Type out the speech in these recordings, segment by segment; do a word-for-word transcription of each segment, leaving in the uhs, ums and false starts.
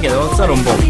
Michele, devo alzare un po'.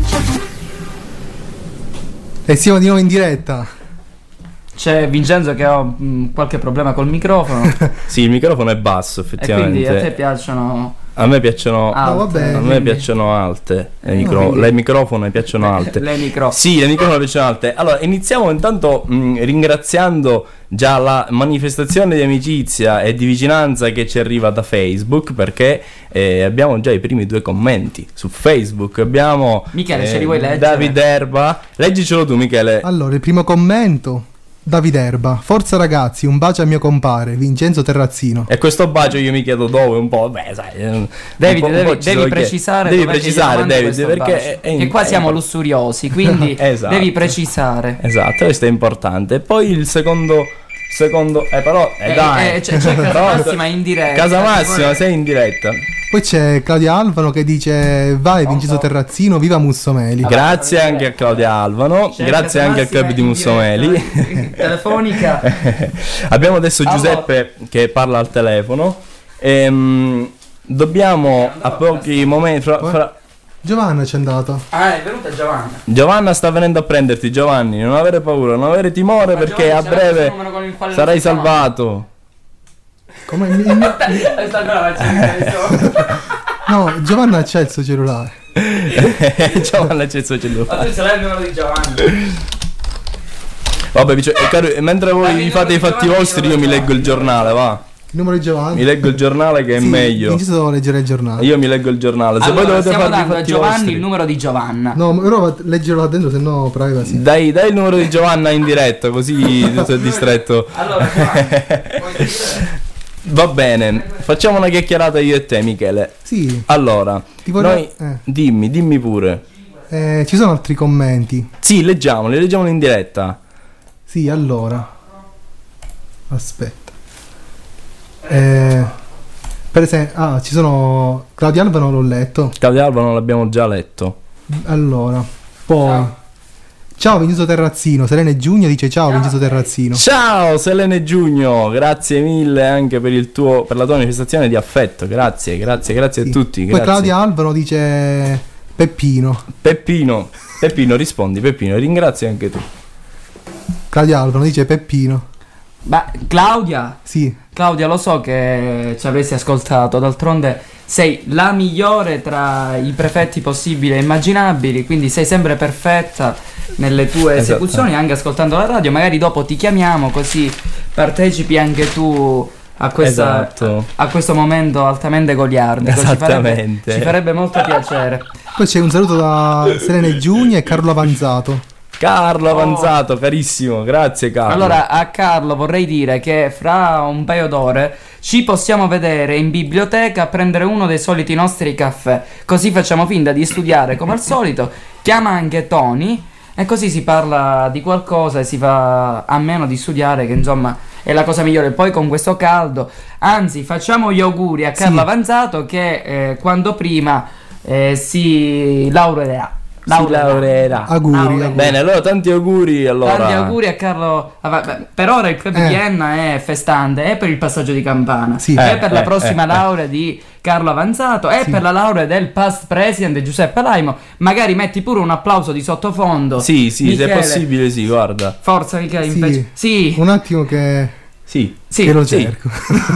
E siamo di nuovo in diretta. C'è Vincenzo che ha mh, qualche problema col microfono. Sì, il microfono è basso, effettivamente. E quindi a te piacciono... A me piacciono alte. No, vabbè, a me quindi... piacciono alte. Le, micro... quindi... le microfono piacciono alte. Le microfono. Sì, le microfono piacciono alte. Allora, iniziamo intanto mh, ringraziando già la manifestazione di amicizia e di vicinanza che ci arriva da Facebook, perché eh, abbiamo già i primi due commenti su Facebook. Abbiamo Michele, eh, ce li vuoi leggere? Davide Erba. Leggicelo tu, Michele. Allora, il primo commento. Davide Erba, forza ragazzi, un bacio a mio compare Vincenzo Terrazzino. E questo bacio io mi chiedo dove, un po', beh, sai, un David, po', un devi, po' ci devi so precisare devi dov'è che precisare gli mandi David, questo perché bacio. è, è, che qua è siamo impor- lussuriosi, quindi esatto. devi precisare. Esatto, questo è importante. Poi il secondo secondo eh però eh, Eh, dai eh, c'è, c'è Casa Massima in diretta. Casa Massima, sei in diretta. Poi c'è Claudia Alvano che dice vai Vincenzo Terrazzino, viva Mussomeli. Grazie anche a Claudia Alvano, C'è grazie Casa anche al club Massima di in Mussomeli. diretta, telefonica. Abbiamo adesso Allora. Giuseppe che parla al telefono. Ehm, dobbiamo a pochi momenti fra, fra... Giovanna c'è andata. Ah, è venuta Giovanna. Giovanna sta venendo a prenderti, Giovanni, non avere paura, non avere timore, Ma perché Giovanni, a c'è breve il numero con il quale sarai non si chiama? salvato. Come il mio- Sta ancora facendo No, Giovanna c'è il suo cellulare. Giovanna c'è il suo cellulare. Ma tu ce l'hai il numero di Giovanni? Vabbè, dice- eh, caro, mentre voi Dammi vi il fate i numero di fatti Giovanni, vostri, io io mi lo leggo il Giovanni. giornale, va. Il numero di Giovanni. Mi leggo il giornale che è Sì, meglio. Vincenzo deve leggere il giornale. Io mi leggo il giornale. Se Allora, voi dovete stiamo farvi i dando a fatti Giovanni vostri. il numero di Giovanna. No, però leggerlo là dentro, se no privacy. Dai, dai il numero di Giovanna in diretta, così tu sei distretto. Allora, Giovanni, puoi dire? Va bene, facciamo una chiacchierata io e te, Michele. Sì, Allora, Ti vorrei- noi eh. dimmi, dimmi pure. eh, ci sono altri commenti. Sì, leggiamoli, leggiamoli in diretta. Sì, allora. Aspetta. Eh, per esempio, ah, ci sono Claudia Alvano, l'ho letto. Claudia Alba non l'abbiamo già letto. Allora, poi ciao Vincenzo Terrazzino. Selene Giugno dice ciao, Vincenzo Terrazzino. Ciao Selene Giugno, grazie mille anche per il tuo per la tua manifestazione di affetto. Grazie, grazie, grazie Sì. a tutti. Poi Grazie. Claudia Alvano dice Peppino. Peppino, Peppino rispondi, Peppino, ringrazio anche tu. Claudia Alvano dice Peppino. Ma Claudia, Sì, Claudia, lo so che ci avresti ascoltato, d'altronde sei la migliore tra i prefetti possibili e immaginabili, quindi sei sempre perfetta nelle tue Esatto. esecuzioni, anche ascoltando la radio. Magari dopo ti chiamiamo così partecipi anche tu a, questa, Esatto. a, a questo momento altamente goliardico. Ci farebbe, Esattamente. ci farebbe molto piacere. poi c'è un saluto da Selene Giugno e Carlo Avanzato. Carlo Avanzato, carissimo, grazie Carlo. Allora, a Carlo vorrei dire che fra un paio d'ore ci possiamo vedere in biblioteca a prendere uno dei soliti nostri caffè. Così facciamo finta di studiare come al solito. Chiama anche Tony e così si parla di qualcosa e si fa a meno di studiare, che insomma è la cosa migliore. Poi con questo caldo, anzi, facciamo gli auguri a Carlo Sì. Avanzato che eh, quando prima eh, si laureerà. si laureerà. Auguri, Auguri. auguri. Bene, allora tanti auguri allora. Tanti auguri a Carlo. Ah, vabbè, per ora il club Eh. di Enna è festante, è per il passaggio di campana, Sì. è Eh, per la eh, prossima eh, laurea di Carlo Avanzato, è Sì. per la laurea del past president Giuseppe Laimo. Magari metti pure un applauso di sottofondo. Sì, sì, Michele. se è possibile, sì, guarda. Forza Michele, Sì. invece. Sì. Un attimo che, Sì. Sì. che lo sì. cerco.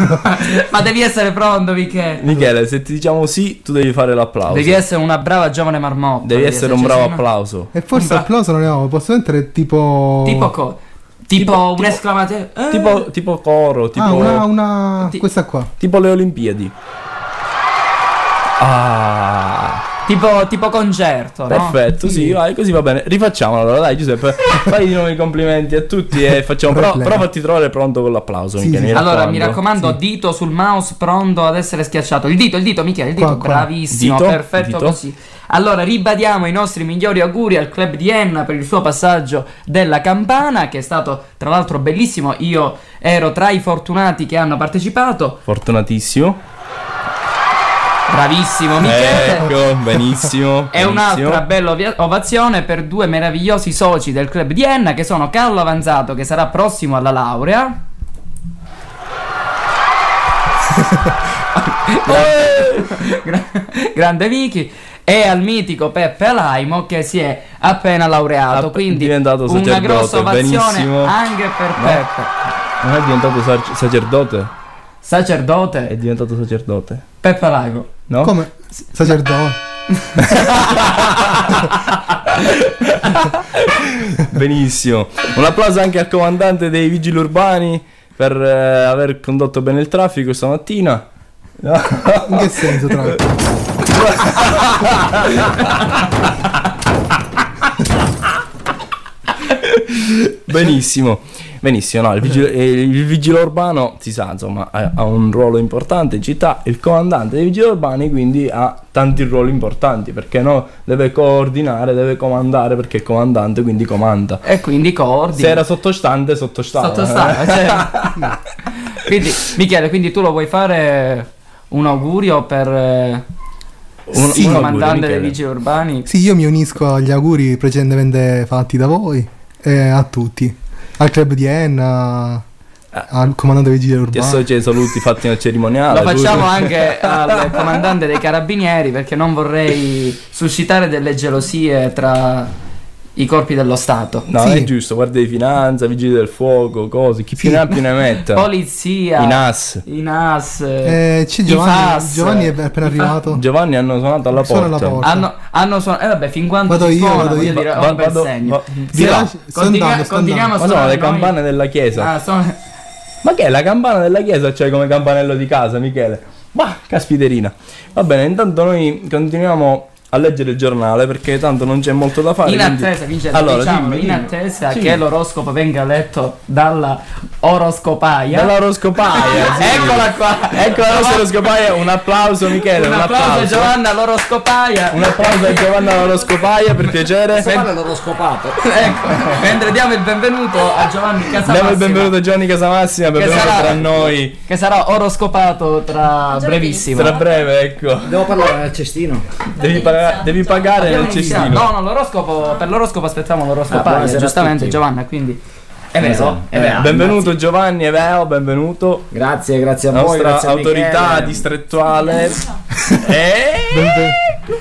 Ma devi essere pronto, Michele. Michele, se ti diciamo sì, tu devi fare l'applauso. Devi essere una brava giovane marmotta. Devi essere un cioè, bravo se no- applauso. E forse Bra- applauso non ne ho, posso mettere tipo... Tipo co- Tipo, Tipo- un tipo- esclamativo. Eh. Tipo, tipo coro, tipo, Ah, una, una... Ti- questa qua. tipo le Olimpiadi. Ah, Tipo, tipo concerto, no? perfetto, sì. Sì. vai, così va bene. Rifacciamo allora, dai Giuseppe, fai di nuovo i complimenti a tutti e facciamo. Però, Problema. però fatti trovare pronto con l'applauso, Sì, Michele, sì. Allora, mi raccomando. raccomando, dito sul mouse pronto ad essere schiacciato. Il dito, il dito, Michele, il dito, Qua, qua. bravissimo, Dito, perfetto dito. così. Allora, ribadiamo i nostri migliori auguri al club di Enna per il suo passaggio della campana, che è stato tra l'altro bellissimo. Io ero tra i fortunati che hanno partecipato. Fortunatissimo. Bravissimo, Michele. Ecco, benissimo. E benissimo. un'altra bella ovia- ovazione per due meravigliosi soci del club di Enna, che sono Carlo Avanzato, che sarà prossimo alla laurea. Gra- grande Vicky. e al mitico Peppe Laimo che si è appena laureato, App- quindi diventato una sacerdote, grossa ovazione benissimo. anche per No. Peppe. Non è diventato sac- sacerdote? Sacerdote È diventato sacerdote. Peppe Laimo. No? Come? Sacerdote. Benissimo. Un applauso anche al comandante dei vigili urbani per eh, aver condotto bene il traffico stamattina. No. In che senso, tra Benissimo. Benissimo, no, il vigile, eh, il vigile urbano si sa, insomma, ha, ha un ruolo importante in città. Il comandante dei vigili urbani quindi ha tanti ruoli importanti, perché no, deve coordinare, deve comandare, perché è comandante, quindi comanda. E quindi coordina. Se era sottostante, sottostava. Sottostava, cioè. Quindi Michele, quindi tu lo vuoi fare un augurio per eh, Un- il un comandante augurio, dei Michele. vigili urbani? Sì, io mi unisco agli auguri precedentemente fatti da voi e a tutti. Al club di Enna, al comandante vigile Ti urbano. associ ai saluti fatti nel cerimoniale. Lo facciamo pure. anche al comandante dei carabinieri, perché non vorrei suscitare delle gelosie tra i corpi dello Stato. No, Sì. è giusto, guardia di finanza, vigili del fuoco, cose, chi più Sì. ne ha più ne metta. Polizia, I N A S. i N A S, Eh, c'è i Giovanni, FAS, Giovanni è appena i fa- arrivato. Giovanni hanno suonato alla Suona porta. alla porta. Hanno, hanno suonato. Eh vabbè, fin quando Vado si io, suona, vado voglio io. dire, Va- ho un bel vado- segno. va- Sì, di là. là, sto Continua- andando, sto continuiamo a Ma sono suonare le noi. campane della chiesa. Ah, sono- Ma che è la campana della chiesa? C'è come campanello di casa, Michele? Ma caspiterina. Va bene, intanto noi continuiamo a leggere il giornale, perché tanto non c'è molto da fare. In quindi- attesa, Vincenzo, Allora, diciamolo, dimmi, in dimmi. attesa Sì. che l'oroscopo venga letto dalla oroscopaia. Dall'oroscopaia, sì. Eccola qua. Ecco la nostra oroscopaia. Un applauso, Michele. Un Un, applauso a Giovanna l'oroscopaia. Un applauso a Giovanna l'oroscopaia, per piacere. Male l'ho scopato. Ecco, mentre diamo il benvenuto a Giovanni Casamassima. Diamo il benvenuto a Giovanni Casamassima, che benvenuto sarà, tra noi. che sarà oroscopato tra brevissimo. Tra breve, ecco. Devo parlare nel cestino. Devi, paga- devi pagare Abbiamo nel iniziato. cestino. No, no, l'oroscopo, per l'oroscopo aspettiamo Ah, l'oroscopaia, buonasera a giustamente tutti. Giovanna, quindi è vero, Esatto. è vero. Benvenuto Giovanni Eveo, benvenuto. Grazie, grazie a La voi. nostra grazie a autorità Michele. distrettuale. Eh? Benve-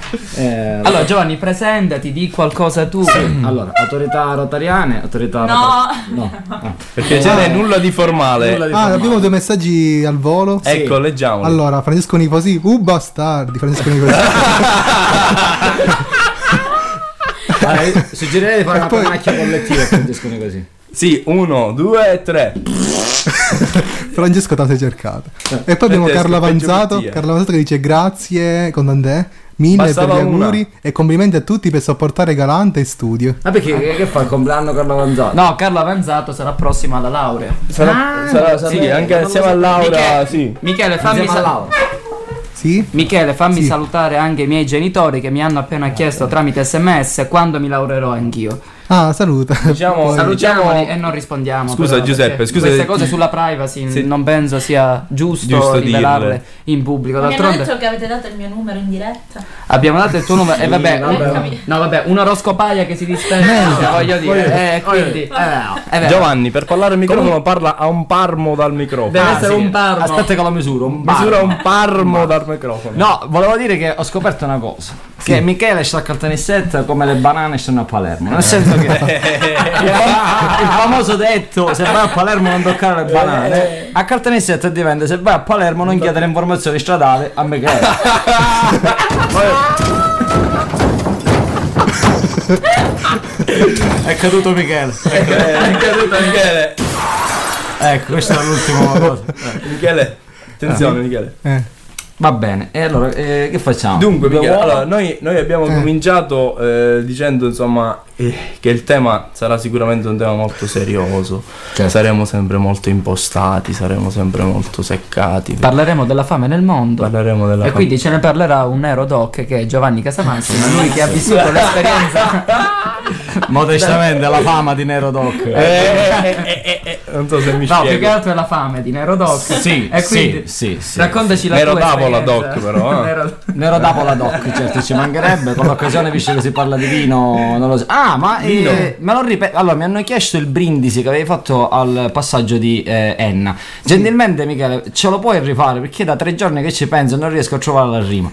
Eh, Allora Giovanni, presentati, di qualcosa tu. allora, autorità rotariane, autorità No. rota- no. Ah. Perché ce n'è nulla di formale. Nulla di Ah, formale. abbiamo due messaggi al volo. Ecco, leggiamoli. Allora, Francesco Nicosi, uh bastardi, Francesco Nicosi. Allora, io suggerirei di fare E una poi- macchia collettiva per discutere così. Sì, uno, due e tre. Francesco te la sei cercato. E poi abbiamo Francesco, Carlo peggio Avanzato, Mattia. Carlo Avanzato che dice grazie con Dantè, mille Bastava per gli una. auguri e complimenti a tutti per sopportare Galante in studio. Ma perché che, che fa il compleanno Carlo Avanzato? No, Carlo Avanzato sarà prossimo alla laurea. Sarà, Ah, sarà- lo sì, sapevo, anche non lo assieme a sapevo. Laura, Michele, sì. Michele, fammi, Insieme a sa- Laura. Sì? Michele, fammi Sì. salutare anche i miei genitori che mi hanno appena chiesto tramite sms quando mi laureerò anch'io. Ah, saluta. Diciamo- Poi- Salutiamoli diciamo- e non rispondiamo. Scusa, però, Giuseppe, perché scusa, Queste ti- cose sulla privacy sì. non penso sia giusto, Giusto rivelarle dirle. in pubblico. Mi hanno D'altronde detto che avete dato il mio numero in diretta. abbiamo dato il tuo numero. E Sì, vabbè, vabbè. un- no, vabbè, un'oroscopaia che si dispensa, voglio dire. Eh, quindi, eh, è vero. Giovanni, per parlare al microfono parla a un parmo dal microfono. Deve Ah, essere sì. un parmo. Aspetta che lo misuro. Un Misura barmo. un parmo dal microfono. No, volevo dire che ho scoperto una cosa. Che Michele sta a Caltanissetta come le banane stanno a Palermo. Nel senso che il, fam- il famoso detto se vai a Palermo non toccare le banane, a Caltanissetta diventa se vai a Palermo non chiedere informazioni stradali a Michele. È caduto Michele. Eh, è caduto Michele. Ecco, questa è l'ultima cosa. Michele, attenzione Michele. Eh. Va bene, e allora eh, che facciamo? Dunque, Due Michele, uova? allora, noi, noi abbiamo Eh. cominciato eh, dicendo insomma eh, che il tema sarà sicuramente un tema molto serioso. Certo. Saremo sempre molto impostati, saremo sempre molto seccati. Parleremo della fame nel mondo. Parleremo della E quindi ce ne parlerà un nero doc che è Giovanni Casamassima, lui che ha vissuto l'esperienza. Modestamente la fama di Nero Doc. Eh, eh, eh, eh, eh, non so se mi No, più che spiego. altro è la fame di Nero Doc. Sì, e quindi sì, sì, sì. raccontaci la Nero tua Tavola esperienza. Doc, però, eh. Nero- Nero Dapola Doc, certo, ci mancherebbe. Con l'occasione, visto che si parla di vino, non lo so. Ah, ma eh, me lo ripeto. Allora, mi hanno chiesto il brindisi che avevi fatto al passaggio di eh, Enna. Gentilmente, Michele, ce lo puoi rifare? Perché da tre giorni che ci penso e non riesco a trovare la rima.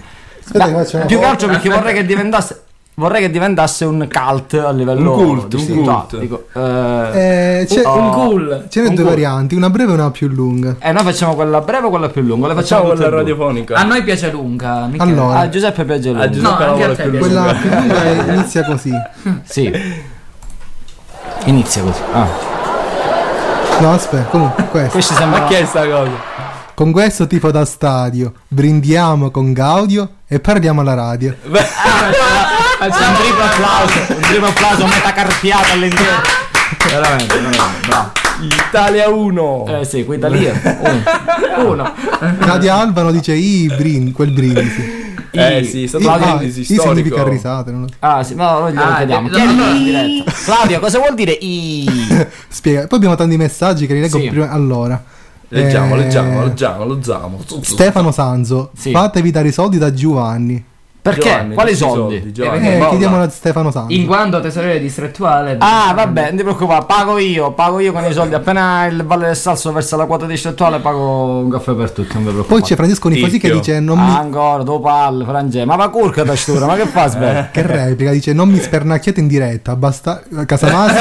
Aspetta che faccio una Più che foto. altro perché vorrei che diventasse vorrei che diventasse un cult a livello Un cult, un distrettuale. cult. Dico, eh, Eh, c'è, Oh. Un cool. ce n'è un due cool. varianti, una breve e una più lunga. eh, noi facciamo quella breve o quella più lunga? Le facciamo, Facciamo tutte quella e due. radiofonica. A noi piace lunga. Michele. Allora. A Giuseppe piace A lunga. Giuseppe No, la anche a vuole te più piace. Quella lunga. più lunga è- inizia così. Sì. Inizia così. Ah. No, aspetta, comunque questo. Questi sembrano Ma che è sta cosa? Con questo tipo da stadio brindiamo con Gaudio e parliamo alla radio. Beh, un triplo applauso, un triplo applauso metacarpiato all'interno. Veramente, veramente, bravo. Italia uno. Eh sì, qui Italia. Uno. Uno. Nadia Albano dice i brin, quel brindisi. Eh sì, è stato I, un ah, brindisi I storico. significa risate. Non lo so. Ah sì, no, noi glielo Ah, chiediamo. eh, Chiedilo allora- in diretta. Claudio, cosa vuol dire i? Spiega. Poi abbiamo tanti messaggi che li leggo Sì. prima. Allora, Leggiamo, eh, leggiamo, leggiamo, leggiamo. Stefano Sanzo, Sì. fatevi dare i soldi da Giovanni. Perché? Giovanni, Quali tutti i soldi? Giovanni, Eh, molla. chiediamolo a Stefano Sanzo. In quanto tesoriere distrettuale. Ah, vabbè, non ti preoccupare, pago io, pago io con i soldi. Appena il Valle del Salso versa la quota distrettuale, pago un caffè per tutti. Non vi preoccupate. Poi c'è Francesco Nifosi che Ticchio. dice non mi... Ah, ancora, dopo palle, Frange. Ma va curca da stura, ma che fa sbetta? Che replica, dice non mi spernacchiate in diretta, basta Casamassa.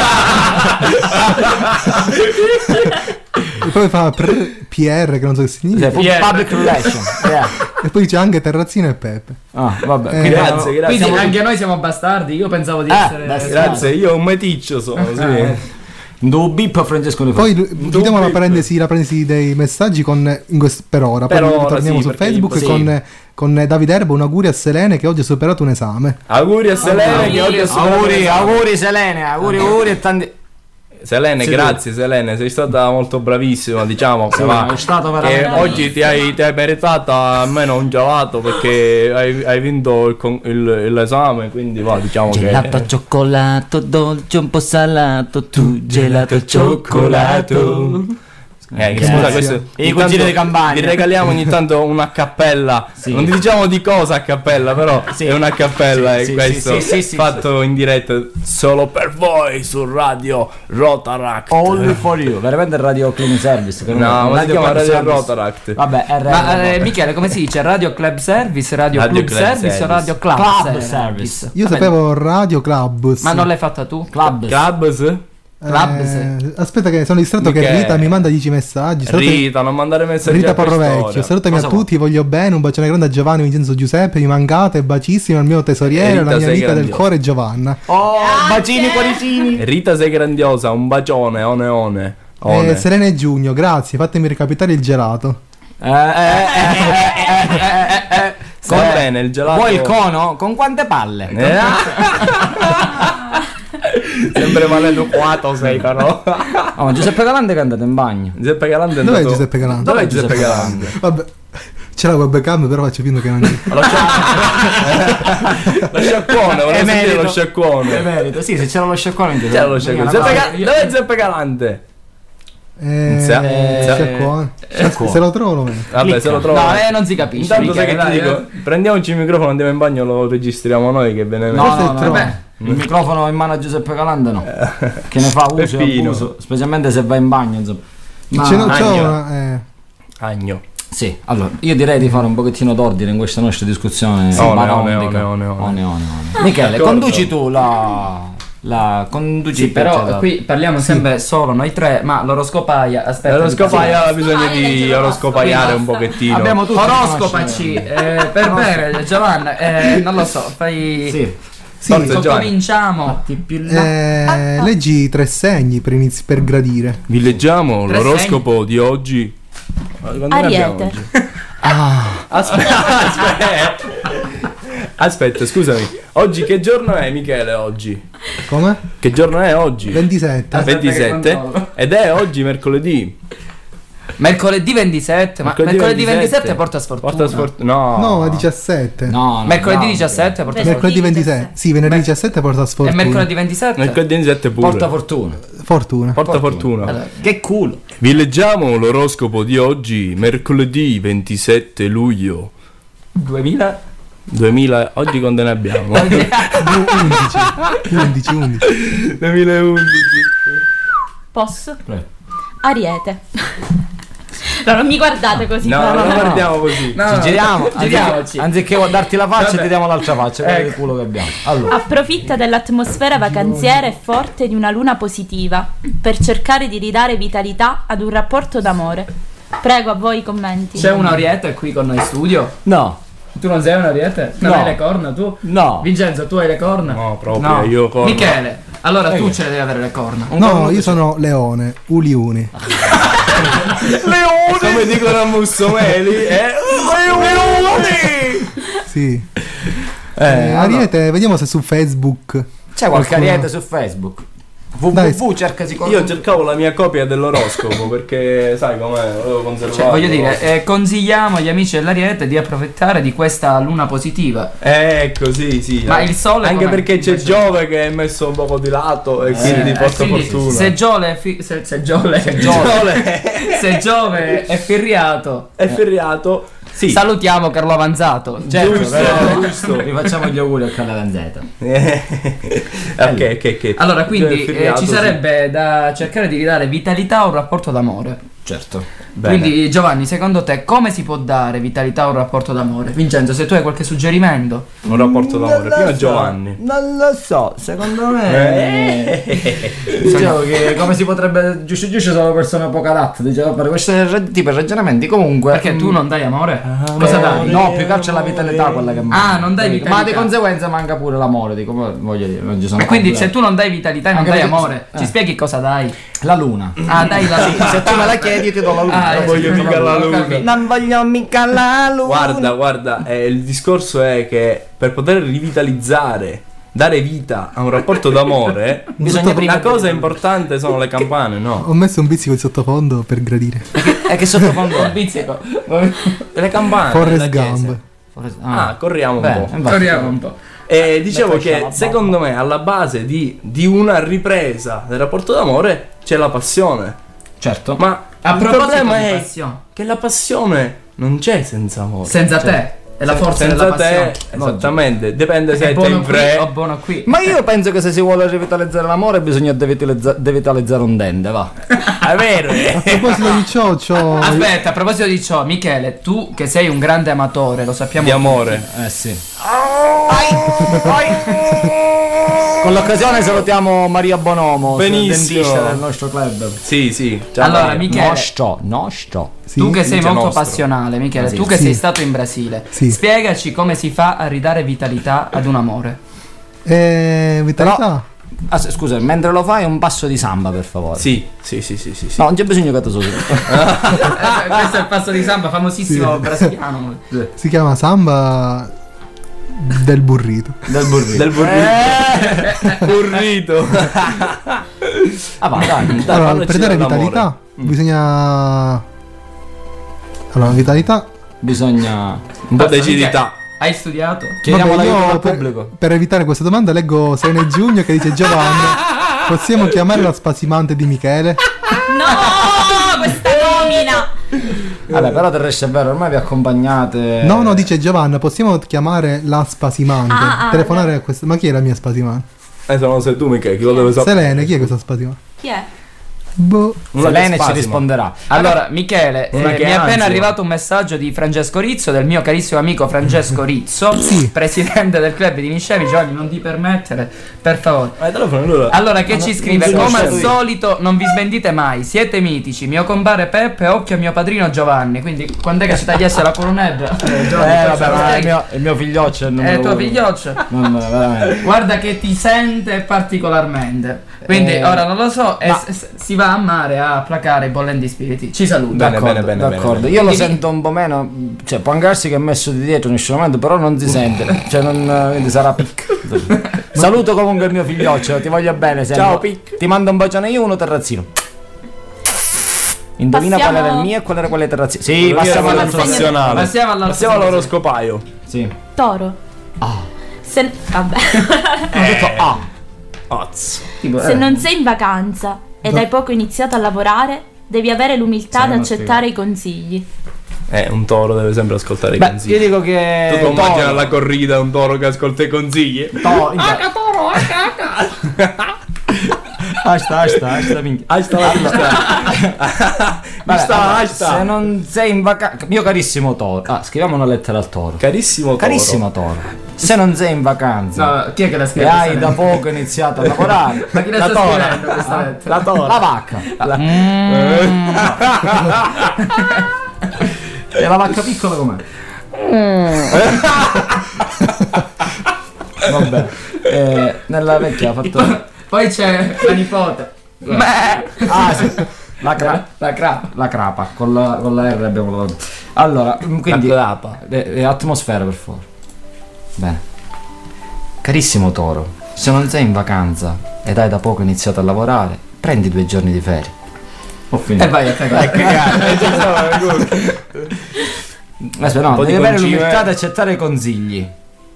E poi fa pr- P R che non so che significa. Sì, Yeah. public relation. Yeah. E poi dice anche Terrazzino e Peppe. Ah, vabbè. Eh, quindi- Grazie, grazie. Quindi anche noi siamo bastardi. Io pensavo di Eh, essere. beh, Grazie, io un meticcio sono, sì. Do bip Francesco Nifosi. Poi l- chiudiamo la bip. parentesi, la parentesi dei messaggi con in quest- per ora. Per Poi ora, ritorniamo sì, su perché Facebook sì. con, con Davide Erbo. Un augurio a Selene che oggi ha superato un esame. Auguri a Selene che oggi è Auguri, auguri Selene, auguri, auguri e tanti. Selene, Sì, grazie Selene, sei stata molto bravissima, diciamo che, Sì, va, è stato che veramente- oggi ti hai, ti hai meritata almeno un gelato perché hai, hai vinto il con- il- l'esame, quindi va, diciamo Gelato che... cioccolato, dolce un po' salato, tu gelato cioccolato. Eh, Che scusa, emozio. questo, I ogni cugini tanto di campagna. Vi regaliamo ogni tanto una cappella. Sì. Non vi diciamo di cosa a cappella, però Sì. è una cappella Sì, e sì, questo sì, sì, sì, fatto in diretta solo per voi su Radio Rotaract. Only for you, veramente il radio clean service. che non è- No, ma si chiama club Radio service. Rotaract. Vabbè, R R. Ma eh, Michele, come si dice? Radio Club Service, Radio, Radio Club, Club Service, o Service. Radio Club, Club Service? Service. Io Vabbè, sapevo Radio Club. Ma non l'hai fatta tu? Club. Clubs? Club, Eh, aspetta che sono distratto che Michele. Rita mi manda dieci messaggi. Salute- Rita, non mandare messaggi Rita a quest'ora. Porrovecchio, salutami Cosa a tutti, voglio bene, un bacione grande a Giovanni, Vincenzo, Giuseppe, mi mancate, bacissimo al mio tesoriere, Rita, la mia sei amica del grandiosa. cuore Giovanna. Oh, bacini cuoricini. Rita sei grandiosa, un bacione, one one. one. Eh, Serena e Giugno, grazie, fatemi recapitare il gelato. Eh, eh, eh, eh, eh, eh, eh. Sta Se- bene, il gelato- Vuoi il cono? Con quante palle? Eh? Sempre maleducato sei però. Oh, ma Giuseppe Galante che è andato in bagno. Giuseppe Galante è Dov'è andato... Giuseppe Galante? Dov'è Giuseppe Giuseppe Galante? Vabbè, c'è la webcam, però faccio finta che non c'è. Lo scia- Lo sciacquone, volevo sentire Emerito. lo sciacquone. Emerito, sì, se c'era lo sciacquone in C'era lo sciacquone. Giuseppe Ga- Dov'è Giuseppe Galante? Eh, Zia- zia- sciacquone. sciacquone. Se lo trovo lo metto. Vabbè, se lo trovo. No, eh, non si capisce. Intanto sai che Michele, ti dai, dico, prendiamoci il microfono, andiamo in bagno, lo registriamo noi che ve ne No, Forse no, è no, troppo. vabbè. Il microfono in mano a Giuseppe Galante no. Che ne fa uso e Peppino. abuso, specialmente se va in bagno, insomma. Ma Ce n'ho- c'ho Agno. una- eh. Agno. sì, allora, io direi di fare un pochettino d'ordine in questa nostra discussione. One, barondica. one, one, one, one. One, one, one. Michele, D'accordo. conduci tu la la conduci Sì, però la- qui parliamo sempre solo noi tre, ma l'oroscopaia, aspetta. L'oroscopaia ha bisogno Ah, hai di ragione, oroscopaiare un basta. pochettino. abbiamo tutti Oroscopaci, eh, per bere, Giovanna, eh, non lo so, fai... Sì. Sì, Forza, Giovanni. Cominciamo. eh, leggi i tre segni per, inizi- per gradire. Vi leggiamo Tre l'oroscopo di oggi. Quando ne abbiamo Ariete. oggi? Aspetta, aspetta. Aspetta, scusami. Oggi che giorno è, Michele? Oggi? Come? Che giorno è oggi? ventisette. Aspetta che ventisette. controllo. Ed è oggi mercoledì. Mercoledì ventisette, ma mercoledì ventisette porta sfortuna. Porta sfortuna. No. No, è diciassette. No, no, Mercoledì no. diciassette porta Venerdì Mercoledì ventisette. ventisette. Sì, venerdì Mer- diciassette porta E sfortuna. mercoledì ventisette? Mercoledì ventisette pure. Porta fortuna. Fortuna. Porta fortuna. Allora, Che culo. Vi leggiamo l'oroscopo di oggi, mercoledì ventisette luglio duemila duemila. Oggi quando ne abbiamo? undici. undici, undici. duemilaundici. Posso? Prego. Ariete. No, non mi guardate così. No, però. non lo guardiamo così. No, Ci giriamo, giriamoci. anziché, anziché darti la faccia, Vabbè. ti diamo l'altra faccia, quello Ecco. di culo che abbiamo. Allora, Approfitta dell'atmosfera vacanziera e forte di una luna positiva per cercare di ridare vitalità ad un rapporto d'amore. Prego, a voi i commenti. C'è un Oriete qui con noi in studio. no, Tu non sei un Oriete? Non No. hai le corna tu? no. Vincenzo, tu hai le corna? No, proprio, io corno. Michele, allora tu ce le devi avere le corna. Un No, corno io tu sono Leone, Uli Uni. Come dicono a Mussomeli, eh? Leoni! Sì. Eh, Eh, allora, Ariete, vediamo se su Facebook. c'è qualche qualcuno- ariete su Facebook? Dai, www cercasi con Io cercavo la mia copia dell'oroscopo perché sai com'è, volevo conservarlo. Cioè, voglio dire, eh, consigliamo agli amici dell'Ariete di approfittare di questa luna positiva. Ecco, sì, sì. Ma il sole anche com'è? perché c'è Invece- Giove che è messo un poco di lato e quindi Eh, porta quindi fortuna. Se Giole è fi- se, se Giole, se Giove se Giove è firriato, è ferriato, sì. salutiamo Carlo Avanzato. Certo, Giusto, però, giusto. vi facciamo gli auguri a Carla Vanzetta. Eh, ok, ok, ok. Allora, quindi Giove è eh, ferriato, ci sì. sarebbe da cercare di ridare vitalità a un rapporto d'amore. Certo. Bene. Quindi Giovanni, secondo te come si può dare vitalità a un rapporto d'amore? Vincenzo, se tu hai qualche suggerimento. Un rapporto d'amore. Prima Giovanni. Non lo so, secondo me. Eh. Diciamo che come si potrebbe. Giusto, giusto sono persone poco adatte. Diciamo, per questo tipo di ragionamenti. Comunque. Perché tu non dai amore? Cosa dai? No, più che altro è la vitalità quella che manca. Ah, non dai Capito? vitalità. Ma di conseguenza manca pure l'amore. Dico, ma voglio dire, non ci sono. E quindi se problemi. tu non dai vitalità e non Anche dai perché- amore, eh. ci spieghi cosa dai? La luna. Ah, dai la luna. Se tu me la chiedi, io ti do la luna. Ah, Non eh, voglio sì, mica ho la luna. capito. Non voglio mica la luna. Guarda, guarda, eh, il discorso è che per poter rivitalizzare, dare vita a un rapporto d'amore, Bisogna prima- una cosa importante sono le campane, no? Ho messo un pizzico di sottofondo per gradire. E che sottofondo Un è? pizzico. Le campane. Forrest della chiesa. Gump. Ah, corriamo un Bene, po'. infatti. Corriamo un po'. E dicevo Beh, che facciamo- secondo me alla base di, di una ripresa del rapporto d'amore c'è la passione. Certo. Ma A il proposito problema di è passione. che la passione non c'è senza amore. Senza Cioè, te. È la forza senza della passione. te, esattamente. Dipende se È sei buono in qui fre. o buono qui. Ma io penso che se si vuole rivitalizzare l'amore bisogna devitalizza- devitalizzare un dente, va. È vero. A proposito di ciò, c'ho... Aspetta, a proposito di ciò, Michele, tu che sei un grande amatore, lo sappiamo Di amore. Eh sì. Con l'occasione salutiamo Maria Bonomo, Benissimo. dentista del nostro club. Sì, sì. Ciao, Allora, Maria. Michele, Nostro, nostro. Sì, tu che sei dice molto nostro. passionale, Michele, Ah, sì. tu che Sì. sei stato in Brasile, Sì. spiegaci come si fa a ridare vitalità ad un amore. Eh, vitalità? Ah, s- scusa, mentre lo fai un passo di samba, per favore. Sì, sì, sì, sì, sì, sì. No, non c'è bisogno che tu so. Eh, questo è il passo di samba famosissimo brasiliano. Si chiama Samba del burrito. Del burrito. Del burrito. Burrito. Ah, va, dai. Dai, Allora, parlaci per dare dell'amore. vitalità bisogna... Allora, vitalità... Bisogna. Un po' decidità. Hai studiato? Chiediamo Vabbè, l'aiuto io al per, pubblico. per evitare questa domanda leggo Serena Giugno che dice Giovanni, possiamo chiamare la spasimante di Michele? No, questa nomina. Vabbè, però del resto è vero, ormai vi accompagnate. No, no, dice Giovanna, possiamo chiamare la spasimante? Ah, ah, Telefonare a questa... Ma chi è la mia spasimante? Eh, se non sei tu, mica, chi lo deve sapere? Selene, chi è questa spasimante? Chi è? Boh. Una Selene ci spasima. risponderà. Allora, Michele, Una eh, che mi è appena ansia. arrivato un messaggio di Francesco Rizzo, del mio carissimo amico Francesco Rizzo, Sì. presidente del club di Niscevi. Giovanni, non ti permettere, per favore. Eh, telefono allora. Allora, che ci scrive? non Come al conoscevo io. solito, non vi svendite mai, siete mitici. Mio compare Peppe, occhio a mio padrino Giovanni. Quindi, quando è che si tagliasse la coronetta? Eh, Giovanni, Eh, cosa vabbè, ma sai? il mio, il mio figlioccio è il numero È tuo uno. figlioccio. Non, veramente. Guarda che ti sente particolarmente. Quindi Eh, ora non lo so, e ma- s- s- si va a mare a placare i bollenti spiriti. Ci saluta. Bene, D'accordo, bene, bene, d'accordo. bene, Io lo Quindi- sento un po' meno. Cioè, può andarsi che è messo di dietro in strumento, però non si sente. Cioè, non. Quindi sarà pic. Saluto comunque il mio figlioccio, ti voglio bene. Sempre. Ciao, pic. Ti mando un bacione io, uno terrazzino. Indovina Passiamo- qual era il mio e qual era quella terrazzino. Sì, Quello lì passiamo era alla quello all'altro professionale. Passiamo all'altro Passiamo segno. all'oroscopaio. Sì. Toro. Se... Vabbè. Ho detto ah. Oz. Tipo, Se eh. non sei in vacanza ed hai poco iniziato a lavorare, devi avere l'umiltà Sai, di non accettare i consigli. Eh, un toro deve sempre ascoltare i Beh, consigli. io dico che. Tu ti immagini Toro- alla corrida un toro che ascolta i consigli? Toro, Asta, asta, asta, minchia. Ah, sta la pista. Vabbè, sta, allora, sta. se non sei in vacanza, mio carissimo Toro. Ah, scriviamo una lettera al Toro. Carissimo Toro. Carissimo Toro. Se non sei in vacanza No, chi è che l'ha e scritta? hai da poco iniziato a lavorare, Ma chi la la sta tora. scrivendo questa lettera? La tora. La vacca. La... Mm. E la vacca piccola com'è? Vabbè. Eh, nella vecchia ha fatto. Poi c'è la nipote. Ah, sì. La, cra- La crapa. la crapa con la, con la R abbiamo lavorato. Allora, quindi La crapa. eh, eh, atmosfera per favore. Bene. Carissimo Toro, se non sei in vacanza ed hai da poco iniziato a lavorare, prendi due giorni di ferie. Ho finito. E vai a cagare. Aspetta, no, Un po' di devi avere concime. l'umiltà di accettare i consigli.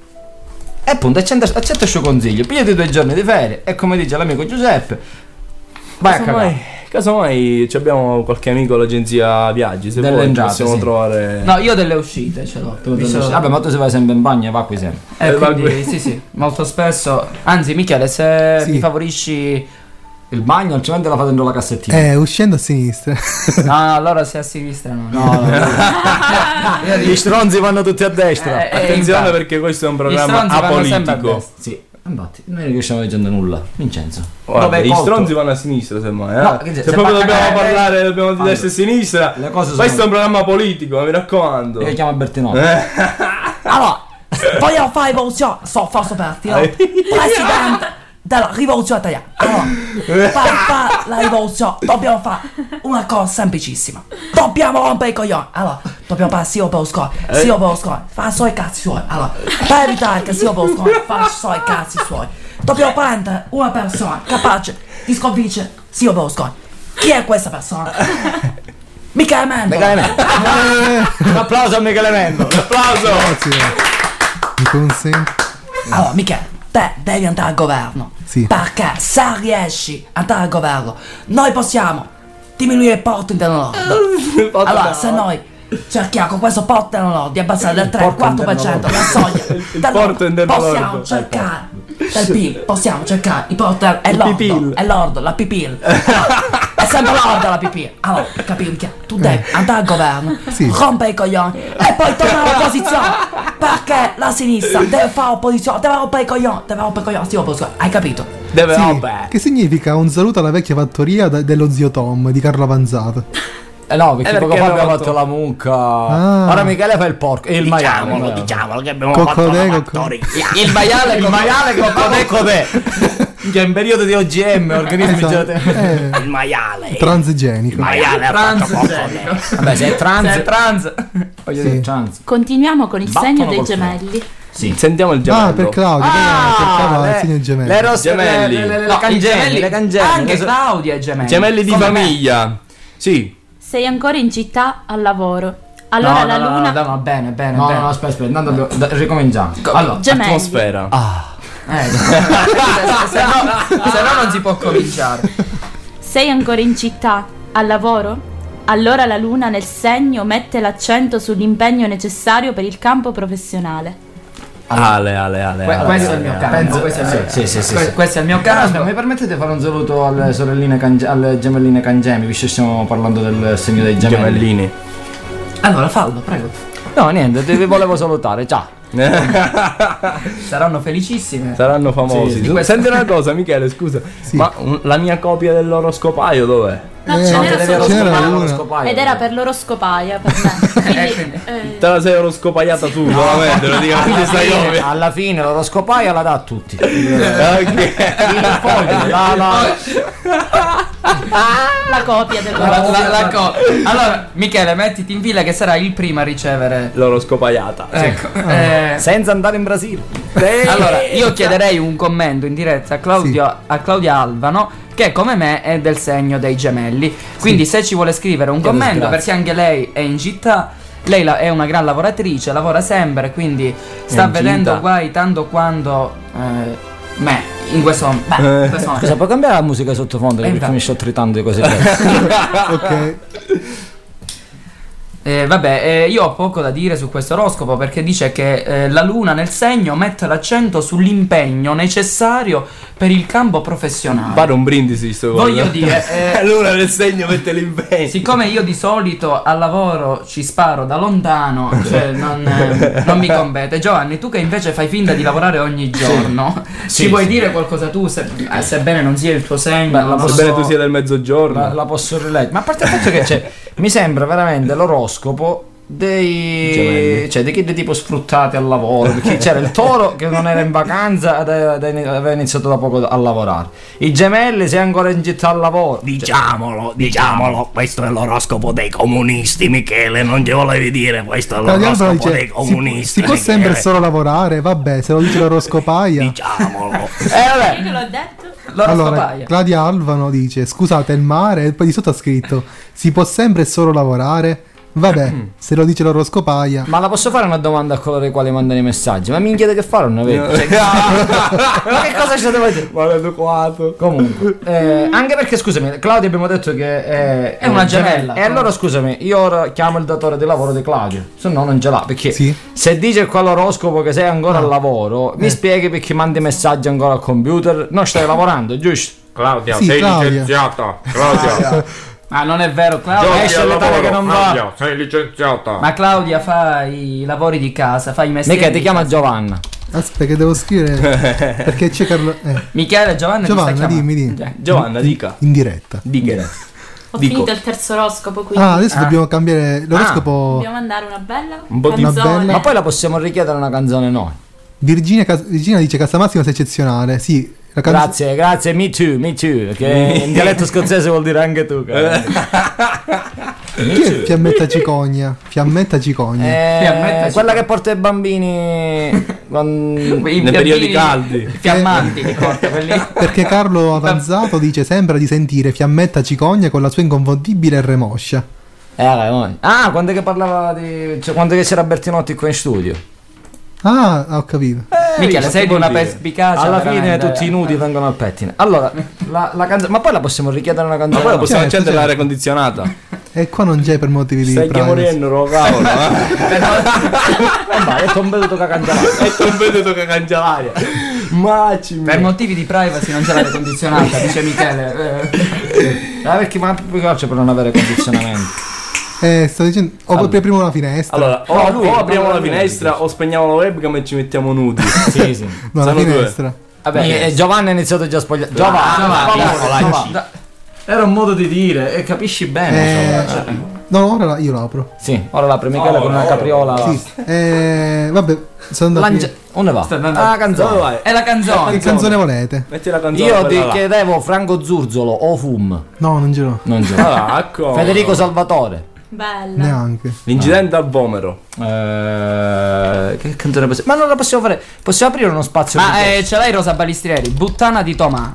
E appunto, accetta, accetta il suo consiglio, pigliati due giorni di ferie e come dice l'amico Giuseppe, vai a cagare. Casomai, casomai ci abbiamo qualche amico all'agenzia viaggi, se Delle vuoi entrate, possiamo sì. trovare. No, io delle uscite ce l'ho. Tu Mi dici, sono- vabbè, ma tu se vai sempre in bagno va qui sempre. Eh, Eh, quindi, vabbè. sì, sì, molto spesso. Anzi, Michele, se Sì. mi favorisci. Il bagno altrimenti la fa dentro la cassettina. Eh, uscendo a sinistra. No, no, allora se a sinistra no. No, no, no. Gli stronzi vanno tutti a destra. Eh, eh, Attenzione infatti. perché questo è un Gli programma stronzi vanno sempre a apolitico. destra. Sì, infatti, noi non riusciamo a leggere nulla. Vincenzo. Guarda, Dove è gli colto? stronzi vanno a sinistra semmai, eh? No, che dice, se se proprio va a dobbiamo cagare- parlare, dobbiamo di Allora, destra e sinistra. le cose sono- Questo è un programma politico, mi raccomando. Io chiamo Bertinotti. Allora, vogliamo fare rivoluzione? So, faccio partire. Presidente della rivoluzione italiana. Allora, per fare la rivoluzione dobbiamo fare una cosa semplicissima. Dobbiamo rompere i coglioni. Allora, dobbiamo fare Silvio Berlusconi. Silvio Berlusconi fa solo i cazzi suoi. Allora, per evitare che Silvio Berlusconi faccia solo i cazzi suoi, dobbiamo prendere una persona capace di sconfiggere Silvio Berlusconi. Chi è questa persona? Michele Mendola. Michele Mendola. Un applauso a Michele Mendola. Applauso! Grazie. Mi consente. Allora, Michele, te devi andare al governo. Sì. Perché se riesci ad andare al governo, noi possiamo diminuire il porto interno lordo. Allora, se noi cerchiamo con questo porto interno lordo di abbassare del tre al quattro per cento la soglia del porto lordo, interno possiamo lordo. cercare del P I L, possiamo cercare il porto interno è P I L. lordo, è lordo, la P P L. È sempre lordo la P P L. Allora, capisci che tu devi andare al governo, Sì. rompere i coglioni e poi tornare all'opposizione. Perché la sinistra deve fare opposizione, deve rompere i coglioni, deve rompere i coglioni, sì, opposizione. Hai capito? Deve Sì. vabbè. Che significa un saluto alla vecchia fattoria da- dello zio Tom di Carlo Avanzato. Eh no, perché, Eh, poco perché fa abbiamo abbiamo fatto la mucca. Ah. Ora Michele fa il porco. E il maiale. diciamolo che abbiamo Coccodè, coccodè. Il maiale Il con maiale con codè codè. Che è in periodo di O G M, organismi Esatto. già- Eh, il maiale. transgenico. maiale ha trans fatto genico. Vabbè, se è trans. Se è trans. Voglio Sì. dire trans. Continuiamo con il Battono segno dei col gemelli. Sì. Sentiamo il gemello. Ah, per Claudio, Ah, che cercava il le- segno gemello. Le rosse Gemelli. le, le, le, le No, i cangemi, gemelli. le cangemi. Anche le so- Claudia è gemelli. Gemelli di Come me. famiglia. Sì. Sei ancora in città al lavoro. Allora no, la no, no, luna. no, no, bene, bene, No, bene. no, aspetta, aspetta, intanto dobbiamo- da- ricominciamo. Allora, Gemelli. Atmosfera. eh, se, se no, se no non si può cominciare. Sei ancora in città al lavoro? Allora la luna nel segno mette l'accento sull'impegno necessario per il campo professionale. Ale, ale, ale. Que- ale, questo è il ale, mio ale. caso. Penso- questo è il mio sì, sì, sì, que- sì. Questo è il mio Aspetta, caso. mi permettete di fare un saluto alle sorelline Cange- alle gemelline Cangemi, visto che stiamo parlando del segno dei gemelli. Gemellini. Allora, fallo, prego. No, niente, ti volevo salutare, ciao. Saranno felicissime. Saranno famosi. Sì, di Tu- questo- Senti una cosa, Michele, scusa. Sì. Ma un- la mia copia dell'oroscopaio dov'è? No, Eh, ce no, n'era te solo devi una. era una. l'oroscopaio. Ed era per l'oroscopaia per me. Quindi, Eh, quindi. eh, Te la sei oroscopaiata tu, solamente, praticamente alla stai fine, copia. alla fine l'oroscopaio la dà a tutti. Ok. Il foglio, la, la, la copia La- dell'oroscopaia. la- la co- allora, Michele, mettiti in fila che sarai il primo a ricevere. L'oroscopaiata. Ecco. eh, senza andare in Brasile. allora, io chiederei un commento in diretta a Claudio, a Claudia Alvano, che come me è del segno dei gemelli. Quindi se ci vuole scrivere un Che commento, disgrazia. perché anche lei è in città. Lei la- è una gran lavoratrice, lavora sempre, quindi sta in vedendo cinta. guai tanto quando eh, me in questo, beh, in questo momento. Scusa, puoi cambiare la musica sottofondo Eh, perché mi infatti. sto tritando di cose belle. Ok. Eh, vabbè, eh, io ho poco da dire su questo oroscopo perché dice che eh, la luna nel segno mette l'accento sull'impegno necessario per il campo professionale. Pare un brindisi sto Voglio dire, eh, la luna nel segno mette l'impegno. siccome io di solito al lavoro ci sparo da lontano, cioè non, eh, non mi compete. Giovanni, tu che invece fai finta di lavorare ogni giorno, Sì, ci vuoi sì. dire qualcosa tu, se, eh, sebbene non sia il tuo segno? Beh, la no? posso- Sebbene tu sia del mezzogiorno. La, la posso rileggere. Ma a parte il fatto che c'è, mi sembra veramente l'oroscopo dei Gemelli. cioè dei kid tipo sfruttati al lavoro, perché c'era il toro che non era in vacanza ed aveva aveva iniziato da poco a lavorare, i gemelli sei ancora in città al lavoro. Diciamolo, diciamolo, questo è l'oroscopo dei comunisti, Michele, non ci volevi dire, questo è Claudio Alvaro l'oroscopo dice, dei si, comunisti. si può Michele. sempre solo lavorare, vabbè, se lo dice l'oroscopaia. Diciamolo. Eh vabbè, Io che l'ho detto? Loro Allora, scopaia. Claudia Alvano dice, scusate il mare, e poi di sotto ha scritto, si può sempre solo lavorare? Vabbè, se lo dice l'oroscopaia. ma la posso fare una domanda a coloro i quali mandano i messaggi? Ma mi chiede che fare, non vedo. Cioè, ma che cosa ci devo dire? Maleducato. Comunque, eh, anche perché scusami, Claudia abbiamo detto che è, È una gemella. E allora scusami, io ora chiamo il datore di lavoro di Claudio, se no non ce l'ha. Perché Sì. se dice qua l'oroscopo che sei ancora al lavoro, mi spieghi perché mandi messaggi ancora al computer? Non stai lavorando, giusto? Claudia, Sì, sei Claudia. licenziata. Claudia, Ma non è vero, Claudia. Giochi esce al l'Italia lavoro, che non va. Claudia, Claudia, sei licenziata. Ma Claudia fa i lavori di casa, fa i mestieri. Mica ti di chiama casa. Giovanna. Aspetta che devo scrivere, perché c'è Carlo... Eh, Michele, Giovanna, ti Giovanna, sta chiamando. dimmi, dimmi. Già. Giovanna, dica. in diretta. Dica. Ho Dico. finito il terzo oroscopo, quindi Ah, adesso dobbiamo cambiare l'oroscopo. dobbiamo mandare una bella Un po' di- Una canzone. bella- Ma poi la possiamo richiedere una canzone noi. Virginia, Cas- Virginia dice Casamassimo sei eccezionale. Sì, la canzone... Grazie, grazie, me too, me too. Che in dialetto scozzese vuol dire anche tu. cara. Chi è Fiammetta Cicogna? Fiammetta Cicogna. Eh, Fiammetta, quella ci- che porta i bambini con... I Nei periodi fiammini caldi. Fiammanti, li porta quelli. Perché Carlo Avanzato dice sembra di sentire Fiammetta Cicogna con la sua inconfondibile R moscia. Eh, vabbè, mo- ah, quando è che parlava di... Cioè, quando che c'era Bertinotti qua in studio. Ah, ho capito. Michele, visto, sei di che una vuol dire? perspicacia. Alla fine veramente. tutti i nudi vengono al pettine. Allora, la, la canzone... Ma poi la possiamo richiedere una Ma canzone? poi la no? possiamo Certo, accendere certo. l'aria condizionata. E qua non c'è per motivi di Stai che privacy. morendo, lo cavolo. eh. Eh, ma è tombato che cangiava. E tu vedo che cangia l'aria. Macimi. Per motivi di privacy non c'è l'aria condizionata, dice Michele. Eh. Ah, perché ma più che altro per non avere condizionamento. Eh, sto dicendo... O Allora. apriamo una finestra. Allora, o, No, lui, o apriamo no, la lui, finestra o spegniamo la webcam e ci mettiamo nudi. Sì, sì. no, la sono due. finestra. Vabbè, E e Giovanni ha iniziato già a spogliare. Giovanni, Giovanni, Giovanni, Giovanni. Giovanni. Era un modo di dire e capisci bene. Eh, no, ora la- io lo apro. Sì, ora l'apre Michele Oh, con una oh, capriola. Sì. Eh, vabbè, sono andato Lange- Onde va? Sta andando- Ah, Dove canzone. vai? è la canzone. Che canzone volete? Metti la canzone. Io quella ti là. chiedevo Franco Zurzolo o Fum. No, non ce l'ho. Non so. Ah, ecco. Federico Salvatore. Bella. Neanche. L'incidente al vomero. Eh, che canzone possiamo? Ma non la possiamo fare. Possiamo aprire uno spazio Ma di eh, ce l'hai Rosa Balistrieri? Buttana di Tomà.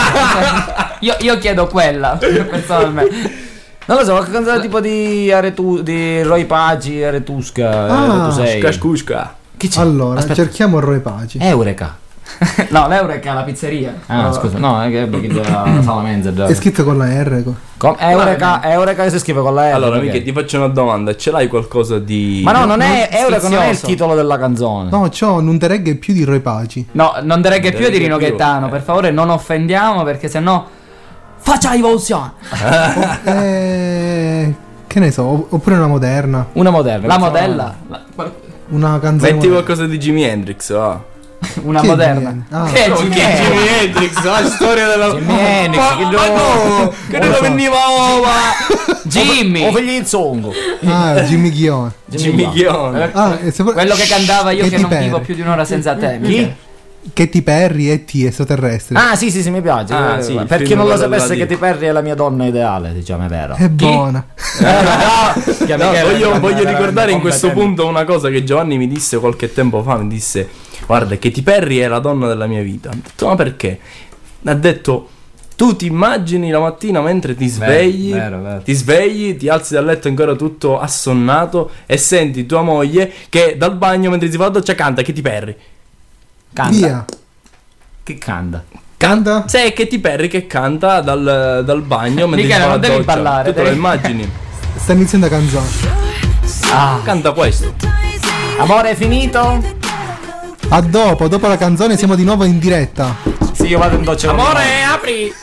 io, io chiedo quella, personalmente. Non lo so, qualche canzone tipo di Aretu, di Roy Paci, Aretusca, Ah, tu sei. Cascusca. Chi c'è? Allora, Aspetta. cerchiamo Roy Paci. Eureka. No, l'Eureka, la pizzeria. Ah, Oh. scusa, no, è che perché già Salamenza già. È scritto con la R. co- Com- Eureka, Eureka che si scrive con la R. Allora, perché? Miche, ti faccio una domanda. Ce l'hai qualcosa di. Ma no, non è Eureka, non è il Sfizioso. titolo della canzone. No, c'ho non te regge più di Roy Paci. No, non dereghe più di Dereghe Rino più, Gaetano, eh. per favore non offendiamo perché sennò faccia la rivoluzione. Eh, che ne so, opp- oppure una moderna. Una moderna. La questa modella, la- Una canzone. Metti moderna. qualcosa di Jimi Hendrix, va. una Chi è moderna. Jimi? Ah. Che è Jimi Hendrix? Hendrix, la storia della. Jimi Hendrix, che no, che non lo so. veniva ova. Jimmy, O figli di Zongo. Ah, Jimmy Ghione. Jimmy Ghione. Ah, e se- quello che cantava io che Katy non Perry. vivo più di un'ora senza te. Chi? Michele. Katy Perry e T estraterrestre. Ah, sì, sì, sì, mi piace. Ah, Eh, sì, il per chi film non lo quello sapesse, della che ti perdi è la mia donna ideale, diciamo, è vero. È buona. No, voglio, voglio ricordare in questo punto una cosa che Giovanni mi disse qualche tempo fa. Mi disse: guarda, Katy Perry è la donna della mia vita. Ho detto: ma perché? Ha detto: tu ti immagini la mattina mentre ti svegli, vero, vero. ti svegli, ti alzi dal letto ancora tutto assonnato e senti tua moglie che dal bagno mentre si fa la doccia canta Katy Perry. Canta. Via. Che canta? Canta? C'è Katy Perry che canta dal, dal bagno mentre Michele, si fa non la devi doccia. ballare, Tu te lo devi- immagini? Sta iniziando la canzone. Ah. Canta questo. Amore è finito? A dopo, dopo la canzone siamo di nuovo in diretta. Sì, io vado in doccia. Amore, apri.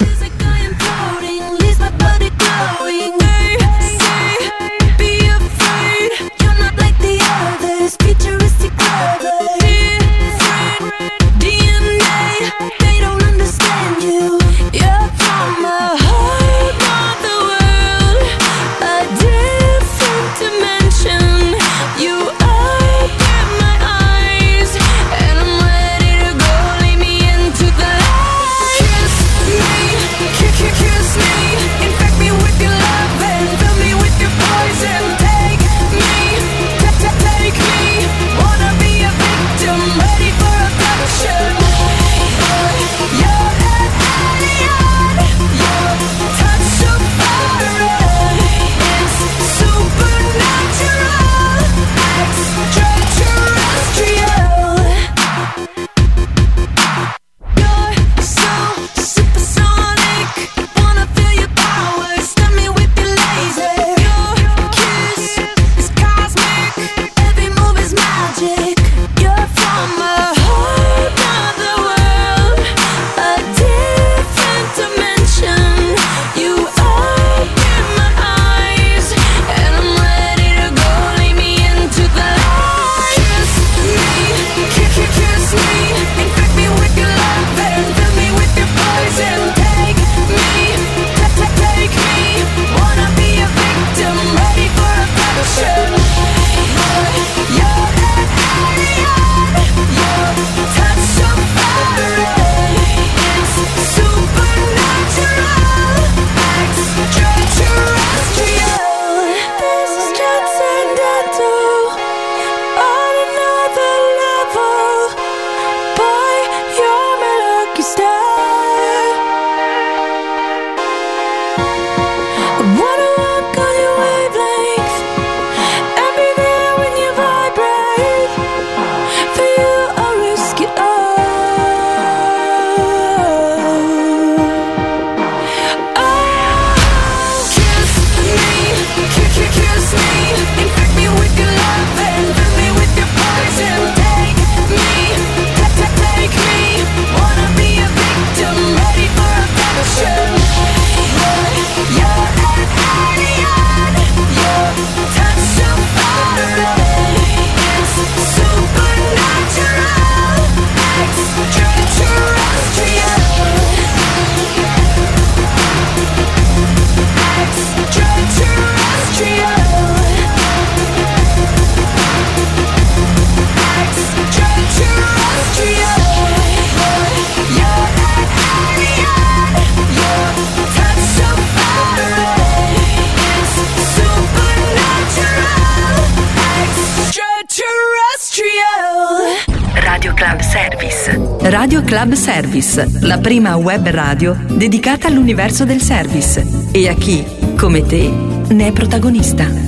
Radio Club Service. Radio Club Service, la prima web radio dedicata all'universo del service e a chi, come te, ne è protagonista.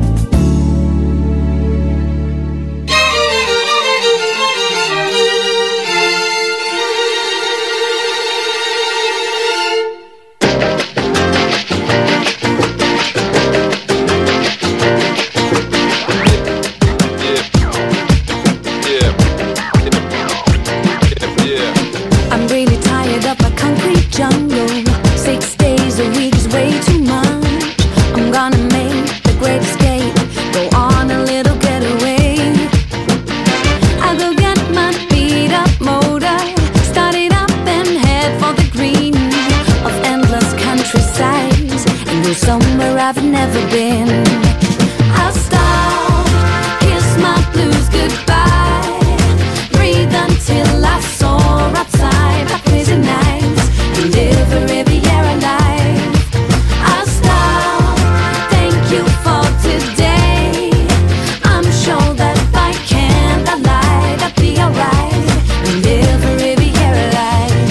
Somewhere I've never been. I'll stop, kiss my blues goodbye, breathe until I soar outside my crazy nights, and live a Riviera life. I'll stop, thank you for today. I'm sure that by candlelight I'll be alright, and live a Riviera life.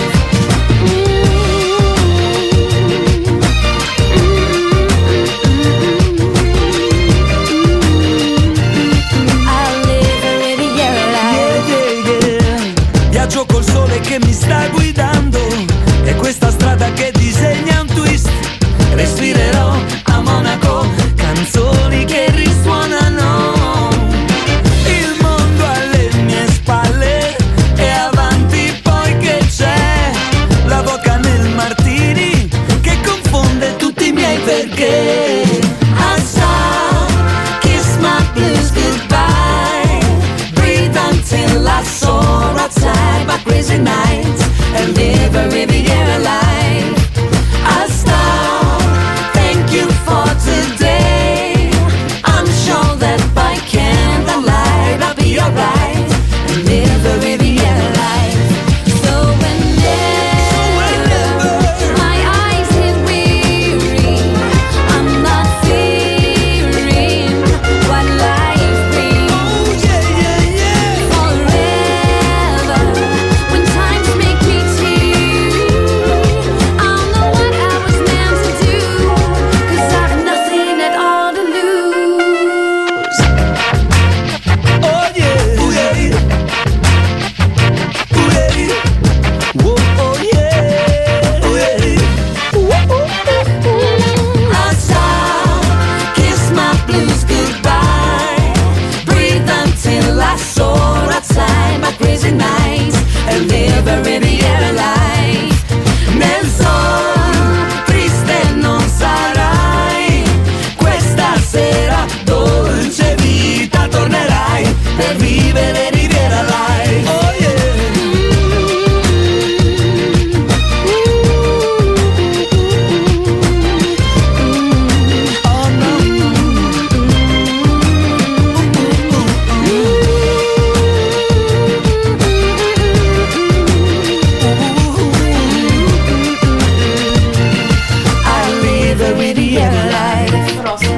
Che mi sta guidando e questa strada che disegna un twist. Respirerò a Monaco canzoni che risuonano crazy nights and live a Riviera life. I'll stop, thank you for today. I'm sure that by candlelight I'll be alright and live a Riviera life. So whenever my eyes get weary, I'm not fearing what life brings. Forever, when times make me tear, I'll know what I was meant to do, 'cause I've nothing at all to lose. Oh yeah, ooh yeah, ooh yeah, whoa, oh yeah, ooh yeah, I'll stop, kiss my blues goodbye, breathe until I soar outside my crazy nights and live a Riviera life. Nel sol triste non sarai, questa sera dolce vita tornerai per vivere Riviera life. Oh I live a Riviera life.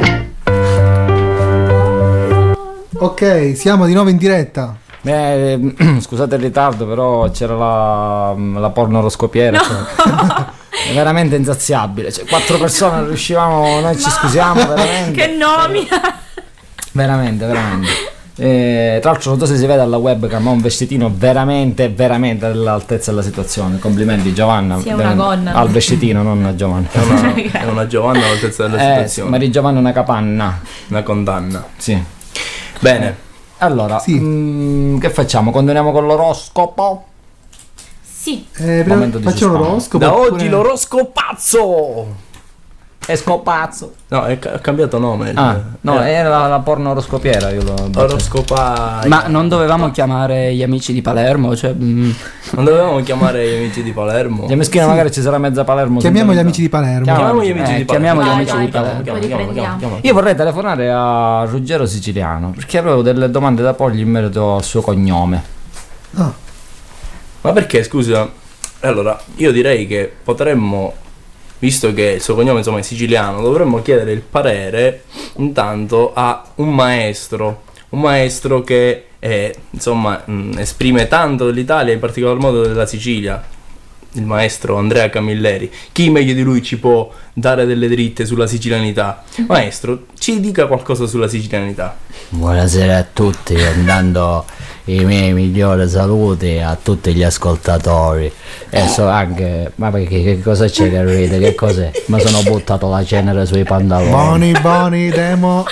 Ok, siamo di nuovo in diretta. Eh, scusate il ritardo, però c'era la, la pornoroscopiera. Cioè, è veramente insaziabile. Cioè, quattro persone non riuscivamo, noi ci scusiamo veramente. Che nomi! Veramente, veramente. Eh, tra l'altro non so se si vede alla webcam, ma un vestitino veramente, veramente all'altezza della situazione. Complimenti Giovanna. Sì, è una gonna. Al vestitino, non a Giovanna. È una, è una Giovanna all'altezza della Eh, situazione. Maria Giovanna è una capanna. Una condanna. Sì. Bene. Allora, mm, che facciamo? Continuiamo con l'oroscopo? Sì. Eh, prima- Momento di facciamo suspense. l'oroscopo. Da oppure- oggi l'oroscopazzo. È scopazzo. No, è ca- ha cambiato nome. il- Ah, no, eh, era la, la pornoroscopiera. Io l'ho Oroscopa. Ma non dovevamo chiamare gli amici di Palermo? Cioè, mm, Non dovevamo chiamare gli amici di Palermo. Gli meschino magari ci sarà mezza Palermo. Chiamiamo gli senza amici di Palermo. Chiamiamo gli amici Eh, di chiamiamo Palermo. gli amici Vai, di vai, Palermo. poi riprendiamo. Io vorrei telefonare a Ruggero Siciliano perché avevo delle domande da porgli in merito al suo cognome. Ah, Ma perché, scusa? Allora, io direi che potremmo, visto che il suo cognome insomma è siciliano, dovremmo chiedere il parere intanto a un maestro, un maestro che eh, insomma mh, esprime tanto dell'Italia, in particolar modo della Sicilia, il maestro Andrea Camilleri. Chi meglio di lui ci può dare delle dritte sulla sicilianità? Maestro, ci dica qualcosa sulla sicilianità. Buonasera a tutti, andando i miei migliori saluti a tutti gli ascoltatori e so anche, ma perché che cosa c'è che ride, che cos'è? Ma sono buttato la cenere sui pantaloni. Boni, boni, demo.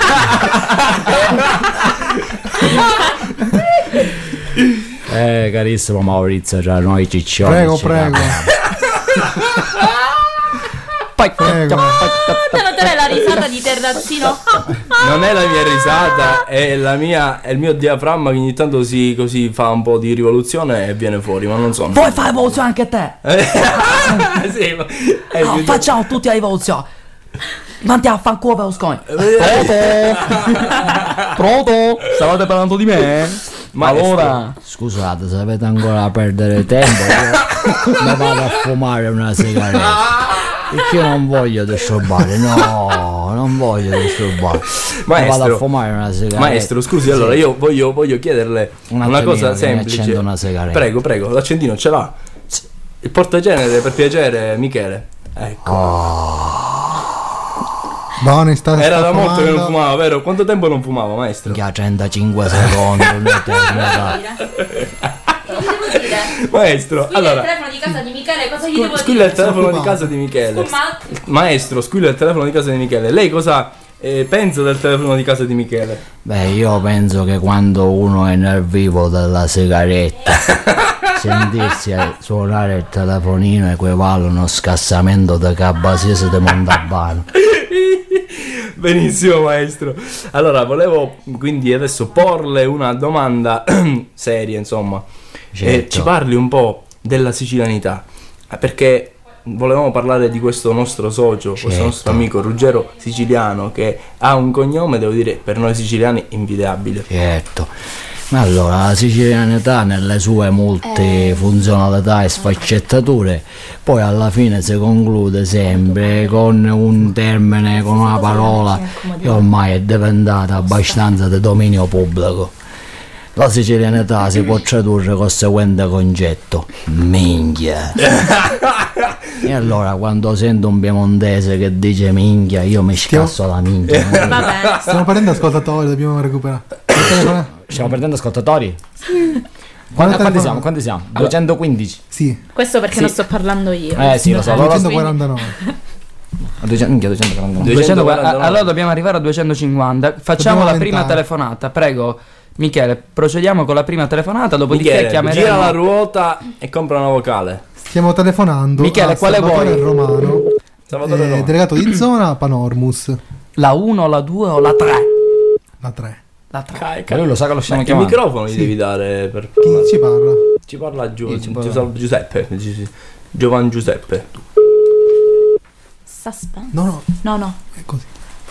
Eh carissimo Maurizio, tra noi ciccioni Prego, ci prego. Poi, Prego. Devo notare la risata di Terrazzino. Non è la mia risata, è la mia, è il mio diaframma che ogni tanto si così fa un po' di rivoluzione e viene fuori, ma non so. Vuoi fare evoluzione anche te? Sì, ma è No, più- facciamo tutti la evoluzione. Mandiamo a fanculo Berlusconi. pronto? Stavate parlando di me? Ma allora, Scusate, se avete ancora da perdere tempo, io mi vado a fumare una sigaretta. Perché io non voglio disturbare, no, non voglio disturbare. Mi vado a Maestro, fumare una sigaretta. maestro, scusi, Sì. allora io voglio, voglio chiederle Un una attimino cosa che mi semplice. accendo una sigaretta. Prego, prego, l'accendino ce l'ha. Il portagenere, per piacere, Michele. Ecco. Boni, sta, Era sta da molto che non fumando. fumava, vero? Quanto tempo non fumava, maestro? Che ha trentacinque secondi. non è che- Maestro, Squilla allora, il telefono di casa di Michele, cosa gli scu- devo squilla dire? il telefono di Occupato. casa di Michele. Ma Maestro, squilla il telefono di casa di Michele. Lei cosa eh, pensa del telefono di casa di Michele? Beh, io penso che quando uno è nel vivo della sigaretta, sentirsi a suonare il telefonino equivale a uno scassamento da Cabasiese di Montalbano. Benissimo, maestro. Allora, volevo quindi adesso porle una domanda seria, insomma. Certo. ci parli un po' della sicilianità, perché volevamo parlare di questo nostro socio, Certo. questo nostro amico Ruggero Siciliano, che ha un cognome, devo dire, per noi siciliani invidiabile. Certo. Ma allora la sicilianità nelle sue molte funzionalità e sfaccettature poi alla fine si conclude sempre con un termine, con una parola che ormai è diventata abbastanza di dominio pubblico. La sicilianità si può tradurre col seguente concetto: minchia. E allora quando sento un piemontese che dice minchia, io mi scasso la minchia. Vabbè. Stiamo perdendo ascoltatori, dobbiamo recuperare. Stiamo perdendo ascoltatori? Quanti, quanti siamo? Quanti siamo? duecentoquindici. Sì. Questo perché Sì. non sto parlando io. Eh sì, lo so. Allora, duecentoquarantanove. duecento, minchia, duecentoquarantanove. duecentoquaranta Allora dobbiamo arrivare a duecentocinquanta. Facciamo Dobbiamo la prima aumentare. telefonata, prego. Michele, procediamo con la prima telefonata, dopodiché Michele, chiameremo. gira la ruota e compra una vocale. Stiamo telefonando Michele, a quale Salvatore vuoi? Romano, Salvatore eh, Romano. delegato di zona Panormus. La uno, la due o la tre? La tre. La tre. Cai, Che lui lo sa che lo stiamo Ma che chiamando. microfono gli devi dare per Chi ci parla? Ci parla Giu- Chi ci parla? Giuseppe, Giuseppe, Gi- Gi- Giovan Giuseppe. Suspense. No, no, No, no. è così.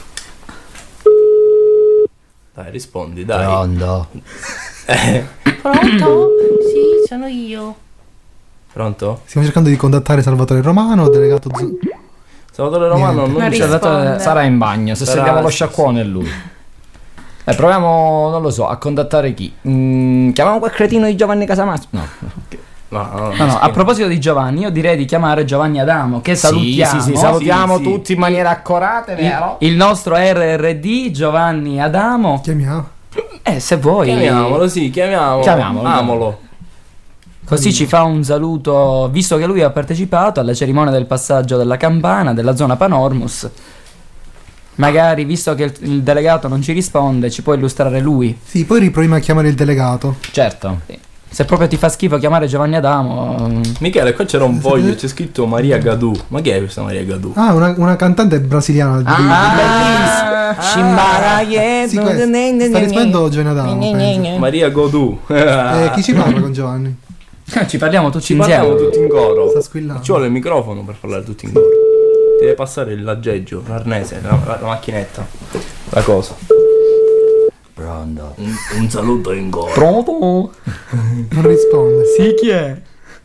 Dai, rispondi, dai. Pronto? Pronto? Sì, sono io. Pronto? Stiamo cercando di contattare Salvatore Romano, delegato zo- Salvatore Romano Niente. non Non c'è. risponde. Sarà in bagno, se Sarà- serviamo lo sciacquone è lui. Eh, proviamo, non lo so, a contattare chi? Mm, chiamiamo quel cretino di Giovanni Casamazzo? No. No, no, No, no, a proposito di Giovanni, io direi di chiamare Giovanni Adamo, che salutiamo. Sì, sì, sì, salutiamo Sì, sì. tutti in maniera accorata, vero? Il, il nostro R R D Giovanni Adamo. Chiamiamo. Eh, se vuoi. Chiamiamolo, sì, chiamiamolo. Chiamiamolo. Amolo. Così ci fa un saluto, visto che lui ha partecipato alla cerimonia del passaggio della campana della zona Panormus. Magari, visto che il, il delegato non ci risponde, ci può illustrare lui. Sì, poi riproviamo a chiamare il delegato. Certo. Se proprio ti fa schifo chiamare Giovanni Adamo. mm, Michele, qua c'era un foglio, c'è scritto Maria Gadù. Ma chi è questa Maria Gadù? Ah, una, una cantante brasiliana. di- Ah, Sì, questa. Sta rispondendo Giovanni Adamo, penso. Maria Godù. Eh, chi ci parla con Giovanni? Ci parliamo tutti Ci insieme. parliamo tutti in coro. Sta squillando. Ci vuole il microfono per parlare tutti in coro. Ti deve passare l'aggeggio, l'arnese, la, la- la macchinetta. La cosa. Pronto? Un, un saluto in coro. Pronto? Non risponde. Sì, chi è?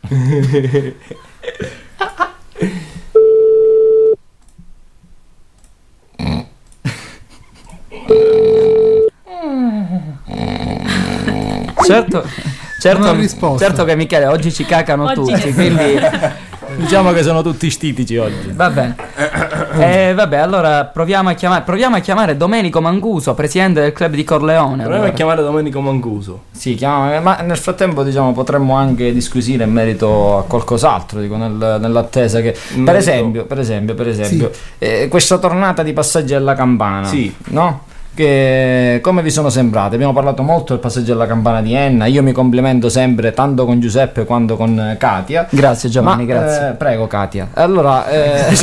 Certo, certo, Non ha risposto. certo che Michele oggi ci cacano Oggi tutti, sì. quindi diciamo che sono tutti stitici oggi. va bene. Eh, vabbè, allora proviamo a chiamare proviamo a chiamare Domenico Manguso, presidente del club di Corleone. Proviamo allora. a chiamare Domenico Mancuso. Sì, chiamiamo, ma nel frattempo diciamo potremmo anche disquisire in merito a qualcos'altro, dico, nel- nell'attesa che In per merito- esempio, per esempio, per esempio, eh, questa tornata di passaggi alla campana, Sì. no? Che come vi sono sembrate? Abbiamo parlato molto del passaggio alla campana di Enna. Io mi complimento sempre tanto con Giuseppe quanto con eh, Katia. Grazie Giovanni, Ma, grazie. eh, prego Katia. Allora, eh,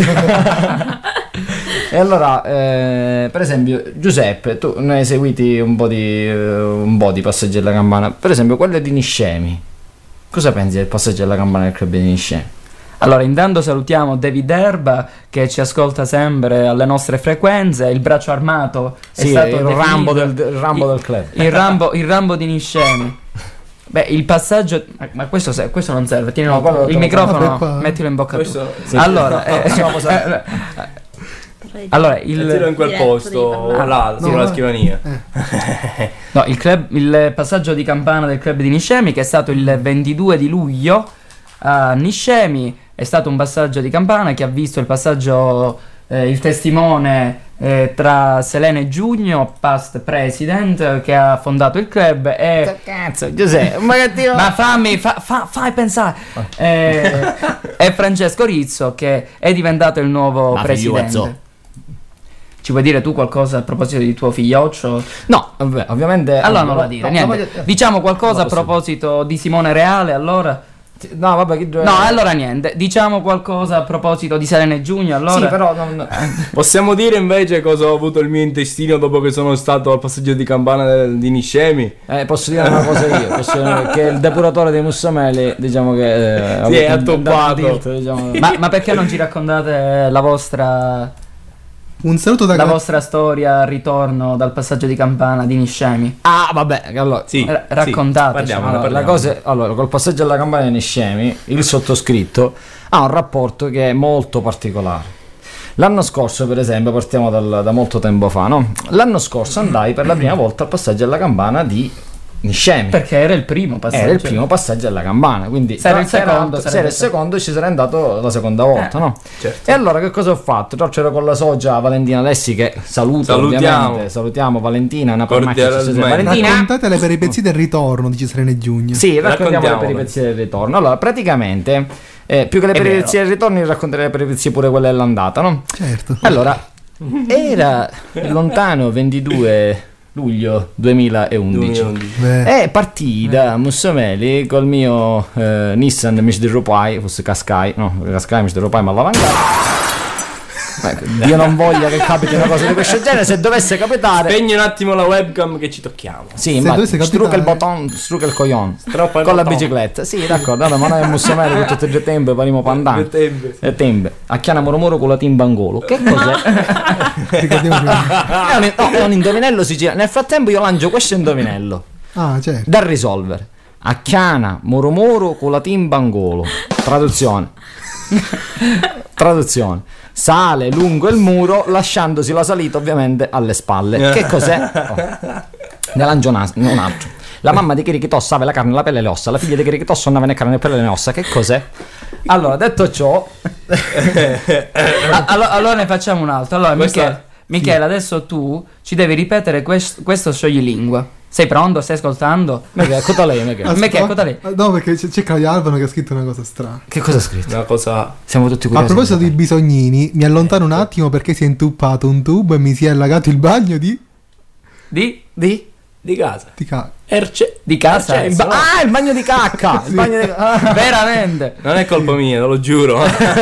e allora, eh, per esempio, Giuseppe, tu ne hai seguiti un po' di eh, un po' di passaggi alla campana. Per esempio, quello di Niscemi. Cosa pensi del passaggio alla campana del club di Niscemi? Allora, intanto salutiamo David Erba che ci ascolta sempre alle nostre frequenze. Il braccio armato è Sì, stato il definito Rambo del, il Rambo del club. il Rambo, il Rambo di Niscemi. Beh, il passaggio. Ma- Ma questo, se- questo non serve. Tienilo, No, quello il te lo- microfono, vabbè, qua- mettilo in bocca. tu. Questo Sì. Allora, No, eh, possiamo eh, allora il, tiro in quel Diretto posto, devi parlare. là, No, sulla eh. scrivania. no, il, club, il passaggio di campana del club di Niscemi, che è stato il ventidue di luglio a Niscemi, è stato un passaggio di campana che ha visto il passaggio, eh, il testimone eh, tra Selene e Giugno, past president, che ha fondato il club, e Cazzo, Giuseppe, un magazzino. ma fammi, fa, fa- fai pensare. Eh, e Francesco Rizzo, che è diventato il nuovo Ma presidente. figliuazzo. Ci vuoi dire tu qualcosa a proposito di tuo figlioccio? No, vabbè, ovviamente. Allora non la dire, no, niente. no, voglio- Diciamo qualcosa non a lo posso proposito di Simone Reale, allora. No, vabbè, che... No, allora niente, diciamo qualcosa a proposito di Selene e Giugno, allora. Sì, però non... Possiamo dire invece cosa ho avuto il mio intestino dopo che sono stato al passaggio di campana del- di Niscemi? Eh, posso dire una cosa io, posso dire che il depuratore dei Mussameli, diciamo che... Eh, Sì, è avuto un- attoppato. un dirt, diciamo. ma, ma perché non ci raccontate la vostra Un saluto da la vostra storia al ritorno dal passaggio di campana di Niscemi? Ah, vabbè, allora... Sì, R- raccontateci. parliamo. Allora, la cosa, allora, col passaggio alla campagna di Niscemi, il sottoscritto ha un rapporto che è molto particolare. L'anno scorso, per esempio, partiamo dal- da molto tempo fa, no? L'anno scorso andai per la prima volta al passaggio alla campana di Niscemi. Perché era il primo passaggio. Era il primo passaggio alla campana, quindi Se era il secondo, se sarebbe era il stato- secondo ci sarei andato la seconda volta, Eh, no? certo. E allora che cosa ho fatto? Tra l'altro c'ero con la socia Valentina Alessi, che saluto, Salutiamo. ovviamente. Salutiamo Valentina, una Cordialmente. Valentina. Raccontate le peripezie del ritorno di Cesare e Giugno. Sì, raccontiamo le Raccontiamole. peripezie del ritorno. Allora, praticamente, eh, più che le È peripezie del ritorno, racconterei le peripezie pure quelle dell'andata, no? Certo. Allora, era lontano ventidue luglio duemilaundici. Beh, E partii da Mussameli col mio eh, Nissan Mister Ropai, fosse Qashqai, no, Qashqai Mister Ropai, ma all'avanguardia. Ecco, Dio non voglia che capiti una cosa di questo genere, se dovesse capitare. Spegni un attimo la webcam che ci tocchiamo. Sì, Se infatti, dovesse struca il capitare- botton, struca il coglione. Troppo il Con la bottone. bicicletta. Sì, d'accordo, allora, ma noi a Mussameli con tutte le tempe parliamo pandani. Le tempe, sì. Le tempe. A Chiana Moromoro con la timbangolo. Che cos'è? ricordiamoci. è, un, no, è un indovinello siciliano. Nel frattempo io lancio questo indovinello Ah, certo. da risolvere. A Chiana Moromoro con la timbangolo. Traduzione. Traduzione. Sale lungo il muro lasciandosi la salita ovviamente alle spalle. Che cos'è? Oh. Ne lancio un as- un altro. La mamma di Chirichitossa aveva la carne, la pelle e le ossa. La figlia di Chirichitossa non aveva né carne né pelle né ossa. Che cos'è? Allora, detto ciò, Ah, allora, allora ne facciamo un altro. Allora, Questa- Michele, Michele, adesso tu ci devi ripetere quest- questo scioglilingua. Sei pronto? Stai ascoltando? me che ecco lei, me che. A me che, ecco da lì. Ah, no, perché c'è, c'è Claudio Albano che ha scritto una cosa strana. Che cosa ha scritto? Una cosa. Siamo tutti A curiosi. proposito di bisognini, mi allontano un attimo perché si è intuppato un tubo e mi si è allagato il bagno di... Di? Di? Di casa. di ca- Erce. Di casa? Cioè, Il ba- ah, il bagno di cacca! Il bagno di... ah. Veramente? Non è colpa mia, te lo giuro.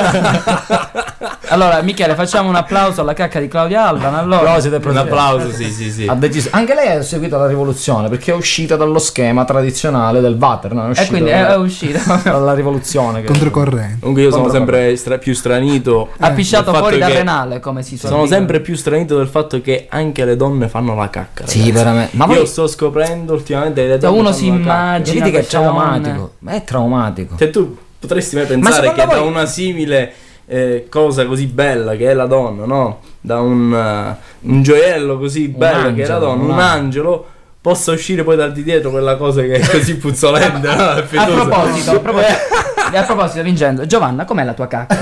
Allora, Michele, facciamo un applauso alla cacca di Claudia Alban. Allora, Proposito e Un proseguo. applauso, sì, sì, sì. Ha deciso. Anche lei ha seguito la rivoluzione perché è uscita dallo schema tradizionale del Vater, no? È uscita e quindi è, dalla, è uscita. dalla rivoluzione. Che... controcorrente. Comunque io sono Contro- sempre stra- più stranito. Ha pisciato del fatto fuori dal che renale, come si suol Sono dire. sempre più stranito del fatto che anche le donne fanno la cacca. Sì, ragazzi. veramente. Ma Io poi sto scoprendo ultimamente che le Cioè, donne uno fanno si la cacca. immagina vedi che è queste donne. traumatico. Ma è traumatico. Cioè tu potresti mai pensare secondo che da voi- una simile eh, cosa così bella che è la donna, no? Da un, uh, un gioiello così bello che è la angelo, donna, un un angelo, possa uscire poi dal di dietro quella cosa che è così puzzolente, no? È A fetosa. proposito, a proposito, a proposito, Vincenzo, Giovanna, com'è la tua cacca?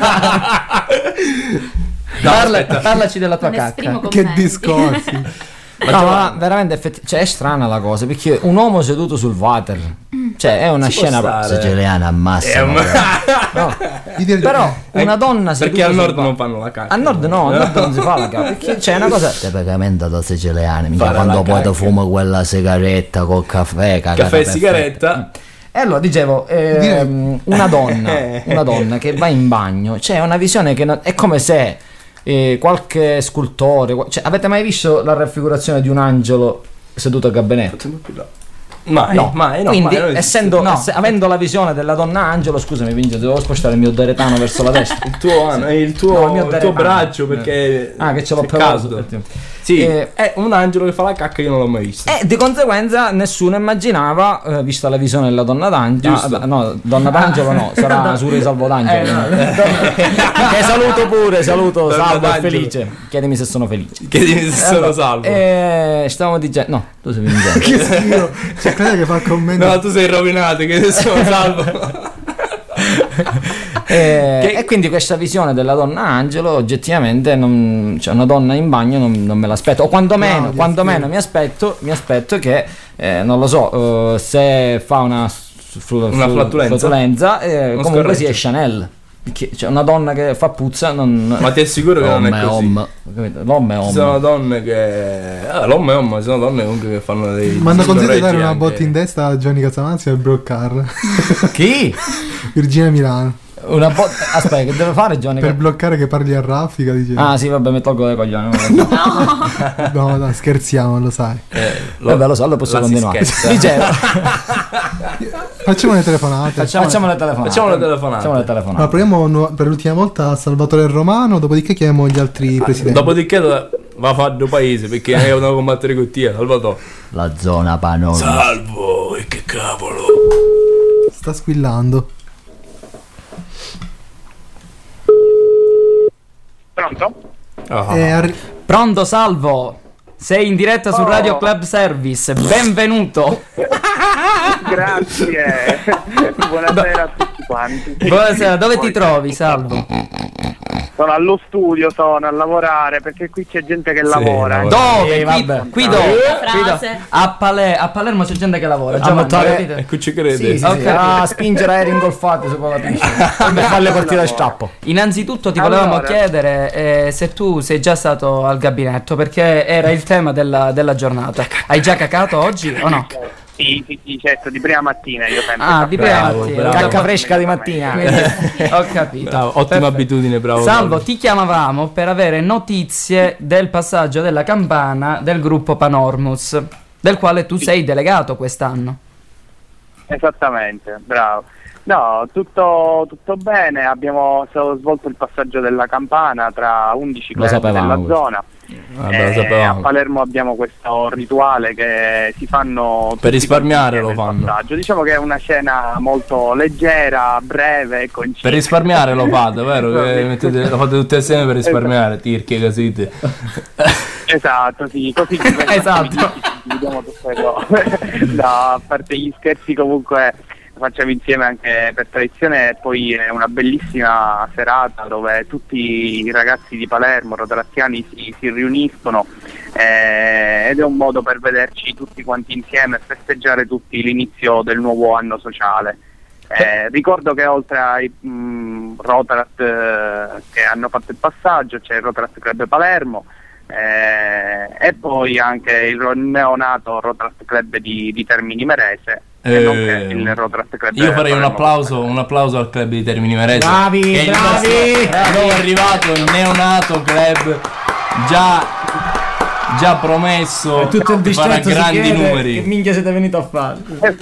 Parla- parlaci della tua Non esprimo cacca. Che commenti. discorsi. No, ma veramente effetti- cioè, è strana la cosa perché un uomo seduto sul water, cioè è una Ci può scena stare. Siciliana ammassa. È un- no. Gli dire- Però una donna seduta Perché al sul nord water- non fanno la cacca. Al nord no, al nord non si fa la cacca perché c'è una cosa. Tipicamente da siciliani, mica Fare quando la poi ti cacca. fuma quella sigaretta col caffè, cagata Caffè e perfetta. sigaretta. E allora dicevo, ehm, una donna, una donna che va in bagno, c'è una visione che non- è come se eh, qualche scultore, qua- cioè, avete mai visto la raffigurazione di un angelo seduto al gabinetto? Mai, No, mai, no. quindi mai, non esiste. essendo, No. ess- avendo la visione della donna angelo, scusami Vincenzo, devo spostare il mio deretano verso la destra. Il tuo, ano- il tuo, No, il mio il tuo deretano. braccio perché Ah, che ce l'ho c'è preso. caldo. Sì, Eh, è un angelo che fa la cacca, io non l'ho mai visto. E di conseguenza nessuno immaginava, eh, vista la visione della donna d'angelo, Giusto. ah, no, donna d'angelo no, sarà Suri Salvo d'Angelo. Eh, no. Che saluto pure, saluto, Donna salvo e d'angelo. felice. Chiedimi se sono felice. Chiedimi se sono Allora, salvo. Eh, stavamo dicendo, no, tu sei Vincenzo. Che schifo. C'è Claudia che fa commenti. No, tu sei rovinato, che sono salvo. Eh, Che- E quindi questa visione della donna angelo oggettivamente non, cioè una donna in bagno non, non me l'aspetto o quantomeno, No, quantomeno mi aspetto mi aspetto che eh, non lo so, eh, se fa una, s- flu- Una flu- flatulenza? flatulenza, eh, Non comunque scorreggia. sia Chanel, Che- C'è una donna che fa puzza, non... Ma ti assicuro che non è Om, così. om. capito? L'uomo è Ci om. sono donne che. Ah, l'uomo è uomo, ci sono donne comunque che fanno dei. Mi hanno consigliato di dare correggi una anche- botta in testa a Gianni Casamanzi e bloccare Chi? Virginia Milano. Una bo- Aspetta, che deve fare Gianni? Per bloccare che parli a raffica, dice. Ah sì, vabbè, mi tolgo le coglioni. No, no, scherziamo, lo sai. Eh, Vabbè, lo so, lo posso la si continuare. scherza. Dicevo, Facciamo le telefonate. facciamo, facciamo le telefonate. Facciamo le telefonate. Facciamo le telefonate. Allora, proviamo nu- per l'ultima volta a Salvatore Romano, dopodiché chiamiamo gli altri presidenti. Dopodiché dove- va a fare due paesi perché ne devono combattere con te, Salvatore. La zona panonica. Salvo, e che cavolo. Sta squillando. Pronto? Ah. E arri- Pronto, Salvo? Sei in diretta su Oh. Radio Club Service. Benvenuto. Grazie. Buonasera a tutti quanti. Buonasera, dove ti trovi, Salvo? Sono allo studio, sono a lavorare perché qui c'è gente che lavora. lavora. Dove? Eh, Qui, vabbè. qui dove? Frase. Qui dove? A, Pale- a Palermo c'è gente che lavora. A Giovanni, montare- capite? Ecco ci crede. Sì, sì, Ho sì. capito. A spingere aerei ingolfati sopra la piscina per farle partire a strappo. Innanzitutto ti volevamo Allora. chiedere eh, se tu sei già stato al gabinetto, perché era il tema della, della giornata. Hai già cacato oggi o no? Sì, sì, sì, certo, di prima mattina io sempre. Ah, di prima Bravo, mattina. bravo. Cacca fresca di mattina. Quindi, ho capito. Bravo, ottima Perfetto. abitudine, bravo. Salvo, ti chiamavamo per avere notizie del passaggio della campana del gruppo Panormus, del quale tu sei delegato quest'anno. Esattamente, bravo. No, tutto, tutto bene, abbiamo svolto il passaggio della campana tra undici Lo club sapevamo della questo. zona. Vabbè, lo Eh, a sapevamo. Palermo abbiamo questo rituale che si fanno tutti risparmiare quanti lo insieme il fanno. passaggio. Diciamo che è una scena molto leggera, breve, concisa. Per risparmiare lo fate, vero? Che mettete- lo fate tutte assieme per risparmiare, tirchi così. te. Esatto, sì, così ci Esatto. vediamo tutte le cose. No, a parte gli scherzi comunque lo facciamo insieme anche per tradizione e poi è una bellissima serata dove tutti i ragazzi di Palermo, rotarattiani, si, si riuniscono eh, ed è un modo per vederci tutti quanti insieme e festeggiare tutti l'inizio del nuovo anno sociale. Eh, ricordo che oltre ai mh, Rotarat eh, che hanno fatto il passaggio c'è il Rotarat Club Palermo eh, e poi anche il ro- neonato Rotarat Club di, di Termini Merese e Eh, nonché il Rotarat Club Io farei un Palermo. applauso, un applauso al club di Termini Merese. Bravi, che è il bravi, nostro bravi. nuovo arrivato, il neonato club già già promesso Tutto il di fare distretto si grandi chiede numeri. che minchia siete venuti a fare.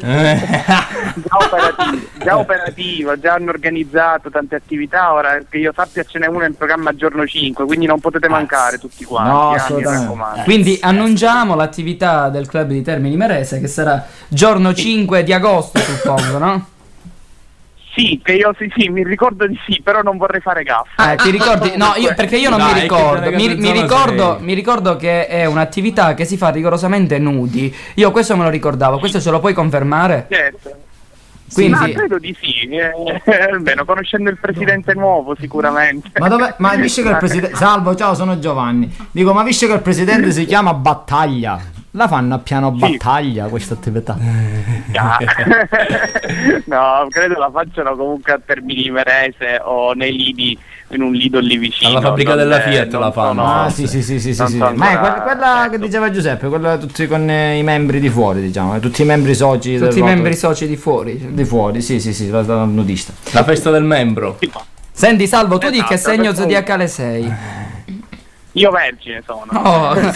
Già operativo, già operativo, già hanno organizzato tante attività, ora che io sappia ce n'è una in programma giorno cinque, quindi non potete mancare tutti quanti, No, eh, mi assolutamente. raccomando. Quindi annunciamo l'attività del club di Termini Merese che sarà giorno cinque di agosto, suppongo, no? Sì, che io sì, sì, mi ricordo di sì, però non vorrei fare gaffa. Eh, ti ricordi? No, io, perché io non Dai, mi che ricordo. te ne Mi, capi mi zona ricordo sei. mi ricordo che è un'attività che si fa rigorosamente nudi. Io questo me lo ricordavo, questo ce lo puoi confermare? Certo. Quindi- Ma credo di sì, eh, almeno conoscendo il presidente nuovo sicuramente. Ma dove? Ma visto che il presidente. Salvo, ciao, sono Giovanni. Dico, ma visto che il presidente si chiama Battaglia, la fanno a piano Sì. battaglia questa attività? Ah. No, credo la facciano comunque a Termini Merese o nei lidi, in un lido lì vicino. Alla fabbrica non della è- Fiat non la fanno. sono- Ah, sì, sì, sì, sì, sì, non sì. sono Ma è ancora- que- quella che certo. diceva Giuseppe, quella tutti con eh, i membri di fuori, diciamo, eh, tutti i membri soci del Tutti i Roto- membri soci di fuori. di fuori, sì, sì, sì, la, la nudista. La festa del membro. Senti Salvo, tu di che Esatto, segno per cui- zodiacale sei? Io vergine sono. Oh. Mi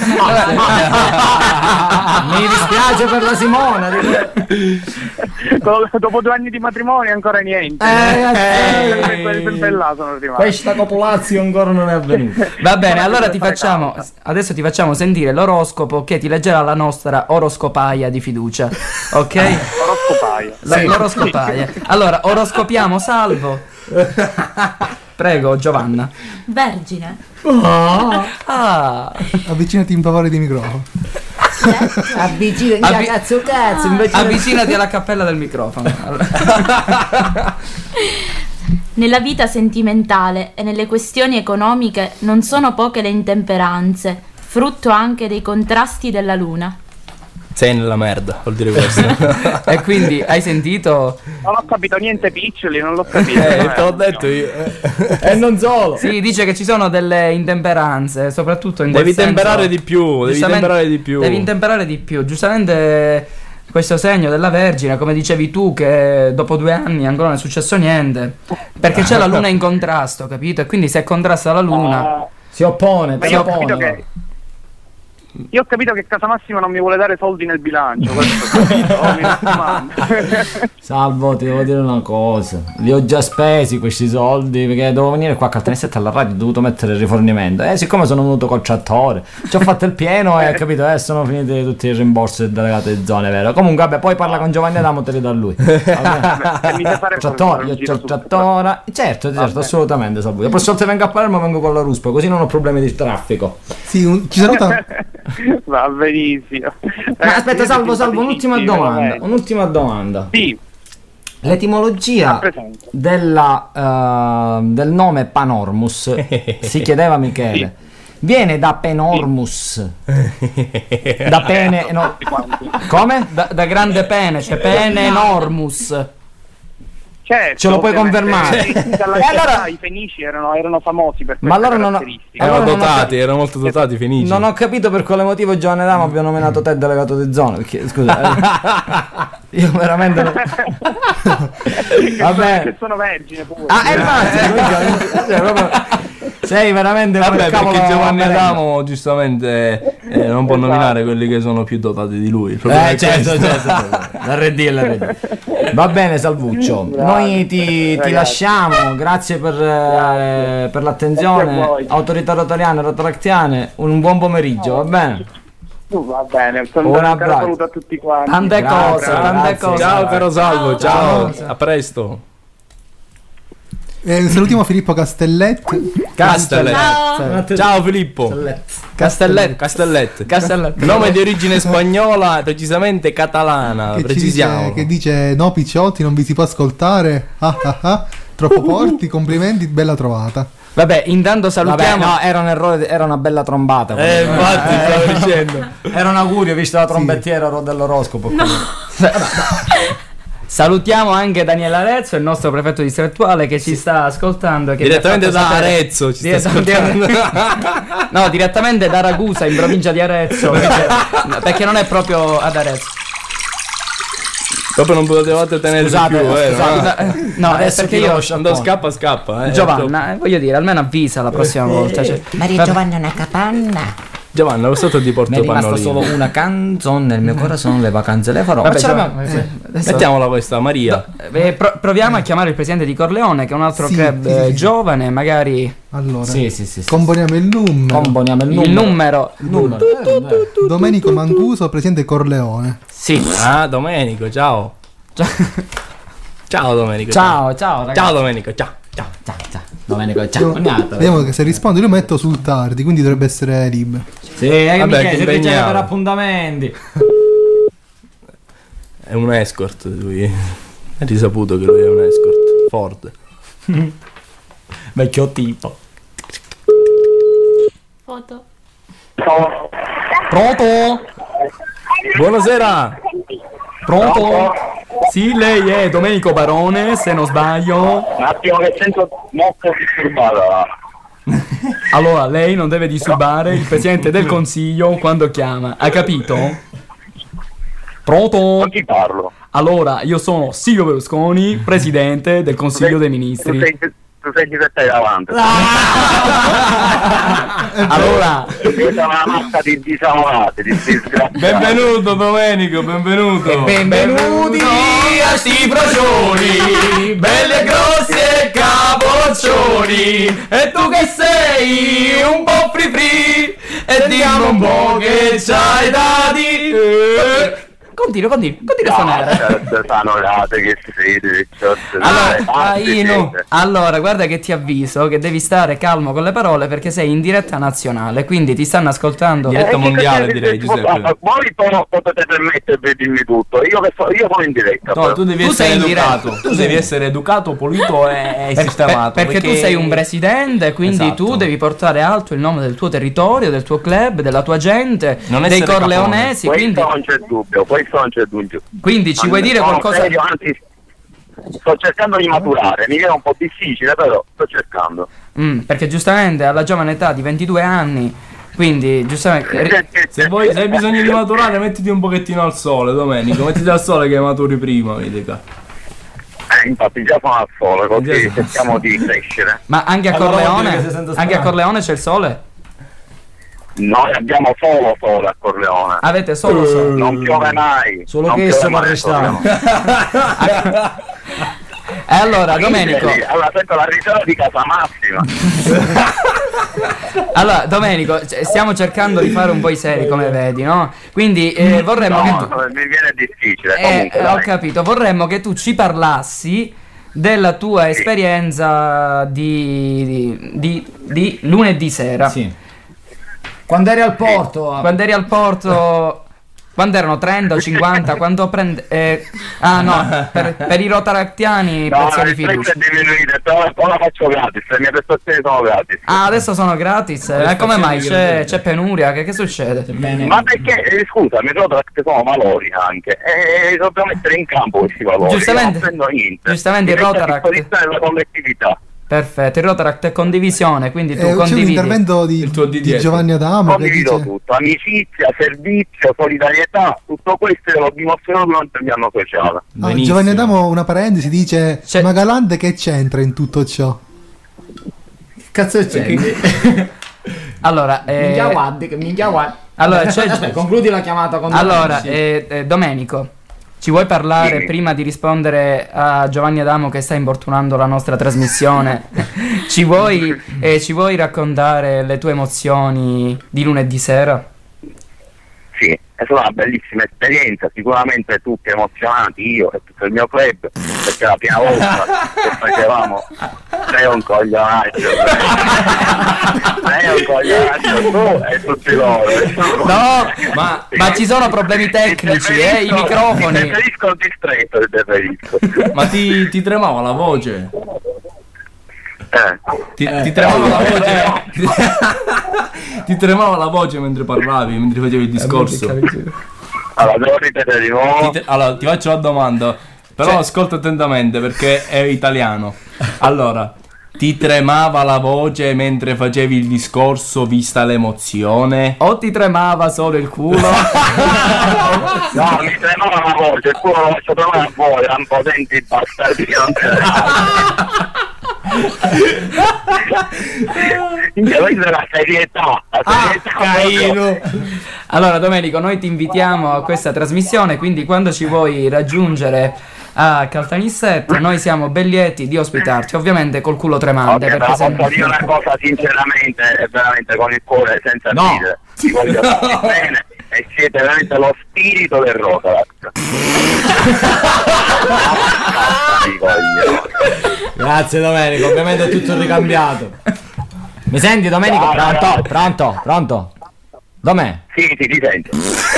dispiace per la Simona. dico- Dopo due anni di matrimonio ancora niente. Eh, ragazzi, Sempre- quel- sempre là sono rimasto. questa copulazione ancora non è avvenuta. Va bene, allora ti Fare facciamo causa. adesso ti facciamo sentire l'oroscopo che ti leggerà la nostra oroscopaia di fiducia. Ok? Oroscopaia. La- L'oroscopaia. Allora, oroscopiamo Salvo. Prego, Giovanna. Vergine. Ah. Avvicinati in favore di microfono. Avvicina, Avvi- cazzo, cazzo, invece Avvicinati alla cappella del microfono. Allora. Nella vita sentimentale e nelle questioni economiche non sono poche le intemperanze, frutto anche dei contrasti della luna. Sei nella merda, vuol dire questo. E quindi hai sentito? Non ho capito niente, piccioli, non l'ho capito. Eh, te l'ho detto io. E non solo. Sì, dice che ci sono delle intemperanze, soprattutto in Devi quel senso. temperare di più, devi Giustamente- temperare di più. Devi intemperare di più. Giustamente questo segno della Vergine, come dicevi tu, che dopo due anni ancora non è successo niente. Perché c'è la luna in contrasto, capito? E quindi se contrasta la luna si oppone, Ma si io ho capito oppone. che Io ho capito che Casa Massima non mi vuole dare soldi nel bilancio, questo ho capito, oh, mi raccomando. Salvo, ti devo dire una cosa. Li ho già spesi questi soldi perché dovevo venire qua a Caltanissetta alla radio, ho dovuto mettere il rifornimento. E siccome sono venuto col trattore, ci ho fatto il pieno e capito, eh, sono finiti tutti i rimborsi delegate di zone, vero? Comunque, vabbè, poi parla con Giovanni Adamo, te li dà lui. Vabbè. Mi sai fare Trattore, io c'ho il trattore. Certo, certo, assolutamente, Salvo. La prossima volta vengo a Palermo vengo con la Ruspa, così non ho problemi di traffico. Sì, un- ci saluta. Va benissimo. Ma aspetta, Salvo, Salvo, un'ultima simpaticissimi, domanda. veramente. Un'ultima domanda. Sì. L'etimologia Rappresento. della, eh, del nome Panormus si chiedeva Michele. Viene da Penormus. Da pene. No. Come? Da, da grande pene, c'è pene enormus. Certo, Ce lo puoi ovviamente. confermare? Dalla E allora- i fenici erano, erano famosi per Ma queste allora non ho- caratteristiche. Erano Allora non ho dotati, erano molto dotati i fenici. Non ho capito per quale motivo Giovanni Adamo abbia nominato te delegato di zona. Perché, scusa, eh, io veramente. non- Vabbè. Che sono vergine pure. Ah, eh, infatti, cioè, proprio- sei veramente come Vabbè, il cavolo perché Giovanni a merenda. Adamo giustamente eh, non può nominare quelli che sono più dotati di lui. Il problema Eh, è certo, questo. certo, l'R D, l'R D. Va bene, Salvuccio. Noi ti, ti Ragazzi. lasciamo. Grazie per, eh, per Grazie a l'attenzione. voi. Autorità rotariane, rotaractiane. Un buon pomeriggio, va bene? Va bene, un Un caro abbraccio. saluto a tutti quanti. Tante Grazie, cose, tante grazie. cose. Ciao caro Salvo, ciao, Ciao. a presto. Eh, salutiamo Filippo Castelletti. Castellet. Ciao. Ciao Filippo. Castelletto. Castellet. Castelletto. Nome di origine spagnola, precisamente catalana, Che, ci precisiamo. dice, che dice: no picciotti, non vi si può ascoltare. Ah, ah, ah. Troppo forti, complimenti, bella trovata. Vabbè, intanto Vabbè, salutiamo. no, era un errore, era una bella trombata. Eh, quello. infatti, stavo dicendo. Era un augurio visto la trombettiera dell'oroscopo. Salutiamo anche Daniele Arezzo, il nostro prefetto distrettuale che ci sta ascoltando. e Che Direttamente mi ha da fatto sapere- Arezzo ci sta Direttamente- ascoltando. No, direttamente da Ragusa, in provincia di Arezzo. Perché, perché non è proprio ad Arezzo. Proprio non potevate tenere Scusate, più, eh, scusate. no? No, è Adesso perché ti do io. lo Quando scappa, scappa. Eh. Giovanna, eh, voglio dire, almeno avvisa la prossima volta. Cioè, Maria vabbè. Giovanna è una capanna. Giovanna, lo stato di Mi è Porto rimasta Pannolino. solo una canzone nel mio corazon, le vacanze le farò. Vabbè, Ma ce Gio- l'abbiamo- eh, sì. Adesso- Mettiamola questa, Maria. Eh, pro- proviamo a chiamare il presidente di Corleone, che è un altro Sì, club sì, sì, eh, sì. giovane, magari Allora, Sì, sì, sì. sì. componiamo il numero. Comboniamo il il numero. numero. Il numero. Eh, vabbè. Domenico Mancuso, presidente Corleone. Sì. Ah, Domenico, ciao. Ciao Domenico. Ciao, ciao, ragazzi. Ciao Domenico, ciao. Ciao. Ciao, ciao. Domenico, ciao. Vediamo, Ognato. vediamo che se risponde lui metto sul tardi, quindi dovrebbe essere libero. Sì, eh, Vabbè, Michele, che si riceve impegnato. per appuntamenti. È un escort lui. Hai risaputo che lui è un escort. Ford. Vecchio tipo. Foto. Pronto? Buonasera. Pronto? Sì, lei è Domenico Barone, se non sbaglio. Un attimo che sento molto disturbata. Allora, lei non deve disturbare il presidente del consiglio quando chiama, ha capito? Pronto? Con chi parlo? Allora, io sono Silvio Berlusconi, presidente del consiglio dei Tu ministri. sei, tu sei chi stai davanti. Allora, Questa è una massa di disamorati, di disgraziati. Benvenuto Domenico, benvenuto. benvenuti a sti procioni, belle grosse capoccioni. E tu che sei un po' free free, e dimmi un po' che c'hai da dire. continua, continua, continua a suonare. Certo, sanorate che siete, certo, Allora, dai, ah, basta, Ino, siete. allora, guarda che ti avviso che devi stare calmo con le parole perché sei in diretta nazionale, quindi ti stanno ascoltando. Eh, che- che- che- che- Voi però potete permettervi di dirmi tutto, io, che so, io sono in diretta. No, però. tu devi Tu essere sei in educato. diretta. Tu devi essere educato, pulito e, e Per- sistemato. per- perché, tu sei un presidente, quindi Esatto. tu devi portare alto il nome del tuo territorio, del tuo club, della tua gente, Non dei essere corleonesi. Questo Quindi, non c'è dubbio, questo non c'è dubbio. quindi ci vuoi Ma dire sono qualcosa? serio, anzi, sto cercando di maturare, mi viene un po' difficile, però sto cercando. Mm, perché giustamente alla giovane età di ventidue anni, quindi giustamente. Se, vuoi, se hai bisogno di maturare, mettiti un pochettino al sole, Domenico. Mettiti al sole che maturi prima, mi dica. Eh, infatti già sono al sole, così Già sono- cerchiamo di crescere. Ma anche a Allora, vuol dire Corleone? che si sente Anche a strano. Corleone c'è il sole? Noi abbiamo solo sole a Corleone. Avete solo sole? Non piove mai. Solo non che piove esso mai a arrestano. Corleone. E allora, Domenico. Allora sento la risata di Casa Massima. Allora, Domenico, c- stiamo cercando di fare un po' i seri, come vedi, no? Quindi eh, vorremmo che No, tu. mi viene difficile. Eh, Comunque, eh, ho dai. capito, vorremmo che tu ci parlassi della tua esperienza di, di, di- di lunedì sera. Sì. Quando eri al porto. Quando eri al porto. Quando erano trenta o cinquanta? Quando prende. eh, ah no, per, per i rotarattiani No, prezzo di il prezzo fiducia. è diminuito, però poi la faccio gratis, le mie prestazioni sono gratis. Ah, adesso sono gratis. E come mai? C'è, c'è penuria? Che, che succede? Ma perché, eh, scusami, però che sono valori anche, e dobbiamo mettere in campo questi valori. Giustamente- Io non prendo niente. giustamente il Mi metto a Rotaract- disposizione della collettività. Perfetto, il Rotaract è condivisione, quindi tu Eh, c'è un condividi. intervento di, di Giovanni Adamo che Condivido dice tutto, amicizia, servizio, solidarietà, tutto questo io lo dimostrerò durante il mio anno sociale. ah, Giovanni Adamo, una parentesi, dice ma Galante che c'entra in tutto ciò? Cazzo c'è? Allora, eh, Minchia guardi, che minchia guardi. allora, c'è- Aspetta, concludi la chiamata con allora Sì. eh, eh, Domenico, ci vuoi parlare Sì. prima di rispondere a Giovanni Adamo che sta importunando la nostra trasmissione? ci, vuoi, eh, ci vuoi raccontare le tue emozioni di lunedì sera? Sì, è stata una bellissima esperienza, sicuramente tutti emozionati, io e tutto il mio club, perché è la prima volta che facevamo. Sei un coglionaggio, sei un coglionaggio tu e tutti loro. No, ma, ma ci sono problemi tecnici, eh, i microfoni. Mi preferisco il distretto, ti preferisco. Ma ti, ti tremava la voce? Eh. Ti, ti tremava la voce? Ti tremava la voce mentre parlavi, mentre facevi il discorso? Allora, devo ripetere di nuovo. Ti, te- allora, ti faccio la domanda, però Cioè- ascolta attentamente perché è italiano. Allora, ti tremava la voce mentre facevi il discorso vista l'emozione? O ti tremava solo il culo? No, mi tremava la voce, il culo lo faccio tremare a voi, erano potenti bastardi che non Questa è la serietà, la serietà. Allora Domenico, noi ti invitiamo a questa trasmissione, quindi quando ci vuoi raggiungere a Caltanissette noi siamo ben lieti di ospitarti, ovviamente col culo tremante. Ok, perché però se- posso dire una cosa sinceramente e veramente con il cuore senza No. ridere. Vi voglio fare bene e siete veramente lo spirito del Rotaract. Grazie Domenico, ovviamente è tutto ricambiato. Mi senti Domenico? Ciao, Pronto? ragazzi. Pronto? Pronto? Dov'è? Sì, sì, ti sento.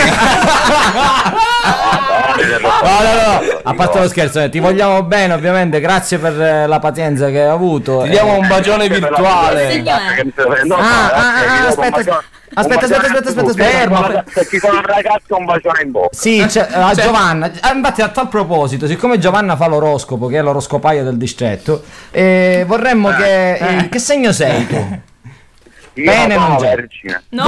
No, no, no, a parte lo scherzo, eh, ti vogliamo bene ovviamente, grazie per eh, la pazienza che hai avuto. Ti diamo un bacione virtuale. No, Ah, ah, ragazzi, ah, vi do un aspetta, bacione- aspetta, un aspetta, bacione aspetta, a tutti. aspetta, fermo. Se- Se ci sono un ragazzo un bacione in bocca. Sì, c'è, a Giovanna, eh, infatti a tal proposito, siccome Giovanna fa l'oroscopo, che è l'oroscopaio del distretto, eh, vorremmo che... eh, che segno sei tu? Io Bene, sono mangiare. vergine. No.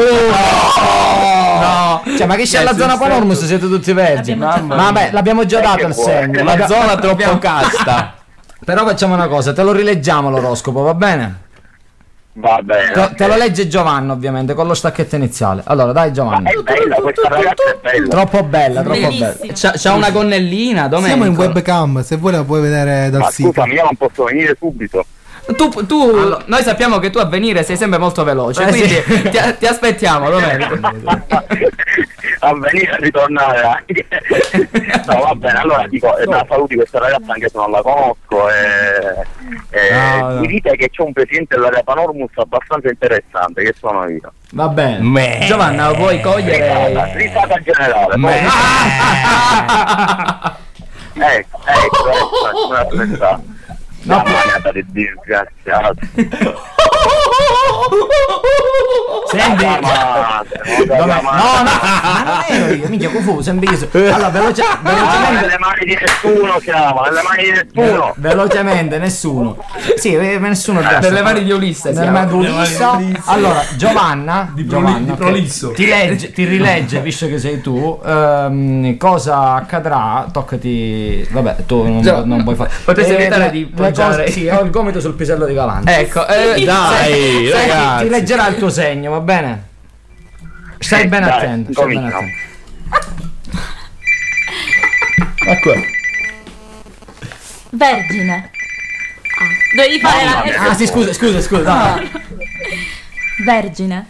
No, cioè, ma che c'è alla zona Panormus? Siete tutti vergini. L'abbiamo già Ma vabbè, l'abbiamo già Eh, dato che il vuoi? segno. La L'abbiamo- zona troppo l'abbiamo- casta. Però facciamo una cosa, te lo rileggiamo l'oroscopo, va bene? Va bene. Te, te lo legge Giovanna, ovviamente, con lo stacchetto iniziale. Allora, dai Giovanna. È bella, questa ragazza è bella. Troppo bella, troppo Bellissima. bella. C'ha, c'ha una gonnellina, Domenico. Siamo in webcam, se vuoi la puoi vedere dal Ma sito. scusami, io non posso venire subito. Tu, tu noi sappiamo che tu a venire sei sempre molto veloce, Eh, quindi sì. ti, ti aspettiamo, Domenico. A venire a ritornare anche. No, va bene, allora dico, eh, da saluti questa ragazza anche se non la conosco e, e No, no. mi dite che c'è un presidente dell'area Panormus abbastanza interessante, che sono io. Va bene. Me. Giovanna, vuoi Risata, cogliere? risata generale. Me. Ecco, ecco, ecco, aspetta. La maniata di disgraziato. Senti, La madre, la Dove- madre. no, no, ma non ero io, minchia confuso, sempre io. Allora, veloce, Ah, velocemente, nelle mani di nessuno siamo, nelle mani di nessuno. velocemente, nessuno. Sì, eh, nessuno adesso. Nelle mani di Ulisse Nelle siamo. mani di Ulisse. Allora, Giovanna, Di Giovanna, Proli- di ok, Prolisso. ti legge, ti rilegge, visto che sei tu, ehm, cosa accadrà, toccati, vabbè, tu non, Gio- non puoi fare. Potresti Eh, evitare le- di le poggiare. cose- Sì, ho il gomito sul pisello di Galante. Ecco, eh, Dai, Senti, ragazzi. ti leggerà il tuo segno, va bene? Stai Sì, bene dai, attento, stai bene cominciamo. attento. Ecco. Vergine. Ah, dovevi fare Mamma la... mia. Ah, sì, scusa, scusa, scusa, dai. Vergine.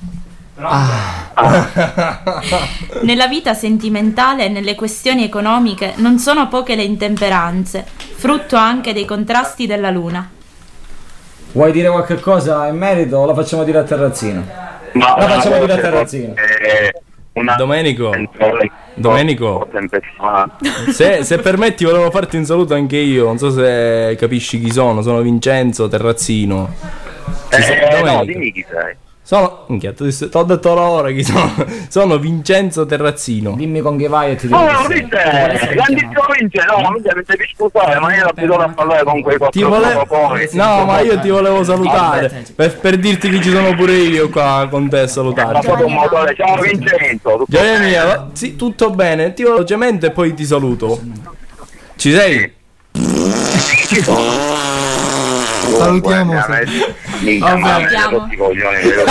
Nella vita sentimentale e nelle questioni economiche non sono poche le intemperanze, frutto anche dei contrasti della luna. Vuoi dire qualche cosa in merito o la facciamo dire a Terrazzino? Ma La facciamo una dire a voce Terrazzino. è una Domenico. Domenico. Se, se permetti volevo farti un saluto anche io. Non so se capisci chi sono. Sono Vincenzo Terrazzino. Ci sei, Eh, no, Domenico? dimmi chi sei. Sono. Minchia, ti ho detto l'ora chi sono. Sono Vincenzo Terrazzino. Dimmi con chi vai e ti dico. Oh, chi no, sei. Vince, grandissimo Vince, no, mi deve scusare, ma io ero abituato a parlare con quei Ti quattro volevo. poi. No, ma io ti volevo salutare. Per, per dirti che ci sono pure io qua con te a Ma salutarti. proprio un motore, ciao Vincenzo, tutto Gioia bene? mia, sì, tutto bene. Ti velocemente e poi ti saluto. Ci sei? Salutiamo. Minchia, Vabbè. mamma mia, Salutiamo. tutti i coglioni, vero?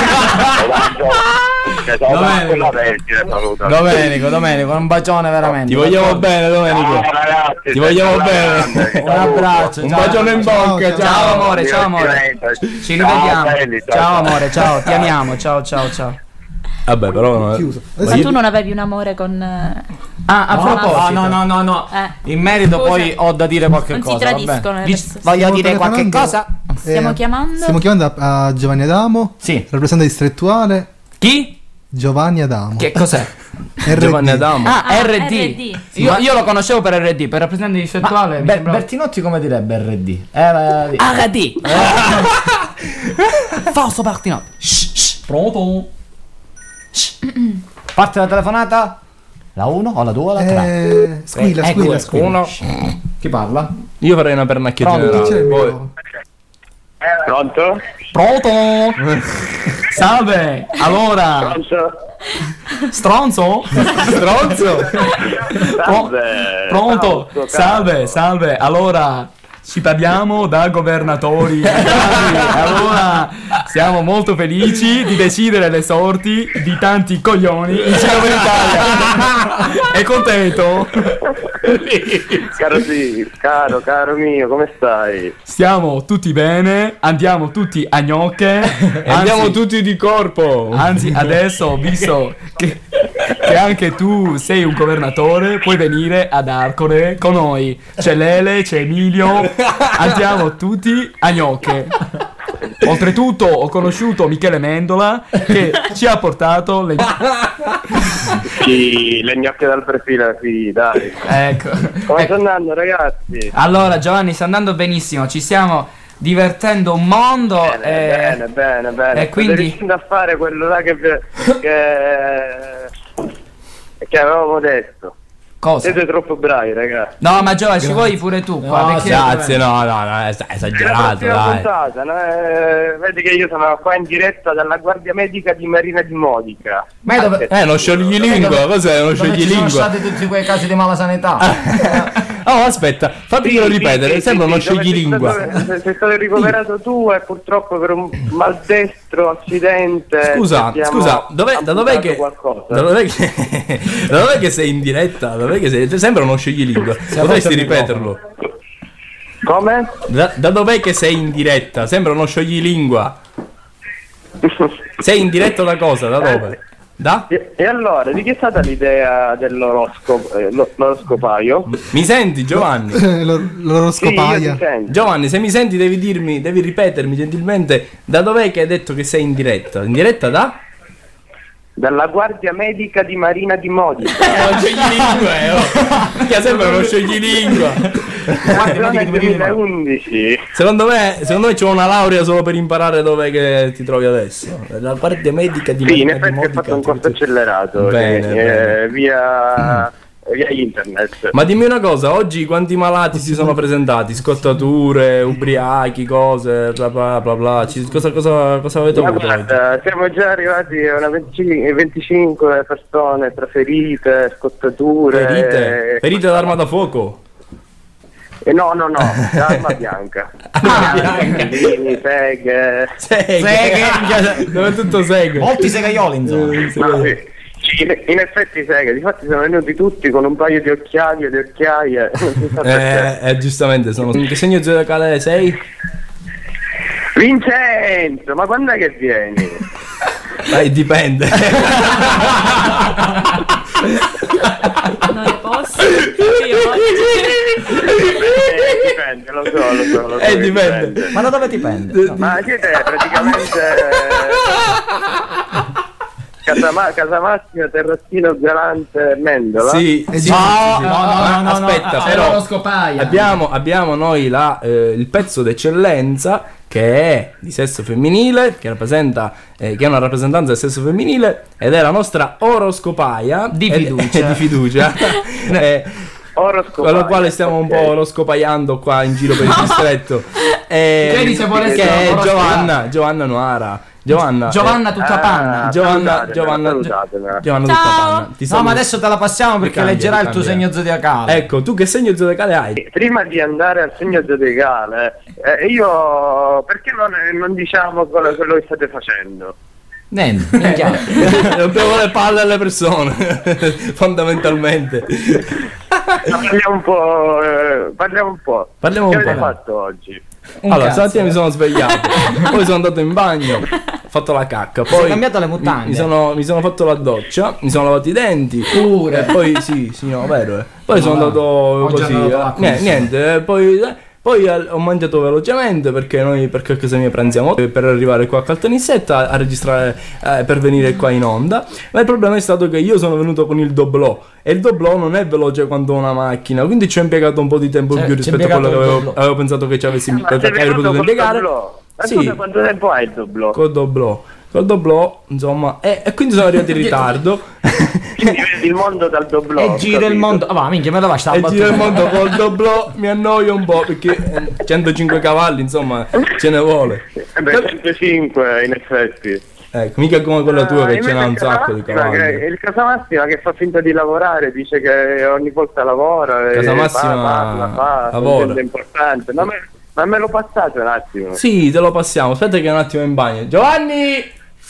Cioè, sono Domenico. quella vergine, saluta. Domenico, Domenico, un bacione veramente. Ti vogliamo bene, Domenico. Ciao ragazzi, Ti siete vogliamo alla bene. grande, Un abbraccio, Un ciao. bacione in bocca. Ciao, Ciao amore, ciao amore. Ci rivediamo. belli, Ciao amore, ciao, ti amiamo. Ciao, ciao, ciao. Vabbè, però non è- Chiuso. Ma io- tu non avevi un amore con... eh, Ah, a No, proposito. no, no, no, no. Eh. In merito Scusa. poi ho da dire qualche Non si cosa. va bene. tradiscono Dic- adesso. Voglio Stiamo dire qualche telefonando. cosa? Stiamo Eh, chiamando? Stiamo chiamando a, a Giovanni Adamo, Sì. rappresentante distrettuale. Chi? Giovanni Adamo. Che cos'è? R D. Giovanni Adamo. Ah, Ah, R D. R D. Io, Ma- io lo conoscevo per R D, per rappresentante distrettuale. mi Ber- sembrava- Bertinotti come direbbe R D? Era di- R D. Falso Bertinotti. Pronto? Parte la telefonata? La uno o la due o la tre? Eh, squilla, Eh, squilla, ecco, squilla. Uno. Chi parla? Io farei una pernacchia Pronto? Chi c'è generale. il Poi- microfono? Pronto? Pronto? Salve. Allora, Pronto? stronzo? Stronzo. Pro- Pronto? Salve, salve. Allora, ci parliamo da governatori italiani. Allora, siamo molto felici di decidere le sorti di tanti coglioni in giro per l'Italia. È contento? Caro sì, caro, caro mio, come stai? Stiamo tutti bene, andiamo tutti a gnocche. E andiamo anzi- tutti di corpo. Anzi, adesso ho visto che, che anche tu sei un governatore, puoi venire ad Arcore con noi. C'è Lele, c'è Emilio, andiamo tutti a gnocche. Oltretutto ho conosciuto Michele Mendola che ci ha portato le... Sì, le gnocche dal profilo, sì, dai. Ecco. Come Ecco. sta andando, ragazzi? Allora Giovanni, sta andando benissimo, ci stiamo divertendo un mondo. Bene, e... bene, bene, bene. e State quindi- riuscendo a fare quello là che, che, che avevamo detto. Cosa? Siete troppo bravi, ragazzi. No, ma Giovanni, ci vuoi pure tu qua? No, perché... grazie, no, no, no, è È la esagerato, prossima dai. puntata, no? Eh, vedi che io sono qua in diretta dalla guardia medica di Marina di Modica. Ma io dove- Eh, non sciogli lingua, cos'è? Non Dove ci sciogli sono lingua. stati tutti quei casi di mala sanità? Oh, aspetta, fammelo ripetere, sembra uno scegli lingua. Sei, sei stato ricoverato tu e purtroppo per un maldestro accidente. Scusa, ti abbiamo scusa, dov'è, da dov'è che, qualcosa. da dov'è che, da dov'è che sei in diretta? Dov'è che sei? Sembra uno scegli lingua. Potresti forse il ripeterlo? Come? Da, da dov'è che sei in diretta? Sembra uno scioglilingua. Sei in diretta da cosa? Da dove? Da? E, e allora, di chi è stata l'idea dell'oroscopo, eh, lo- l'oroscopaio? Mi senti, Giovanni? L- L'oroscopaia. Sì, io ti sento. Giovanni, se mi senti devi dirmi, devi ripetermi gentilmente da dov'è che hai detto che sei in diretta? In diretta da? Dalla guardia medica di Marina di Modica. È uno scioglilingua, eh, oh. Che sembra uno scioglilingua. Guardia duemilaundici. Secondo me, secondo me c'è una laurea solo per imparare dov'è che ti trovi adesso. La guardia medica di Sì, in Marina di effetti ho Modica. fatto un corso accelerato. Bene, eh, bene. Via, via internet. Ma dimmi una cosa, oggi quanti malati si sono presentati? Scottature, ubriachi, cose, bla bla bla bla. Ci- cosa, cosa, cosa avete Ma avuto oggi? guarda, siamo già arrivati a una venticinque venticinque persone tra ferite, scottature. Ferite? Ferite d'arma da fuoco? Eh, no, no, no, l'arma bianca. Pallini, seghe. Seghe. Dove tutto segue. Molti segaioli, insomma. Ma sì, sì, in, in effetti seghe, difatti sono venuti tutti con un paio di occhiali e di occhiaie. Non si sa perché. Eh, eh, giustamente, sono... In che segno zodiacale sei? Vincenzo, ma quando è che vieni? Dai, dipende. Non ne posso. Io oggi. Eh, dipende, lo so, lo so, lo so. Eh, che dipende. Ma da dove dipende? No. Ma siete praticamente Casama- Casamassimo, Terrazzino, Galante, Mendola? Sì, sì, sì, No, sì. no, no, Ma no, no, aspetta, no, però l'oroscopaia. abbiamo, abbiamo noi la, eh, il pezzo d'eccellenza che è di sesso femminile, che rappresenta eh, che è una rappresentanza del sesso femminile ed è la nostra oroscopaia Di ed- fiducia. di fiducia. eh, Oroscopaia. con la quale stiamo un po' ok. oroscopaiando qua in giro per il distretto. Eh, Credi se volesse che è oroscopare? Giovanna, Giovanna Nuara. Giovanna, Giovanna eh, tutta Ah, panna. Giovanna, salutatela, Giovanna, salutatela. Giovanna Ciao. tutta panna. Ti No, saluto. ma adesso te la passiamo perché cambia, leggerà ti il tuo cambia. segno zodiacale. Ecco, tu che segno zodiacale hai? Prima di andare al segno zodiacale, eh, io perché non, non diciamo quello, quello che state facendo? Niente, minchia. Dobbiamo le palle alle persone, fondamentalmente. Ma parliamo un po'. eh, parliamo un po'. Parliamo che un avete po'. fatto oggi? Un Allora, cazzo. stamattina mi sono svegliato, poi sono andato in bagno, ho fatto la cacca, Sei poi cambiato le mutande. mi sono, mi sono fatto la doccia, mi sono lavato i denti, Pure. e poi sì, sì, no, vero, eh. Poi No, sono andato oggi così, è andato eh. la niente, cosa. niente, eh, poi... eh, Poi eh, ho mangiato velocemente perché noi perché a casa mia pranziamo per arrivare qua a Caltanissetta a registrare eh, per venire qua in onda. Ma il problema è stato che io sono venuto con il doblò e il doblò non è veloce quanto una macchina, quindi ci ho impiegato un po' di tempo in Cioè, più ci rispetto a quello che impiegato il avevo, doblò. avevo pensato che ci avessi Ma che sei avrei venuto potuto col impiegare. doblò? Ma Sì. scusa, quanto tempo hai il doblò? Col doblò. Col doblò, insomma, e, e quindi sono arrivato in ritardo. Quindi vedi il mondo dal doblò. E ho gira il capito. mondo. Ah, va, minchia, me la va sta E giro il mondo col doblò, mi annoio un po' perché eh, centocinque cavalli, insomma, ce ne vuole. Eh beh, centocinque in effetti. Ecco, mica come quella tua Ah, che invece ce n'ha un il sacco di Casamassima cavalli. che- Il Casamassima che fa finta di lavorare, dice che ogni volta lavora. e Casamassima fa, parla, fa, lavora. è importante. Ma me, ma me lo passate un attimo? Sì, te lo passiamo. Aspetta che è un attimo in bagno. Giovanni!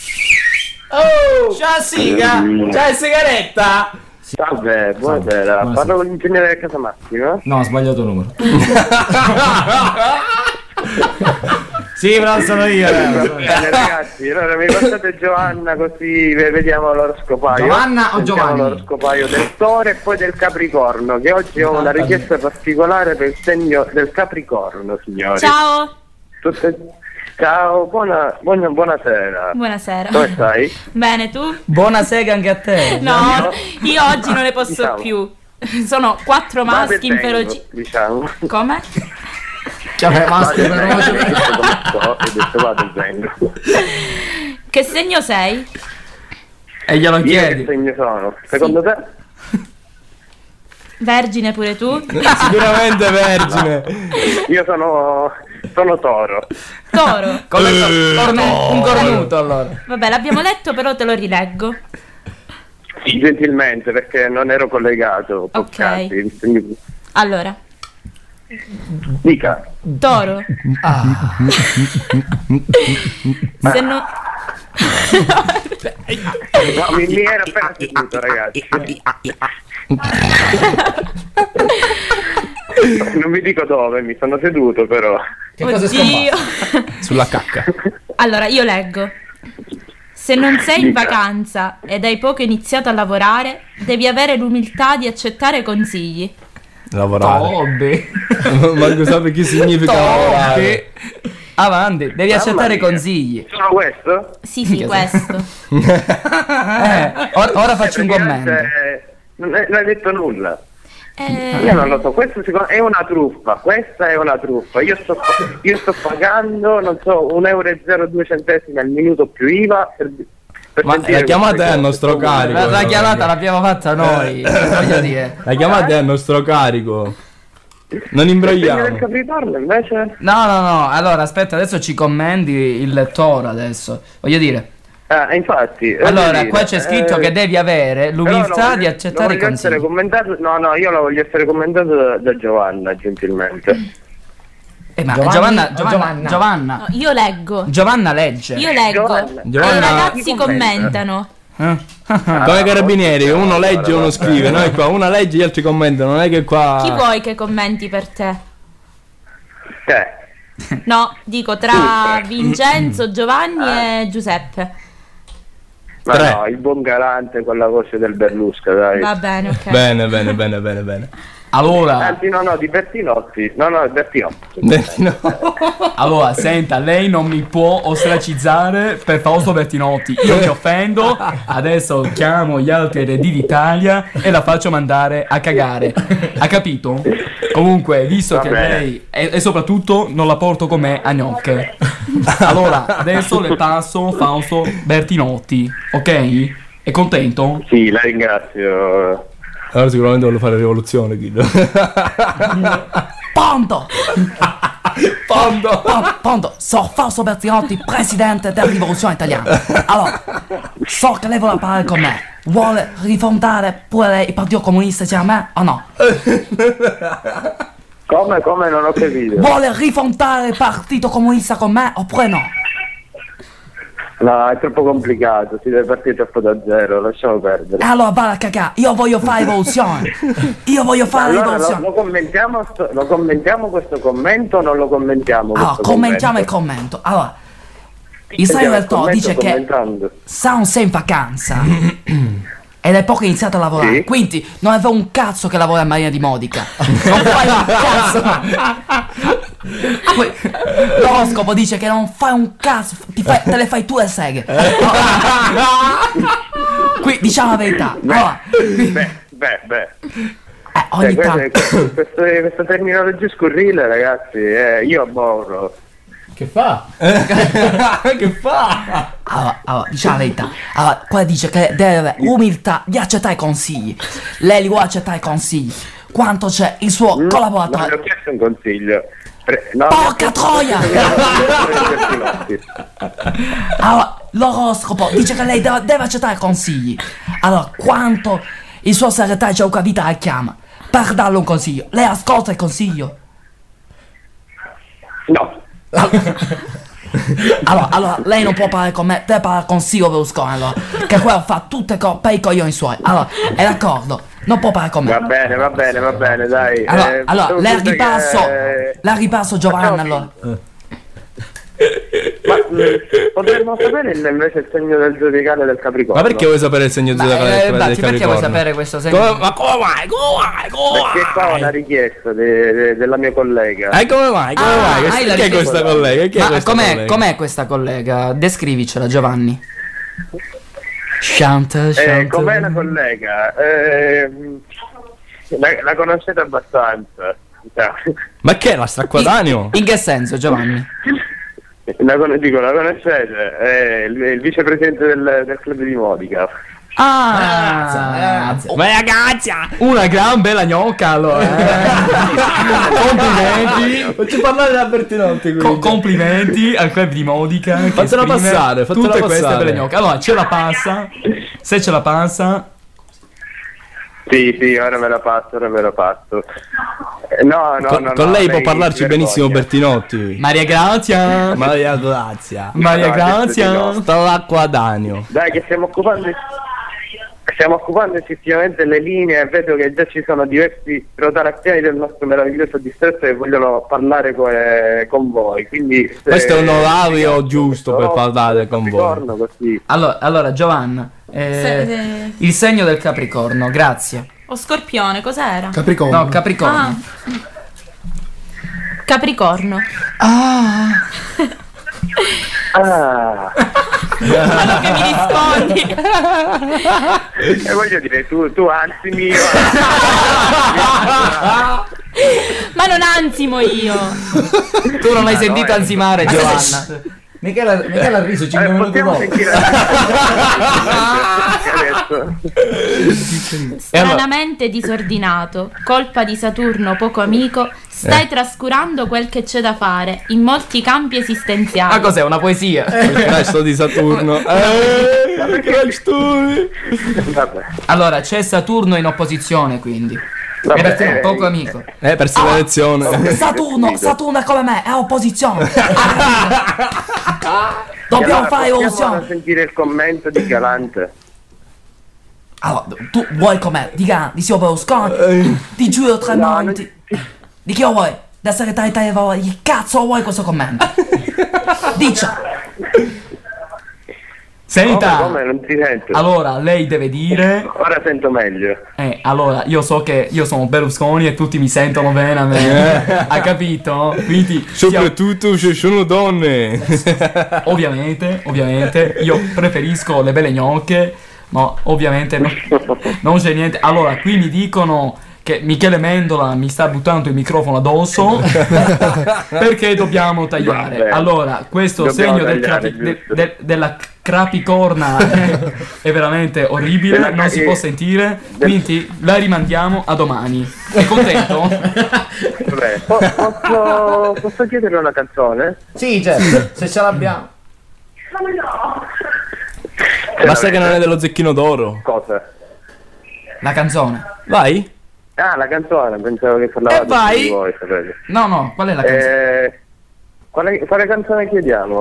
Oh! Ciao siga! Ciao sigaretta! Vabbè, buonasera. Buonasera. Parlo con l'ingegnere del Casamassima? No, ho sbagliato il numero. Sì, però sono io. eh. Bene, ragazzi, allora mi passate Giovanna così ve- vediamo l'oroscopaio. Giovanna o Sentiamo Giovanni? l'oroscopaio del Toro e poi del Capricorno, che oggi ho una richiesta particolare per il segno del Capricorno, signori. Ciao. Tutte- Ciao, buona, buona, buonasera. Buonasera. Come stai? Bene, tu? Buona sega anche a te. No, io oggi non ne posso Diciamo. più. Sono quattro Ma maschi vengo, inferociti. Diciamo. Come? Cioè, maschi Vado, per vengo, ho visto come sto, ho detto vado e vengo. Che segno sei? E glielo Io che chiedi. segno sono? Secondo te? Vergine pure tu? Sicuramente vergine. Io sono, sono Toro. Toro. Come cornu- un cornuto allora. Vabbè, l'abbiamo letto, però te lo rileggo. Sì, gentilmente, perché non ero collegato. poc'anzi. Quindi- Allora, Dica. Toro. Se non... No, mi, mi era appena seduto, ragazzi. Non vi dico dove, mi sono seduto però. Che cosa è Oddio. scomparso? Sulla cacca. Allora, io leggo. Se non sei in Dica. vacanza ed hai poco iniziato a lavorare, devi avere l'umiltà di accettare consigli. Lavorare. Toby. Ma sape che significa lavorare? Avanti, devi Mamma accettare mia. consigli. Solo questo? Sì, sì, questo. Eh, or- ora faccio un commento. Eh, Non hai, non hai detto nulla. Eh, Io non lo so, questo secondo- è una truffa, questa è una truffa. Io sto, io sto pagando, non so, un euro e zero due centesimi al minuto più I V A per, per Ma sentire la chiamata queste è al cose. nostro carico. La, la chiamata l'abbiamo fatta noi, voglio dire. La chiamata è al nostro carico. Non Il segno del imbrogliamo. Capricorno invece? No, no, no, allora aspetta, adesso ci commenti il lettore adesso. Voglio dire. Ah, infatti. voglio Allora, dire, qua c'è scritto eh, che devi avere però l'umiltà lo voglio- di accettare lo i voglio essere consigli. commentato, no, no, io lo voglio essere commentato da, da Giovanna, gentilmente. Eh, ma Giovanni Giovanna, o Giovanna, Giovanna? Giovanna, no, io leggo. Giovanna legge. Io leggo. Giovanna. E i Giovanna- ragazzi commentano. Eh? Come i carabinieri, uno legge e uno scrive. Noi qua una legge e gli altri commentano. Non è che qua. Chi vuoi che commenti per te? Eh, No, dico tra Vincenzo, Giovanni e Giuseppe. ma Tre. no, il buon Galante con la voce del Berlusca, dai. Va bene, ok. Bene, bene, bene, bene, bene. Allora, Anzi, no, no, di Bertinotti. No, no, Bertinotti. No. allora, senta, lei non mi può ostracizzare per Fausto Bertinotti. Io mi offendo, adesso chiamo gli altri R D d'Italia e la faccio mandare a cagare. Ha capito? Comunque, visto Va che bene. lei e, e soprattutto non la porto con me a gnocche. Allora, adesso le passo Fausto Bertinotti, ok? È contento? Sì, la ringrazio. Allora sicuramente voglio fare rivoluzione, Guido. Ponto! Fondo. Po- Ponto, sono Fausto Bertinotti, presidente della rivoluzione italiana. Allora, so che lei vuole parlare con me. Vuole rifondare pure lei il Partito Comunista insieme a me o no? Come, come, non ho capito. Vuole rifondare il Partito Comunista con me oppure no? No, è troppo complicato, si deve partire troppo da zero, lasciamo E perdere. allora vada a cagare, io voglio fare rivoluzione. Io voglio fare Allora, lo, rivoluzione. lo commentiamo, sto- lo commentiamo questo commento o non lo commentiamo? Allora, questo commentiamo il commento? commento. Allora, il Sentiamo Saio il del To commento dice che commentando. Sound sei in vacanza ed hai poco iniziato a lavorare, Sì. quindi non avevo un cazzo che lavora a Marina di Modica. Non fai un cazzo. Poi, l'oroscopo dice che non fai un cazzo, ti fai- te le fai tu le seghe. Qui diciamo la verità. Allora, Beh, beh, beh. eh, ogni Cioè, tanto. questo, questo, questa terminologia scurrile, ragazzi, eh, io aborro. Che fa? Che fa? Allora, allora, diciamo la verità. Allora, qua dice che deve avere umiltà di accettare i consigli. Lei li vuole accettare i consigli. Quanto c'è il suo Non le collaboratore. ho chiesto un consiglio. Pre- no, Porca troia! Allora, l'oroscopo dice che lei deve, deve accettare i consigli. Allora, quanto il suo segretario Gianluca Vita la chiama per darle un consiglio? Lei ascolta il consiglio? No. Allora, allora, lei non può parlare con me, deve parlare con Silvio Berlusconi, allora, che quello fa tutte co- per i coglioni suoi. Allora, è d'accordo, non può parlare con Va me. bene, va bene, va bene, dai. Allora, Eh, allora devo le dire ripasso, che- le ripasso Giovanna, allora. Ma mh, potremmo sapere il- invece il segno del zodiacale del Capricorno? Ma perché vuoi sapere il segno Ma, zodiacale eh, del infatti, perché vuoi Capricorno? sapere questo segno? Come- ma come mai? Come mai? Come Perché qua ho mai? una richiesta de- de- della mia collega. Eh, come mai? Come Ah, mai? hai Che- la Chi è richiesta? questa collega? Chi è Ma questa com'è, collega? com'è questa collega? Descrivicela, Giovanni. Chante, Eh, chante. com'è la collega? Eh, la, la conoscete abbastanza. Cioè, Ma che è la stracquadanio? In che senso, Giovanni? La, con- dico, la conoscete? È il, il vicepresidente del, del club di Modica. Ah, Ma ragazzi! una gran bella gnocca, allora. eh. Complimenti. Facci parlare da Bertinotti qui. Co- complimenti al club di Modica. che Fatela esprime passare, fatela tutte queste passare. belle gnocche. Allora, ce la passa. Se ce la passa, Sì, sì, ora me la passo, ora me la passo. Eh, No, no, Con, no. con no, lei può parlarci vergogna. benissimo Bertinotti. Maria Grazia. Maria Grazia. Maria No, Grazia. no. Stracquadanio. Dai, che stiamo occupando. stiamo occupando effettivamente le linee e vedo che già ci sono diversi rotarazioni del nostro meraviglioso distretto che vogliono parlare co- eh, con voi. Quindi se- Questo è un orario giusto per parlare con voi. Capricorno, così. Allora, allora Giovanna, eh, Se- eh, il segno del Capricorno, grazie. O Scorpione, cos'era? Capricorno. No, Capricorno. Ah. Capricorno. Ah. Ah. Quello che mi rispondi. E voglio dire, tu, tu ansimi io. Ma non ansimo io. Tu non hai Ah, sentito no, è- ansimare, Ma Giovanna. Michele, Michele ha riso cinque Eh, minuti possiamo dopo. sentire adesso. Stranamente disordinato, colpa di Saturno poco amico, stai Eh. trascurando quel che c'è da fare in molti campi esistenziali. Ma cos'è, una poesia? Il resto di Saturno. Eh, che studi. Vabbè. Allora, c'è Saturno in opposizione, quindi. Vabbè, E perché eh, poco amico. Eh, persi l'elezione. Saturno, Saturno è come me, è opposizione. E Dobbiamo allora fare possiamo evoluzione. sentire il commento di Galante. Allora, tu vuoi com'è? Di Ga- di Silvio Berlusconi? Di Giulio Tremonti? Di chi lo vuoi? Da segretario di lavoro? Chi cazzo vuoi questo commento? Dice. Senta. Come, come? Non ti sento. Allora, lei deve dire. Ora sento meglio. Eh, allora, io so che io sono Berlusconi e tutti mi sentono bene a me. Ha capito? Quindi. Soprattutto se sono donne. Ovviamente, ovviamente, io preferisco le belle gnocche, ma ovviamente no- non c'è niente. Allora, qui mi dicono che Michele Mendola mi sta buttando il microfono addosso perché dobbiamo tagliare. Vabbè. Allora, questo Dobbiamo segno del tagliare, crapi- de- giusto. de- della crapicorna è, è veramente orribile, Della- non si eh, può sentire, quindi la rimandiamo a domani. È contento? Vabbè, po- posso, posso chiedere una canzone? Sì, certo, se ce l'abbiamo. Basta che non è dello Zecchino d'Oro. Cosa? La canzone. Vai. Ah, la canzone, pensavo che parlavate Eh, vai. di voi, sapete. No, no, qual è la canzone? Eh, quale, quale canzone chiediamo?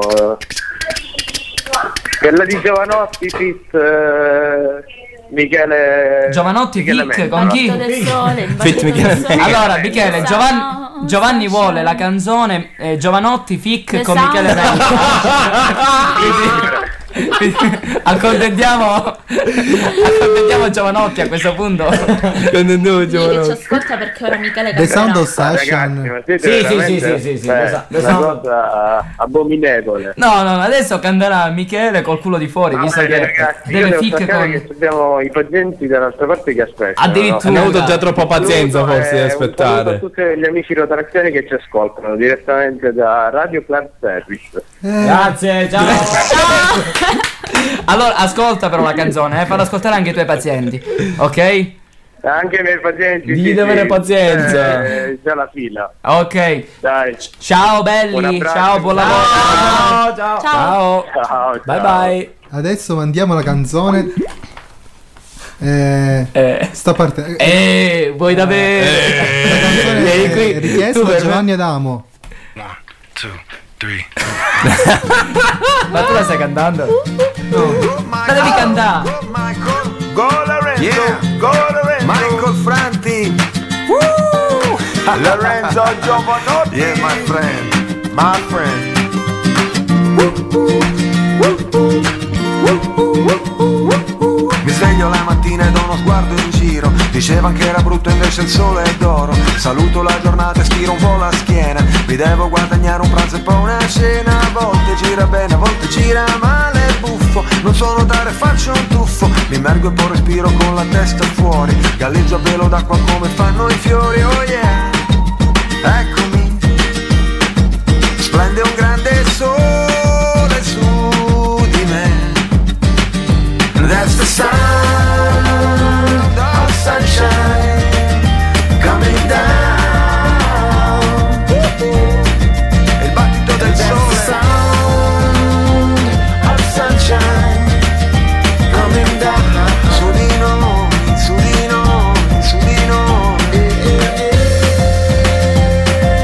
Quella di Giovanotti, Fit, eh, Michele... Giovanotti, Michele Vic, Mendola. con chi? Del sole, il Fit battito Michele. del sole. Allora, Michele, Sa- Giovan- no, Giovanni sa- vuole la canzone eh, Giovanotti Fic Le con sa- Michele Mendola. Accontentiamo Accontentiamo Giovanotti a questo punto. Accontentiamo Chi che ci Giovanotti. ascolta perché ora Michele The Sound canterà. of Ah, ragazzi, Sashan. ma siete Sì, sì, veramente- sì, sì, sì, eh, lo sa- lo una sa- cosa abominevole. No, no, adesso canterà Michele col culo di fuori, Va visto bene, che ragazzi, io deve devo fic staccare con che abbiamo i pazienti dall'altra parte che aspettano. Addirittura. Hanno avuto già troppa Un pazienza saluto forse di e Un saluto aspettare. a tutti gli amici rotarazioni che ci ascoltano direttamente da Radio Club Service. Grazie, ciao. Allora, ascolta però la canzone, eh, fallo ascoltare anche ai tuoi pazienti, ok? Anche i miei pazienti. Digli sì, di avere sì, pazienza. eh, già la fila. Ok, Dai. ciao Un belli, abbraccio. ciao, buon lavoro. Ciao, ciao. Ciao. Ciao, ciao. Bye bye. Adesso mandiamo la canzone. Eh, Eh, sta parte. eh, vuoi da bere? La canzone Vieni è qui. richiesta Tu da per me- Giovanni Adamo. Ma tu la stai cantando? La devi cantare. Go Lorenzo, go Lorenzo. Michael Franti. Lorenzo Giovanotti. Yeah, my friend, my friend. Mi sveglio la mattina e do uno sguardo in giro. Dicevan che era brutto invece il sole è d'oro. Saluto la giornata e stiro un po' la schiena. Mi devo guadagnare un pranzo e poi una cena. A volte gira bene, a volte gira male, buffo. Non so nuotare, faccio un tuffo. Mi immergo e poi respiro con la testa fuori. Galleggio a velo d'acqua come fanno i fiori. Oh yeah, eccomi. Splende un grande sole su di me. That's the sound of sunshine coming down. Il battito del sole. That's the sound of sunshine coming down. Su di noi, su di noi, su di noi.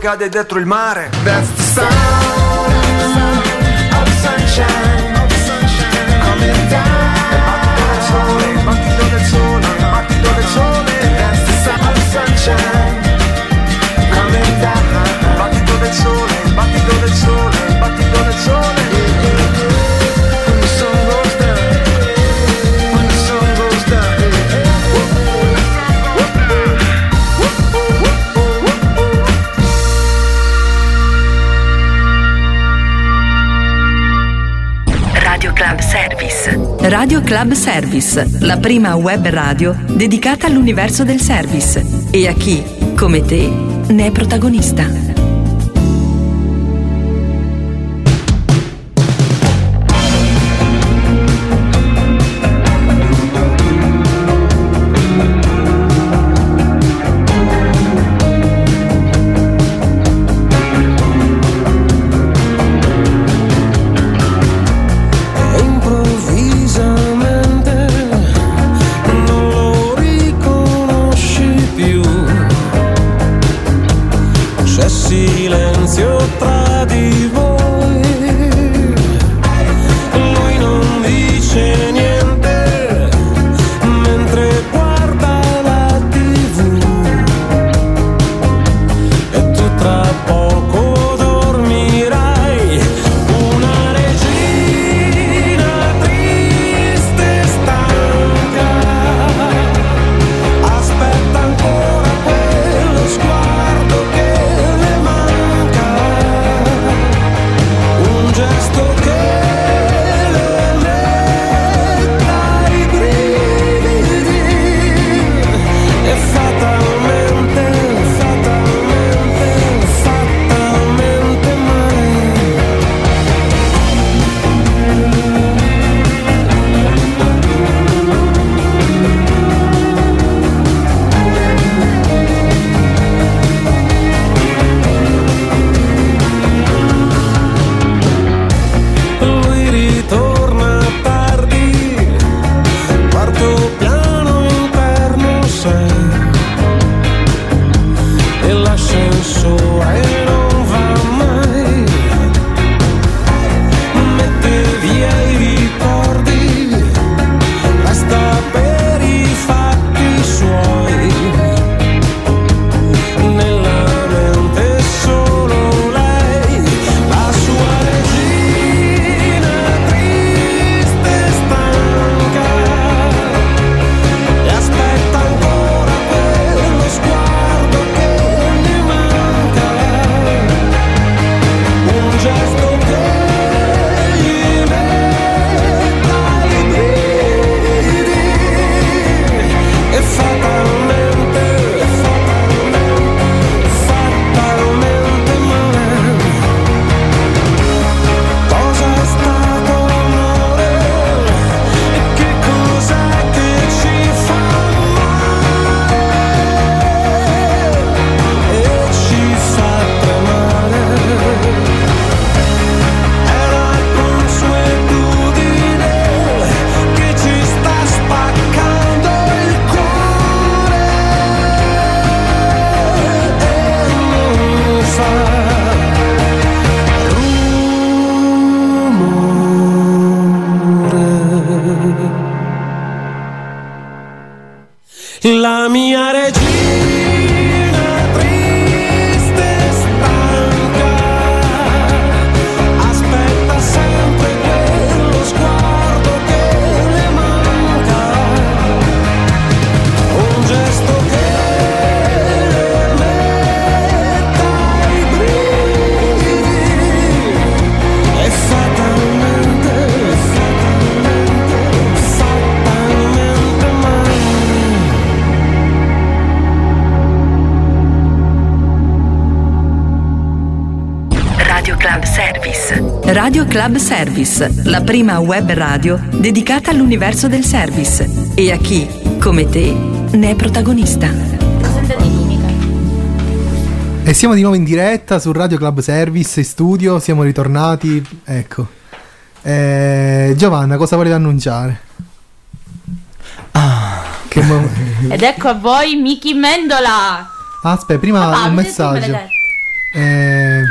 cade dentro il mare. That's the sound of sunshine, of sunshine coming down. Il battito del sole, il battito del sole, il battito del sole. That's the sound of sunshine coming down. Il battito del sole, il battito del sole, il battito del sole. When the sun goes down, when the sun goes down. Radio Club Service. Radio Club Service, la prima web radio dedicata all'universo del service e a chi, come te, ne è protagonista. La mia regina triste e stanca aspetta sempre quello sguardo che le manca, un gesto che le metta i brividi e fatalmente, fatalmente, fatalmente male. Radio Club Service. Radio Club Service, la prima web radio dedicata all'universo del service e a chi, come te, ne è protagonista. E siamo di nuovo in diretta su Radio Club Service in studio, siamo ritornati, ecco. Eh, Giovanna, cosa volete annunciare? Ah, che mo- Ed ecco a voi Miki Mendola. Aspetta, prima Papà, un mi messaggio. detto Eh,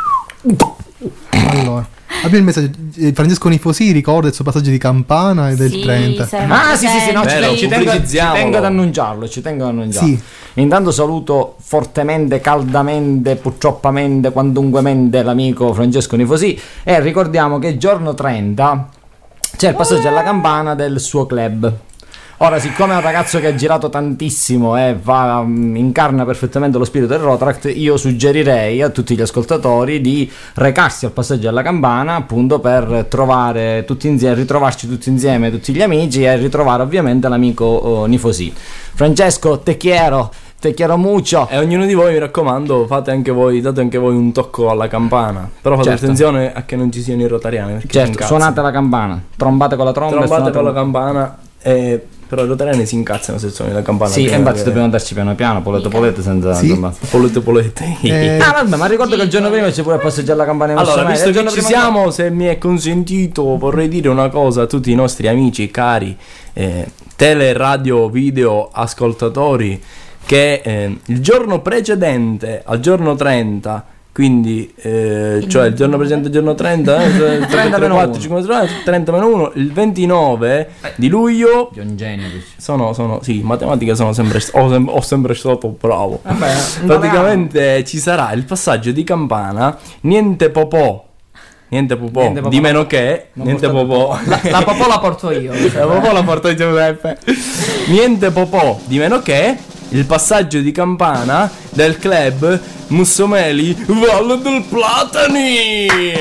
allora, abbiamo il messaggio. eh, Francesco Nifosi ricorda il suo passaggio di campana e del Sì, trenta. saremo Ah sì sì sì, no, ci, Vero, tengo, ci, tengo, ci pubblicizziamolo. tengo ad annunciarlo, ci tengo ad annunciarlo. Sì. Intanto saluto fortemente, caldamente, purtroppamente, quantunquemente l'amico Francesco Nifosi e ricordiamo che giorno trenta c'è il passaggio alla campana del suo club. Ora, siccome è un ragazzo che ha girato tantissimo e va, mm, incarna perfettamente lo spirito del Rotaract, io suggerirei a tutti gli ascoltatori di recarsi al passaggio alla campana, appunto per trovare tutti insieme, ritrovarci tutti insieme, tutti gli amici, e ritrovare ovviamente l'amico oh, Nifosi. Francesco, te quiero, te quiero mucho. E ognuno di voi, mi raccomando, fate anche voi, date anche voi un tocco alla campana. Però fate Certo. attenzione a che non ci siano i rotariani. Perché si Certo, incazzano. suonate la campana, trombate con la tromba e Trombate suonate con la campana. E però i rotariani si incazzano se suoni la campana. Sì, prima e infatti che- dobbiamo andarci piano piano, polette polette senza... Sì. insomma. Polette polette. Eh, Ah vabbè, ma ricordo che il giorno prima c'è pure passeggiare alla campana in Allora, Massomai, visto il che giorno ci prima- siamo, se mi è consentito, vorrei dire una cosa a tutti i nostri amici, cari eh, tele, radio, video ascoltatori, che eh, il giorno precedente al giorno trenta, quindi eh, cioè il giorno precedente al giorno trenta, eh, trenta tre, meno quattro, uno. cinque, sei, trenta meno uno, il ventinove di luglio. Che è un genio questo. Sono, sono, sì, in matematica sono sempre, st- ho, sem- ho sempre stato bravo. Vabbè, Praticamente ci sarà il passaggio di campana, niente popò, niente popò, Niente popò. di meno che, Non niente portate popò. La, la popò la porto io. La popò la porto di Giuseppe. Niente popò, di meno che il passaggio di campana del club Mussomeli Valle del Platani.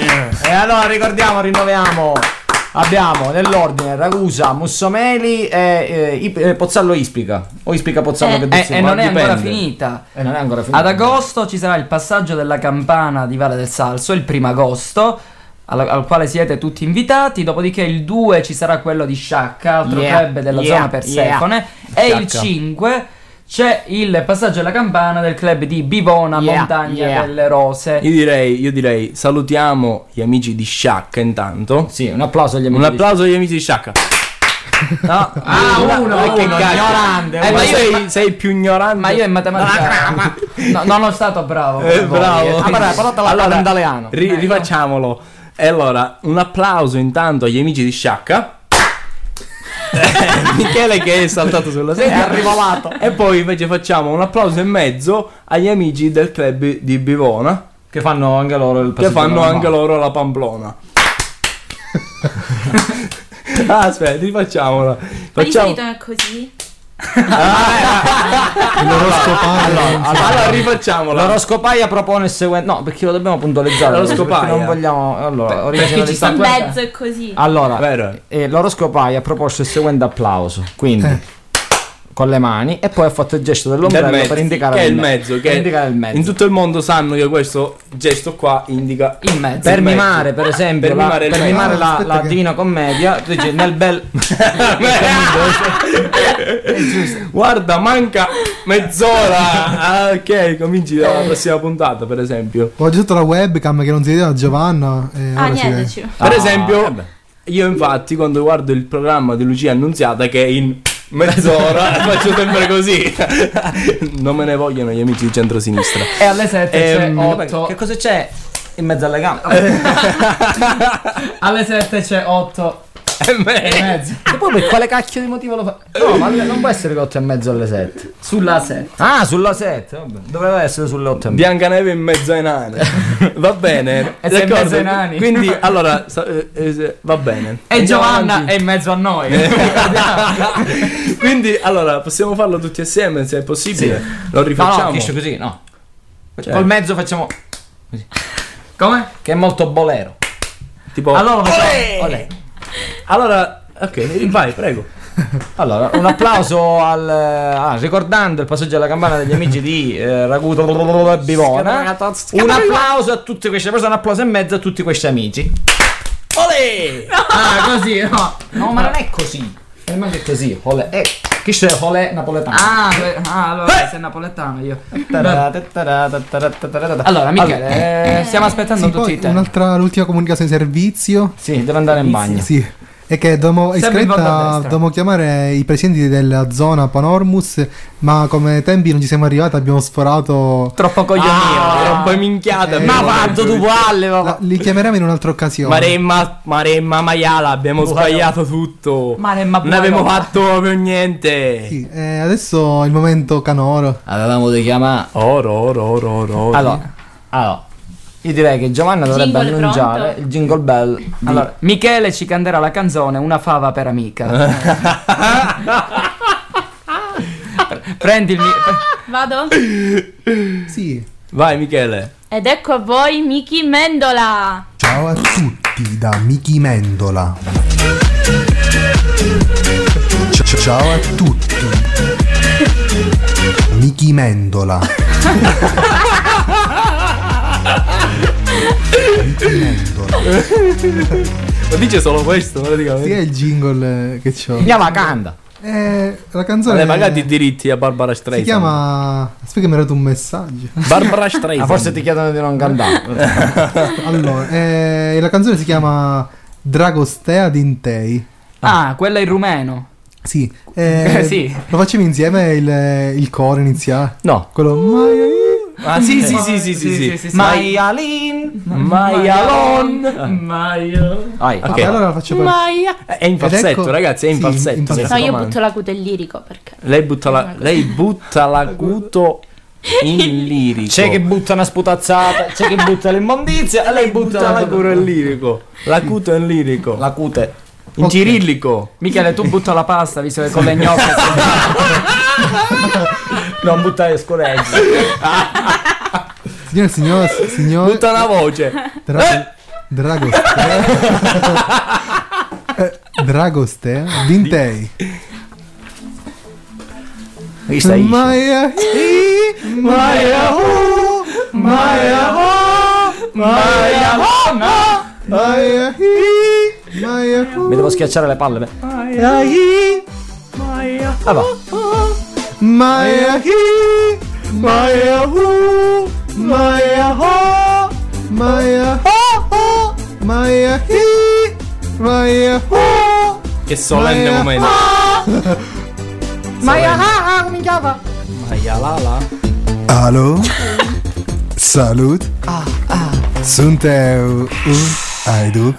E allora ricordiamo, rinnoviamo. Abbiamo nell'ordine Ragusa, Mussomeli e eh, Ip- eh, Pozzallo Ispica. O Ispica Pozzallo Eh. che E, dici, e ma non è ancora dipende. finita. E non è ancora finita. Ad agosto ci sarà il passaggio della campana di Valle del Salso, il primo agosto, al, al quale siete tutti invitati. Dopodiché il due ci sarà quello di Sciacca, altro Yeah, club della yeah, zona Persefone. E il Sciacca. cinque c'è il passaggio alla campana del club di Bivona, Yeah, Montagna yeah. delle Rose. Io direi, io direi salutiamo gli amici di Sciacca intanto. Sì, un applauso agli amici. Un di- applauso agli amici di Sciacca. No? Ah, uno, uno, che uno, cazzo. ignorante. Eh, Eh, ma ma io- sei, sei più ignorante. Ma io in matematica no, non sono stato bravo. Eh, come voi, bravo. eh, Ah, quindi- però, però te la Allora, allora, italiano. Ri- Eh, io- rifacciamolo. E allora, un applauso intanto agli amici di Sciacca. Michele che è saltato sulla sedia, È arrivolato. E poi invece facciamo un applauso e mezzo agli amici del club di Bivona, Che fanno anche loro il che passaggio fanno alla anche campana. loro la Pamplona. Ah, aspetta, rifacciamola. Ma di Facciamo. solito è così. l'oroscopaio. Allora, allora rifacciamola. L'oroscopaia propone il seguente. No, perché lo dobbiamo puntualizzare. L'oroscopaia. perché non vogliamo. Allora, Per- originalità- perché ci sta In guarda. mezzo è così. Allora, Vero. eh, l'oroscopaia ha proposto il seguente applauso. Quindi, Eh. con le mani, e poi ha fatto il gesto dell'ombrello Del mezzo, per indicare che è il me- mezzo, per che indicare il mezzo. in tutto il mondo sanno che questo gesto qua indica Il mezzo. Per il mezzo. mimare, per esempio, Per la, mimare il per mezzo. mimare Ah, la, aspetta la che- Divina Commedia, tu dici nel bel. Guarda, manca mezz'ora. Ah, ok, cominci dalla prossima puntata, per esempio. Ho aggiunto la webcam che non si vedeva Giovanna. E Ah, ora si niente, vede. ci- Per Ah, esempio, vabbè. io infatti quando guardo il programma di Lucia Annunziata, che è in mezz'ora, faccio sempre così. Non me ne vogliono gli amici di centrosinistra. E alle sette Ehm, c'è Vabbè, otto. Che cosa c'è in mezzo alle gambe? Alle sette c'è otto E me- e mezzo. E poi per quale cacchio di motivo lo fa? No, ma alle- non può essere le otto e mezzo alle sette. Sulla sette. Ah, sulla sette, vabbè. Doveva essere sulle otto e mezzo. Biancaneve in mezzo ai nani. Va bene. E sei in d'accordo? mezzo ai nani. Quindi, allora, sa- eh, eh, va bene. E Andiamo Giovanna avanti. è in mezzo a noi. Quindi, allora, possiamo farlo tutti assieme, se è possibile. Lo No, rifacciamo. no, Chiscio così, no. Cioè, Col mezzo facciamo. Come? Che è molto bolero. tipo, Allora facciamo. Olè. Allora, ok, vai, prego. Allora, un applauso al. Ah, ricordando il passaggio alla campana degli amici di eh, Raguto e Bivona. Un applauso a tutte queste persone, un applauso e mezzo a tutti questi amici. Olè! Ah, così, no. No, ma non è così. Non è così. Olè. Eh, chi c'è? Olè napoletano. Ah, que- ah, allora sei napoletano io. Allora, Allora, Michele, eh, stiamo aspettando Sì, tutti poi te. un'altra, l'ultima comunicazione di servizio. Sì, deve andare in bagno. Sì. è che dobbiamo, è Sempre in fondo a scritta, destra. dobbiamo chiamare i presidenti della zona Panormus, ma come tempi non ci siamo arrivati, abbiamo sforato. Troppo coglionio. Ah, troppo minchiata. Eh, Ma abbiamo quanto detto. tu palle, ma La- li chiameremo in un'altra occasione. Maremma, Maremma Maiala, abbiamo sbagliato tutto. Maremma Non abbiamo Buono. fatto proprio niente. Sì, eh, adesso è il momento canoro. Avevamo di chiamare. Oro, oro, oro, oro. oro. Allora, allora, io direi che Giovanna dovrebbe Jingle annunciare pronto? il jingle bell. di- Allora, Michele ci canterà la canzone Una fava per amica. Prendi il mi- Vado? Sì. Vai Michele. Ed ecco a voi Miki Mendola. Ciao a tutti da Miki Mendola. C- c- Ciao a tutti. Miki Mendola. Miki Mendola. Lo dice solo questo, praticamente. Sì, è il jingle eh, che c'ho. Andiamo a canta. Eh, la canzone Vabbè, pagati i diritti a Barbara si Streisand. chiama. Aspetta che mi ha dato un messaggio. Barbara Streisand. Ah, forse ti chiedono di non cantare. Allora, eh, la canzone si chiama Dragostea Dintei. Ah, quella in rumeno. Sì, eh, Eh, sì. Lo facciamo insieme il, il coro iniziale. No. Quello Maya. Ah, sì, sì, sì, sì, sì, sì. sì, sì. Maialin. Maialon. Maio. Vai. Ok, Ok. allora la faccio per Maia. È in Ed falsetto, ecco- ragazzi, è in sì, falsetto. in mi falsetto. No, io raccomando. butto l'acuto in lirico perché. Lei butta, la, lei butta l'acuto in lirico. C'è che butta una sputazzata, c'è che butta l'immondizia e lei butta butta la l'acuto in lirico. L'acuto in lirico. La cute. In Ok. cirillico. Michele, tu butta la pasta, visto che con le gnocche. Non buttare scoreggi. Signore, signore, signore. Butta una voce. Dra- Dragostea. Eh, Dragostea Dintei. Qui stai. Maya. Maya. Maya. Maya. Maya. Maya. Mi devo schiacciare le palle. beh. Ah, va. Maya. Maya. Maya. Maya. Maya. Maya. Che solenne Maya. momento. Maia, cominciava. Maia Lala. Alo. Salut. Sunt eu. Aiduk.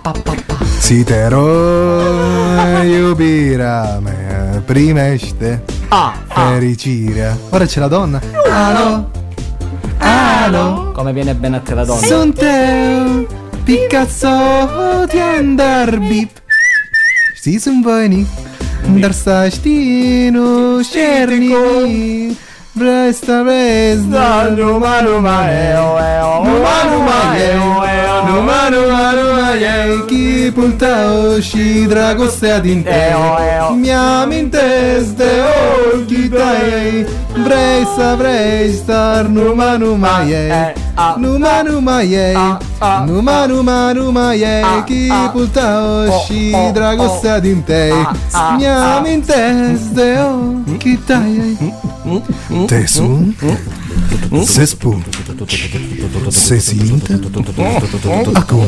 Sitero iubirea mea primește fericirea. Ora c'è la donna. Alo. Alo. Come viene bene a te la donna. Sunt eu Picasso di andar bip. Știi sunt voinic, dar să știi nu șerni. Vresta vresta Numa numa eu Numa numa eu Numa numa numa eu Chipul tău și dragostea din tău Mi-amintesc de ochii tăi Vrei să vrei, dar numai numai ei Numai numai ei Numai numai numai ei Chipul tău și dragostea din tăi Mi-amintesc de ochii tăi Te sun, se spun, se simt, acum.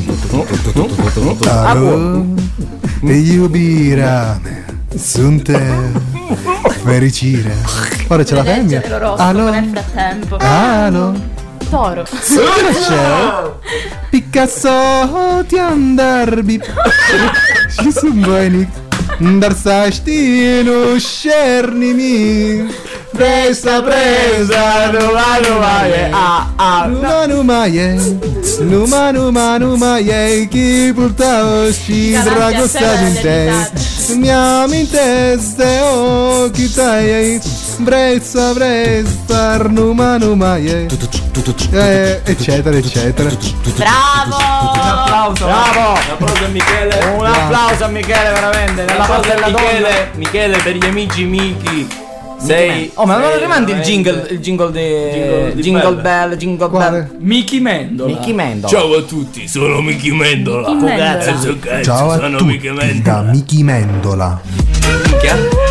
Alo, iubirea mea, sunt fericirea. Ora c'è la femmina. Leggere l'oroscopo Alo, nel frattempo. alo. Toro. Cosa c'è? Picasso ti andar bip. Și sunt voinic, dar să știi nu șer nimic. Presa, presa, numai, numai e Numai, numai e Numai, numai, numai e Chipul tău și dragostea din tăi Mi-amintesc de ochii tăi Vrei să vrei, dar numai, numai e Eccetera, eccetera. Bravo! Un applauso. Bravo! Un applauso a Michele. Un applauso a Michele, veramente. Un Nella applauso parte a della donna. Michele. Michele per gli amici Miki. Sei. Oh, ma non sei rimandi il veramente- jingle, il jingle di Jingle di Jingle Bell. Bell, Jingle Quale? Bell. Michi Mendola. Michi Mendola. Ciao a tutti, sono Miki Mendola. Michi Mendola. Cazzo, so cazzo, Ciao a sono Miki tutti da Mendola. Miki Mendola. Minchia?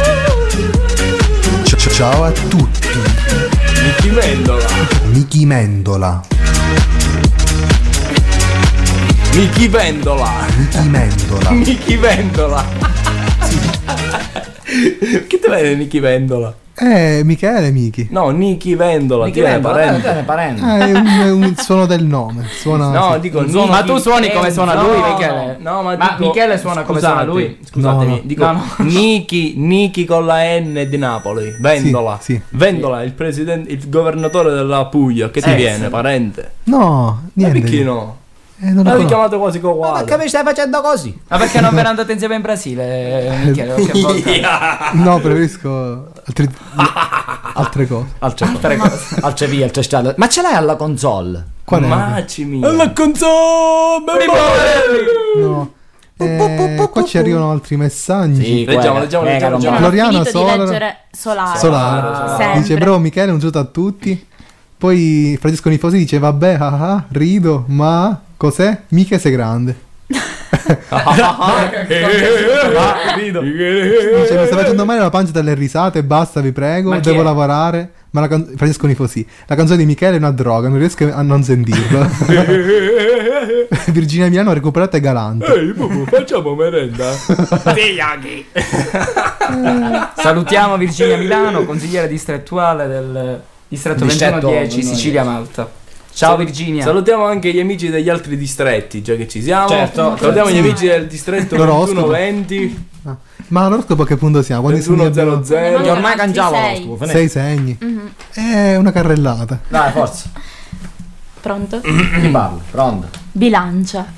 C- Ciao a tutti Miki Mendola. Miki Mendola. Nichi Vendola. Nichi Mendola. Nichi Vendola. Che te vede Nichi Vendola? Eh, Michele Michi. No, Nichi Vendola. Nichi ti viene Vendola, parente. te ne parente. Ah, è un, è un suono del nome. Suona, No, sì. dico Un Nichi- suono- ma tu suoni come eh, suona no, lui, no, Michele? No, ma, Ma dico- Michele suona come scusate, suona lui? Scusatemi, No, no. dico No, no. Nichi, Nichi con la N di Napoli. Vendola. Sì, sì. Vendola, il presidente, il governatore della Puglia. Che ti Eh, viene, sì. parente? No, Ma niente. perché no? Eh, non lo L'avevi conosco. chiamato quasi Ma uguale. perché mi stai facendo così? Ma perché non ve ne andate insieme in Brasile, eh, Michele? Qualche volta? No, preferisco altri- altre cose. Altre cose. Altre vie, altre strade. Ma ce l'hai alla console? Qual è? Macimi. Alla console! No. Eh, qua ci arrivano altri messaggi. Sì, Leggiamo, leggiamo, Eh, leggiamo. Non leggiamo. ho Floriana finito Solara- di leggere Solare. Solare. Sempre. Dice bravo Michele, un saluto a tutti. Poi Francesco Nifosi dice vabbè, ah, ah, rido, ma cos'è? Mica sei grande. Rido. Dice mi sta facendo male la pancia dalle risate, basta vi prego, Ma chi devo è? lavorare. Ma la can- Francesco Nifosi, la canzone di Michele è una droga, non riesco a non sentirla. Virginia Milano ha recuperato e galante. Ehi, Bubu, facciamo merenda. Salutiamo Virginia Milano, consigliere distrettuale del distretto Distretto ventuno dieci ventuno Sicilia Malta. Ciao Virginia. Salutiamo anche gli amici degli altri distretti, già che ci siamo. Certo. Salutiamo gli amici del distretto L'oroscopo. ventuno venti, Ah. Ma l'oroscopo a che punto siamo? Quando ventuno zero zero. Ne Ormai mancano cangiavo altri l'oroscopo. sei segni. Mhm. È una carrellata. Dai, forza. Pronto? Chi parla? Pronto. Bilancia.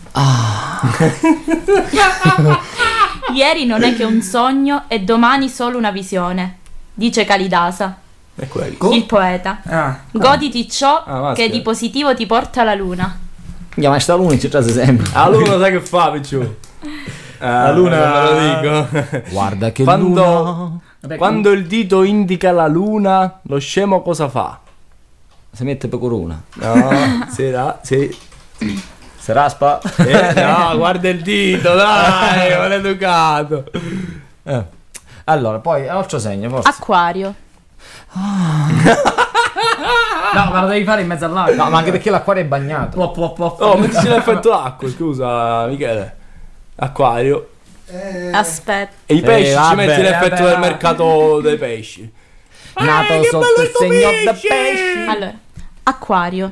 Ieri non è che un sogno e domani solo una visione, dice Kalidasa, È quello. il poeta. Ah. Goditi ciò Ah, maschera. che di positivo ti porta la luna. Yeah, ma sta luna ci trase sempre. La luna sai che fa, picciù? La luna- me lo dico. Guarda che Quando- luna. Quando il dito indica la luna, lo scemo cosa fa? Si mette pecoruna. No, si ra- si- Si raspa. eh, no, guarda il dito, dai, maleducato. Eh. Allora, poi altro segno, forse. Acquario. No, ma lo devi fare in mezzo all'acqua. No, ma anche perché l'acquario è bagnato. Plop, plop, plop. Oh, mettici l'effetto acqua, scusa, Michele. Acquario. Aspetta. E i pesci ci vabbè, metti l'effetto vabbè, del vabbè. mercato dei pesci. Nato sotto il segno da pesci. Allora, acquario.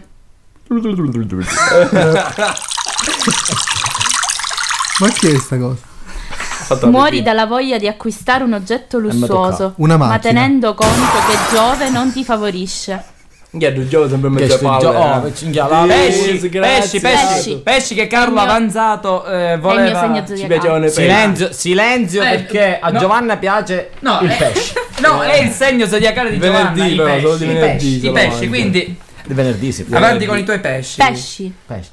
Ma che è sta cosa? Fatto Muori capire. dalla voglia di acquistare un oggetto lussuoso, Una ma macchina. tenendo conto che Giove non ti favorisce. Ghiardo, Giove sempre in Che mezzo a sto palle. gio- eh. oh, cinghia la- Pesci, Grazie. pesci, pesci, Pesci. pesci che Carlo È il mio- Avanzato eh, È il mio voleva. segno Ci zodiacale. piacevano i pesci. Silenzio, silenzio Eh, perché a no. Giovanna piace No, il eh, pesce. No, è il segno zodiacale di Venerdì, Giovanna, i però, pesci, solo di i venerdì pesci, se i lo pesci, mangia. quindi Di venerdì si può. avanti con i tuoi pesci. Pesci. Pesce.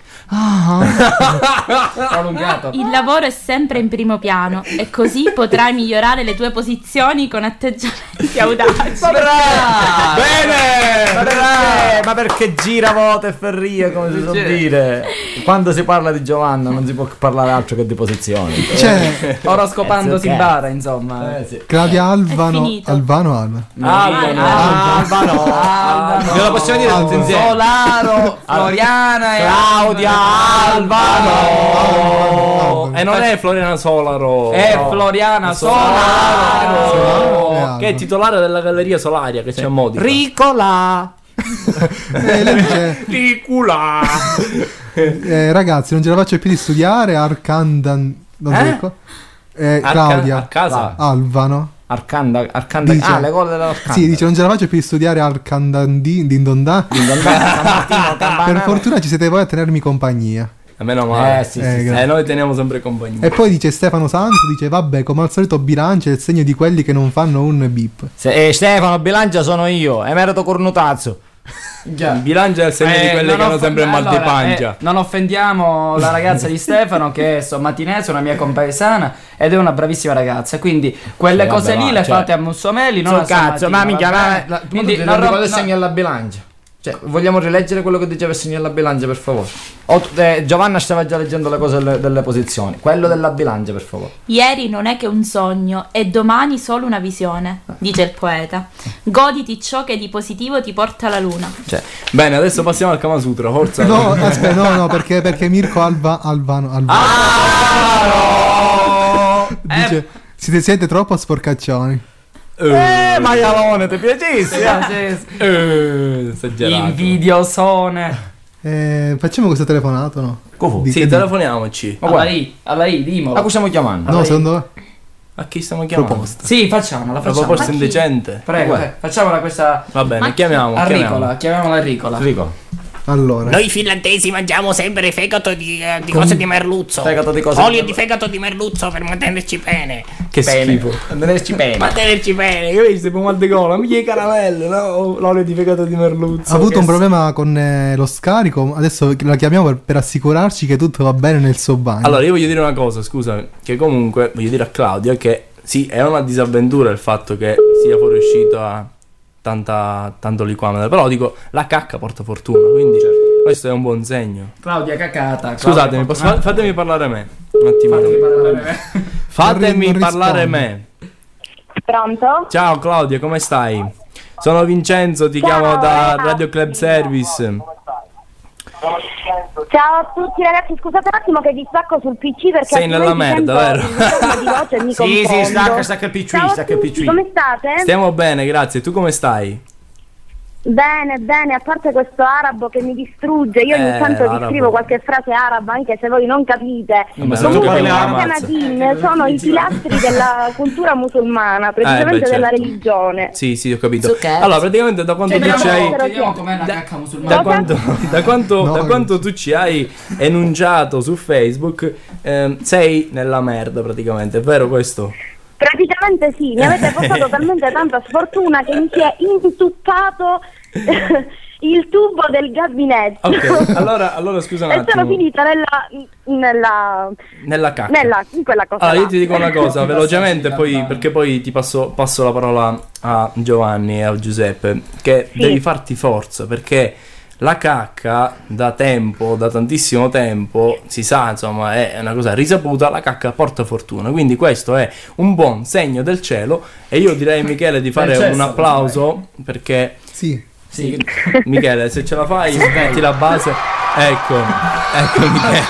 Prolungato. Il lavoro è sempre in primo piano e così potrai migliorare le tue posizioni con atteggiamenti audaci. Brava! Bene! Ma perché, ma perché gira voto e ferrie, come si può Gira. dire? Quando si parla di Giovanna non si può parlare altro che di posizioni. C'è Oroscopando Cazzo, si ok. bara, insomma. Eh, sì. Claudia Alvano. finito. Alvano Alva. Alba, Alba no. Alba no. Glielo possiamo dire tutti insieme. Solaro, Floriana e Claudia Alvano. no. E non è Floriana Solaro. e Floriana Solaro. Solaro. Che è titolare della Galleria Solaria che c'è a Modica. Ricola. Eh, lei dice, Ricula. eh, ragazzi, non ce la faccio più di studiare. Arcandan. Non so Eh? che co- eh, Arca- Claudia a casa. Alvano. Arcanda, Arcanda. Dice- Ah, le gole dell'Arcanda. Sì, dice non ce la faccio più di studiare Arcandandin Dindondà. Per fortuna ci siete voi a tenermi compagnia. A meno male. Eh, sì, Eh, sì, sì. grazie. Eh, noi teniamo sempre compagnia. E poi dice Stefano Santo, dice vabbè, come al solito bilancia è il segno di quelli che non fanno un bip. Se- eh, Stefano Bilancia sono io, emerito cornutazzo. Il bilancio è il segno di Eh, quelli non che hanno off- sempre il mal di allora, pancia. eh, non offendiamo la ragazza di Stefano che è sommatinese, una mia compaesana ed è una bravissima ragazza. Quindi quelle Sì, cose vabbè, lì va, le cioè- fate a Mussomeli, non So a cazzo, Sammartino, ma minchia, va ma bene? la- Quindi non non ricordo rom- il no- segno della bilancia. Cioè, vogliamo rileggere quello che diceva il signor La Bilancia, per favore? O, eh, Giovanna stava già leggendo le cose delle, delle posizioni. Quello della bilancia, per favore. Ieri non è che un sogno e domani solo una visione, dice il poeta. Goditi ciò che di positivo ti porta la luna. Cioè, bene, adesso passiamo al Kama Sutra, forza. No, aspetta, no, no, perché, perché Mirko Alba, Albano, Albano Ah, no! dice, Eh. siete, siete troppo sporcaccioni. Eh, maialone, ti piacissima? Eh, esagerato. Invidiosone. Eh, facciamo questa telefonata, no? Di- Sì, che- telefoniamoci. Alla I, alla I, dimolo. Ma cosa stiamo chiamando? No, secondo me. A chi stiamo chiamando? Proposta. Sì, facciamola, La facciamola. proposta indecente. Prego, Uè. eh, facciamola questa. Va bene, Ma chi? chiamiamo. A chiamiamo. Ricola, chiamiamola Ricola. Rico. Allora, Noi finlandesi mangiamo sempre fegato di, eh, di Con- cose di merluzzo. Fegato di cose Olio di- di fegato di merluzzo per mantenerci bene. Che schifo. Andarci bene. Mantenerci bene. Che visto, tipo mal di gola, mica i caramelli, no? L'olio di fegato di merluzzo. ha avuto che un s- problema con eh, lo scarico. Adesso la chiamiamo per, per assicurarci che tutto va bene nel suo bagno. Allora, io voglio dire una cosa, scusa, che comunque voglio dire a Claudia che sì, è una disavventura il fatto che sia fuoriuscito a tanta, tanto liquame, però dico, la cacca porta fortuna, quindi questo è un buon segno. Claudia cacata. Scusatemi, posso fa- fatemi parlare me. Un attimino. Fatemi Non ri- non parlare risponde. me. Pronto? Ciao Claudia, come stai? Sono Vincenzo, ti Ciao, chiamo da Eva. Radio Club Service. Ciao a tutti ragazzi, scusate un attimo che vi stacco sul P C perché Sei nella altrimenti merda, sento vero? il ritorno di voce e mi Sì, sì, confondo. stacca, stacca il P C, Ciao a stacca il tutti, P C. come state? Stiamo bene, grazie. Tu come stai? Bene, bene, a parte questo arabo che mi distrugge, io ogni Eh, tanto vi arabo. scrivo qualche frase araba anche se voi non capite. Vabbè, se tu Comunque parli i arabo, Canadin sono i pilastri della cultura musulmana, precisamente Eh, beh, della certo. religione. Sì, sì, ho capito. Zucchero. Allora, praticamente da quando tu ci hai... Vediamo com'è la cacca musulmana. Da quanto, da quanto, No, da non quanto tu ci hai enunciato su Facebook, ehm, sei nella merda praticamente, è vero questo? Praticamente sì, mi avete portato talmente tanta sfortuna che mi si è intuppato il tubo del gabinetto. Ok, allora, allora scusa un e sono attimo. finita nella, nella, Nella cacca. nella in quella cosa. Allora, là. io ti dico una cosa velocemente, poi, perché poi ti passo, passo la parola a Giovanni e a Giuseppe, che Sì. devi farti forza, perché la cacca da tempo, da tantissimo tempo, si sa, insomma, è una cosa risaputa, la cacca porta fortuna, quindi questo è un buon segno del cielo e io direi a Michele di fare cesso, un applauso, perché... Sì. Sì, Michele, se ce la fai, metti la base. Ecco, ecco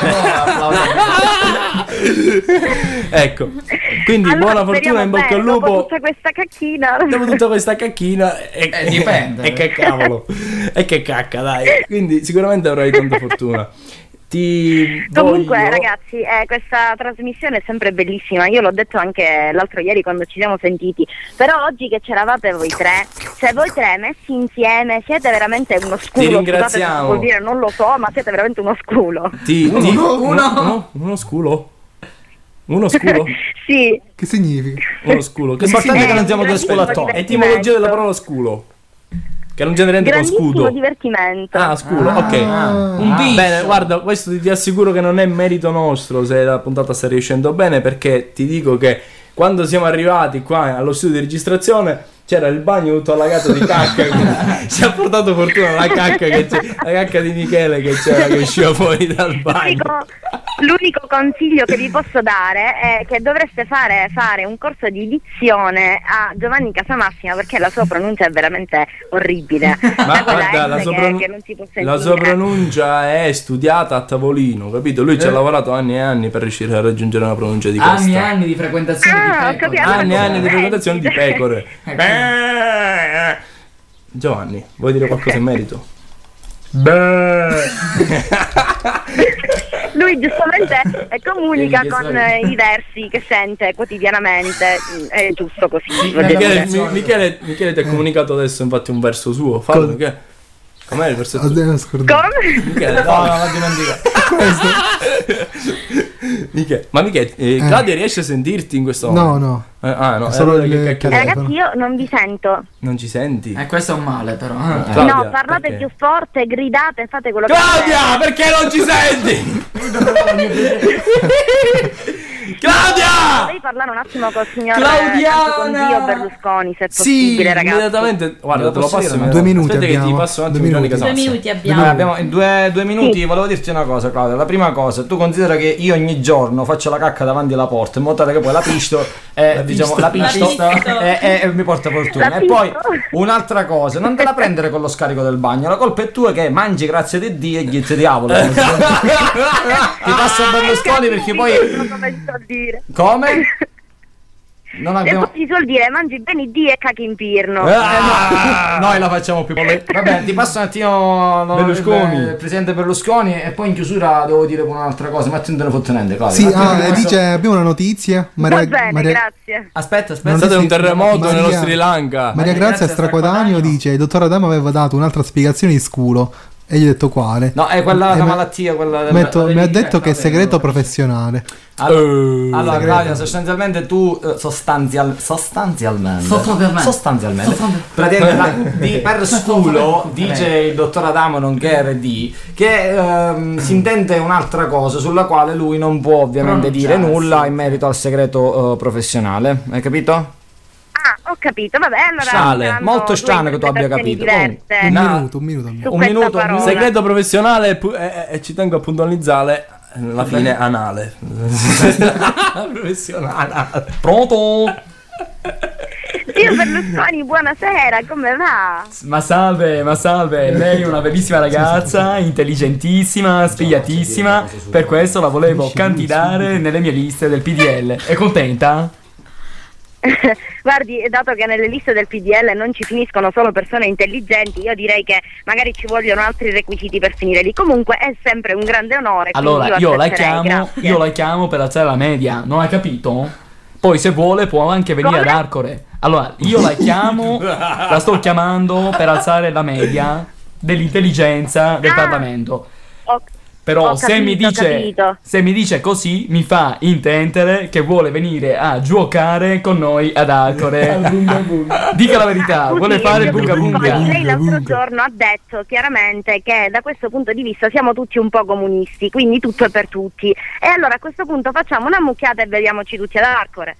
Michele. Ecco, quindi Allora, buona fortuna, speriamo in bocca al bene, dopo lupo. tutta questa cacchina. Dopo tutta questa cacchina e, Eh, dipende. e che cavolo. E che cacca, dai. Quindi sicuramente avrai tanta fortuna. Ti Comunque voglio- ragazzi, eh, questa trasmissione è sempre bellissima, io l'ho detto anche l'altro ieri quando ci siamo sentiti, però oggi che c'eravate voi tre, cioè voi tre messi insieme siete veramente uno sculo. Ti Scusate se ringraziamo. vuol dire, non lo so, ma siete veramente uno sculo. Ti, ti- Uno, uno, uno. uno, uno sculo? Uno sculo? Sì, Che significa? Uno sculo. Che L'importante è che Eh, non siamo due grandissimo sculatoni. Etimologia della parola sculo. Che non genera niente con grandissimo scudo. divertimento. Ah, sculo, ok. Un bicio. Bene, guarda, questo ti, ti assicuro che non è merito nostro se la puntata sta riuscendo bene, perché ti dico che quando siamo arrivati qua allo studio di registrazione c'era il bagno tutto allagato di cacca, quindi ci ha portato fortuna la cacca, che c'è, la cacca di Michele che c'era, che usciva fuori dal bagno. L'unico, l'unico consiglio che vi posso dare è che dovreste fare, fare un corso di dizione a Giovanni Casamassima, perché la sua pronuncia è veramente orribile. Ma È quella guarda, S la sua, che- pronun- che non si può sentire. la sua pronuncia è studiata a tavolino, capito? Lui ci ha Eh. lavorato anni e anni per riuscire a raggiungere una pronuncia di questa. Anni e anni di frequentazione Ah, di ho pecore. capito. Anni e anni di Vedi. frequentazione di pecore. Giovanni, vuoi dire qualcosa in merito? Lui giustamente eh, comunica Che con storia. eh, i versi che sente quotidianamente, mm, è giusto così. voglio Michele, dire. Mi- Michele, Michele ti ha comunicato adesso infatti un verso suo. Fallo, Cosa? Michele. Com'è il versetto? Ho scordato. Come? Michele, No, no, no, non dimentica. Michele. Ma Michele, eh, Claudia riesce a sentirti in questo No, momento? no. Eh, ah, no, È solo allora il che cacchio- Eh, telefono. ragazzi, io non vi sento. Non ci senti? Eh, questo è un male, però. Eh. Claudia, no, parlate perché? più forte, gridate, fate quello Claudia, perché non ci senti? che Claudia! devi parlare un attimo col signor Claudiana! con Dio Berlusconi, se è Sì, possibile, ragazzi. immediatamente. Guarda, te lo posso passo dire? in- Due minuti Aspetta che ti abbiamo. passo un Due attimo Gianni minuti. Casazza. Due minuti Allora, abbiamo. abbiamo in due, due minuti, volevo dirti una cosa, Claudia. La prima cosa, tu considera che io ogni giorno faccio la cacca davanti alla porta in modo tale che poi la pisto e La diciamo pisto. la pisto La pisto. e, e- e mi porta fortuna. La E poi pisto. un'altra cosa, non te la prendere con lo scarico del bagno, la colpa è tua che mangi grazie a Dio e ghizze diavolo. Ti passa Berlusconi perché poi Come si suol dire. come? Non E abbiamo poi si suol dire mangi bene Dio e cacchi in pirno. Ah, noi la facciamo più pole- Vabbè, ti passo un attimo no, Berlusconi. il, il presidente Berlusconi e poi in chiusura devo dire un'altra cosa, ma tu non te ne fotte niente, Claudio. Sì, Un attimo ah, che e posso- dice abbiamo una notizia. Maria, Va bene, Maria, grazie. Aspetta, aspetta. Non È stato si- un terremoto Maria- nello Sri Lanka. Maria Grazia Stracodaneo dice il dottor Adamo aveva dato un'altra spiegazione di sculo e gli ho detto quale. No, è quella E la me- malattia, quella del- metto- mi ha del- detto che è segreto professionale. Allora, allora Segreto. Claudia, sostanzialmente tu eh, sostanzial- sostanzialmente Sostanzialmente. sostanzialmente Sostanzialmente. praticamente la- di- per sculo dice il dottor Adamo nonché R D che ehm, si intende un'altra cosa sulla quale lui non può ovviamente dire Pronunciarsi. nulla in merito al segreto eh, professionale, hai capito? Ah, ho capito, vabbè, allora Strane, saranno molto due strano che tu abbia interpretazioni capito. diverse. Un No. minuto, un minuto. un minuto. Su un questa minuto, parola. Segreto professionale pu- e, e ci tengo a puntualizzare alla fine anale. Professionale. Pronto? Dio Berlusconi, buonasera, come va? Ma salve, ma salve, lei è una bellissima ragazza, intelligentissima, spigliatissima, per questo la volevo candidare nelle mie liste del P D L. È contenta? Guardi, dato che nelle liste del P D L non ci finiscono solo persone intelligenti, io direi che magari ci vogliono altri requisiti per finire lì. Comunque è sempre un grande onore. quindi Allora, io la accetterei, chiamo, grazie. io la chiamo per alzare la media, non hai capito? Poi se vuole può anche venire Come? ad Arcore. Allora, io la chiamo, la sto chiamando per alzare la media dell'intelligenza del Ah. Parlamento. Ho- Però ho se mi capito, ho dice capito. se mi dice così mi fa intendere che vuole venire a giocare con noi ad Arcore. Dica la verità, Scusi, vuole fare il signor bunga bunga. Berlusconi, lei l'altro giorno ha detto chiaramente che da questo punto di vista siamo tutti un po' comunisti, quindi tutto è per tutti. E allora a questo punto facciamo una mucchiata e beviamoci tutti ad Arcore.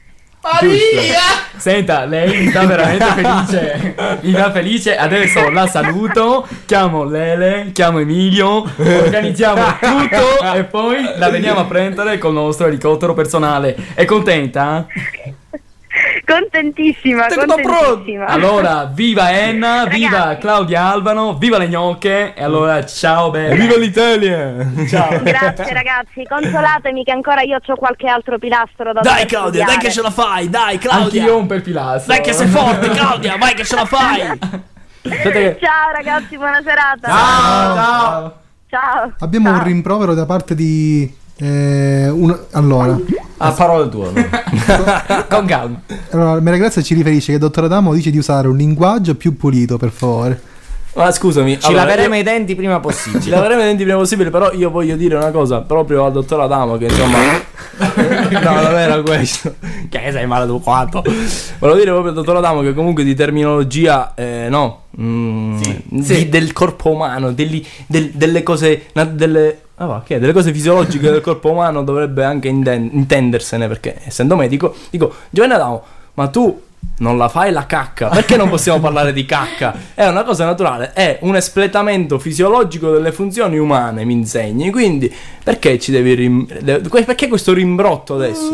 Senta, lei mi fa veramente felice. Mi fa felice. Adesso la saluto. Chiamo Lele, chiamo Emilio. Organizziamo tutto e poi la veniamo a prendere col nostro elicottero personale. È contenta? Contentissima, contentissima. Allora, viva Enna, viva Ragazzi. Claudia Albano, viva le gnocche. E allora, ciao bella. Viva l'Italia! Ciao. Grazie ragazzi, consolatemi che ancora io ho qualche altro pilastro da Dai dover Claudia, dai che ce studiare. la fai, dai Claudia. Anch'io un per pilastro. Dai che sei forte Claudia, vai che ce la fai. Aspetta che... Ciao ragazzi, buona serata. Ciao, ciao. Ciao. Abbiamo Ciao. un rimprovero da parte di. eh, un- allora, A parole tue. Con calma. allora, Maria Grazia ci riferisce che il dottor Adamo dice di usare un linguaggio più pulito, per favore. Ma scusami, Ci allora, laveremo io- i denti prima possibile. ci laveremo i denti prima possibile, però io voglio dire una cosa proprio al dottor Adamo che insomma no, non era questo. Che sei maleducato. Volevo dire proprio al dottor Adamo che comunque di terminologia eh, no, mm, di- sì. del corpo umano, degli- del- delle cose na- delle ah, va, che è? Delle cose fisiologiche del corpo umano dovrebbe anche inden- intendersene, perché essendo medico dico Giovanni Adamo, ma tu non la fai la cacca? Perché non possiamo parlare di cacca? È una cosa naturale, è un espletamento fisiologico delle funzioni umane, mi insegni. Quindi perché ci devi rim- de- perché questo rimbrotto adesso?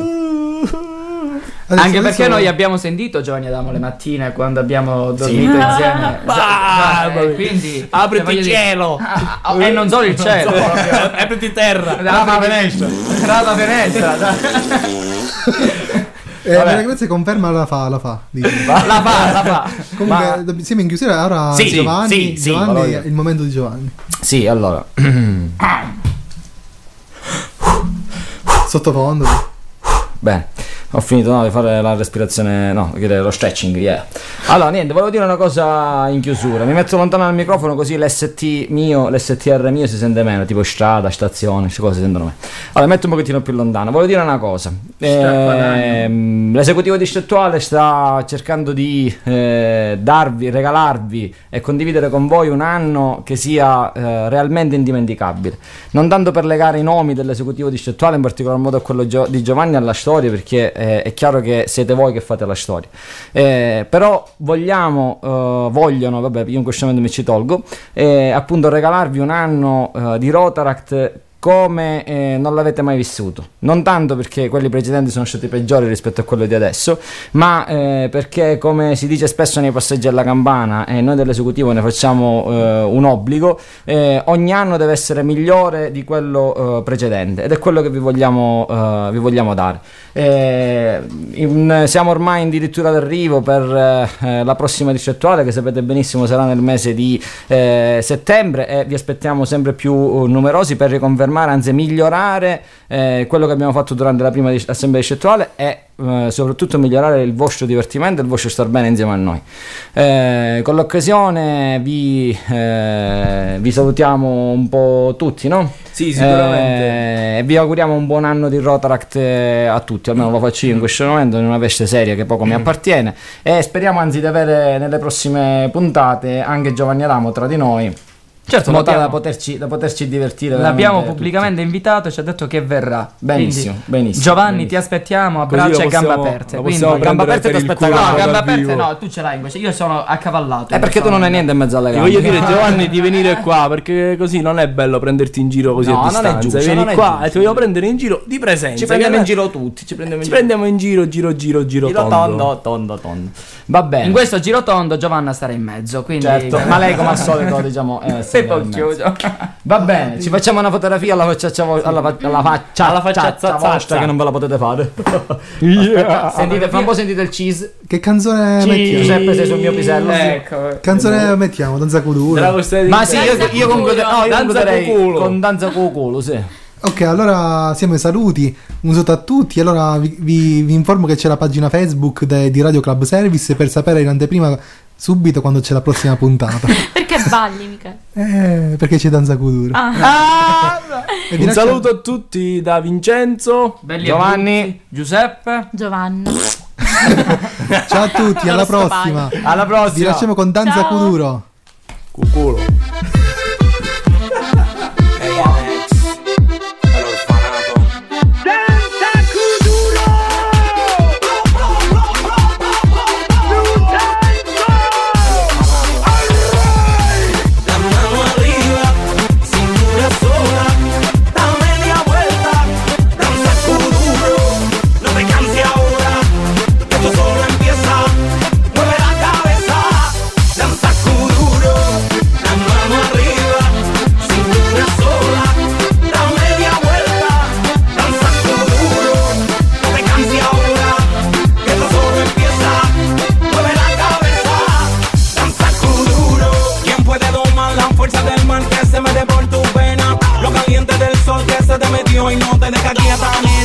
Adesso- Anche perché adesso- noi abbiamo sentito Giovanni Adamo le mattine quando abbiamo dormito Sì. insieme. Ah, Già- già, eh, vabbè. quindi Apriti voglio il dire- cielo. Ah, ah, e non solo il cielo, proprio. Apriti terra. Rata finestra. Rata finestra. dai. Eh, Maria Grazia conferma la fa, la fa. dice. La fa, la fa. Comunque, Ma- dobb- siamo in chiusura. Ora Sì, Giovanni, sì, sì, Giovanni voglio- il momento di Giovanni. Sì, allora. Sottofondo. Bene, ho finito no, di fare la respirazione, no, che dire, lo stretching, yeah. Allora, niente, volevo dire una cosa in chiusura. Mi metto lontano dal microfono così l'S T mio, l'S T R mio si sente meno, tipo strada, stazione, queste cose si sentono meno. Allora, metto un pochettino più lontano. Volevo dire una cosa. Ehm, l'esecutivo distrettuale sta cercando di eh, darvi, regalarvi e condividere con voi un anno che sia eh, realmente indimenticabile. Non tanto per legare i nomi dell'esecutivo distrettuale, in particolar modo a quello Gio- di Giovanni alla storia, perché eh, è chiaro che siete voi che fate la storia. Eh, però vogliamo, eh, vogliono, vabbè, io in questo momento mi ci tolgo, eh, appunto regalarvi un anno eh, di Rotaract come eh, non l'avete mai vissuto, non tanto perché quelli precedenti sono stati peggiori rispetto a quello di adesso, ma eh, perché, come si dice spesso nei passaggi alla campana, e eh, noi dell'esecutivo ne facciamo eh, un obbligo, eh, ogni anno deve essere migliore di quello eh, precedente, ed è quello che vi vogliamo, eh, vi vogliamo dare. Eh, in, siamo ormai addirittura d'arrivo per eh, la prossima dicettuale, che sapete benissimo sarà nel mese di eh, settembre, e vi aspettiamo sempre più uh, numerosi per riconfermare, anzi migliorare eh, quello che abbiamo fatto durante la prima assemblea dicettuale, e eh, soprattutto migliorare il vostro divertimento e il vostro star bene insieme a noi. Eh, con l'occasione vi, eh, vi salutiamo un po' tutti, no? Sì, sicuramente. E vi auguriamo un buon anno di Rotaract eh, a tutti, almeno lo faccio io in questo momento, in una veste seria che poco mi appartiene, e speriamo anzi di avere nelle prossime puntate anche Giovanni Adamo tra di noi. Certo, in modo tale da l'abbiamo- poterci, da poterci divertire. L'abbiamo veramente pubblicamente invitato e ci ha detto che verrà. Benissimo, Quindi, benissimo, Giovanni, benissimo. ti aspettiamo a Così braccia lo e gambe possiamo- aperte. lo Quindi, possiamo gamba prendere aperte per ti il aspetta culo no, dal gambe aperte vivo. no, tu ce l'hai invece. Io sono accavallato. È perché tu non hai niente in mezzo alle Ti gambe. voglio dire, Giovanni, di venire qua, perché così non è bello prenderti in giro così No, a non è distanza. giusto, Vieni non è qua giusto. e ti voglio prendere in giro di presenza. Ci prendiamo che- in giro tutti. Ci prendiamo in Ci giro. prendiamo in giro, giro, giro, giro, giro, Giro tondo. tondo, tondo, tondo. Va bene. In questo girotondo Giovanna starà in mezzo. Quindi Certo, ma lei come al solito diciamo eh, sei sarà in po' mezzo. chiuso. Va bene, ci facciamo una fotografia alla faccia alla, fa- alla faccia Alla faccia vostra zazza. che non ve la potete fare. Yeah. Sentite, fa un po' sentite il cheese. Che canzone mettiamo? Giuseppe, sei sul mio pisello. Ecco. Canzone mettiamo? Danza Kuduro. Bravo, stai Ma sì, io, io conclude- no, io Danza concluderei cuculo. con Danza Cuculo, sì. Ok, allora siamo ai saluti. Un saluto a tutti. Allora vi, vi- vi informo che c'è la pagina Facebook de- di Radio Club Service per sapere in anteprima subito quando c'è la prossima puntata. Perché balli, mica? Eh, perché c'è Danza Kuduro. Ah. E vi Un lascio- saluto a tutti da Vincenzo, Belli e Giovanni. brutti. Giuseppe. Giovanna. Ciao a tutti, alla Non lo prossima. Alla prossima. Vi lasciamo con Danza Ciao. Kuduro. Cuculo. La mano arriba, cintura sola, da media vuelta, danza kuduro, no te canses ahora, que esto solo empieza, mueve la cabeza, danza kuduro, la mano arriba, cintura sola, da media vuelta, danza kuduro, no te canses ahora, que esto solo empieza, mueve la cabeza, danza kuduro. ¿Quién puede domar la fuerza del mal que se mete por tu vena? Lo caliente del sol que se te metió y no te deja quieta, nena.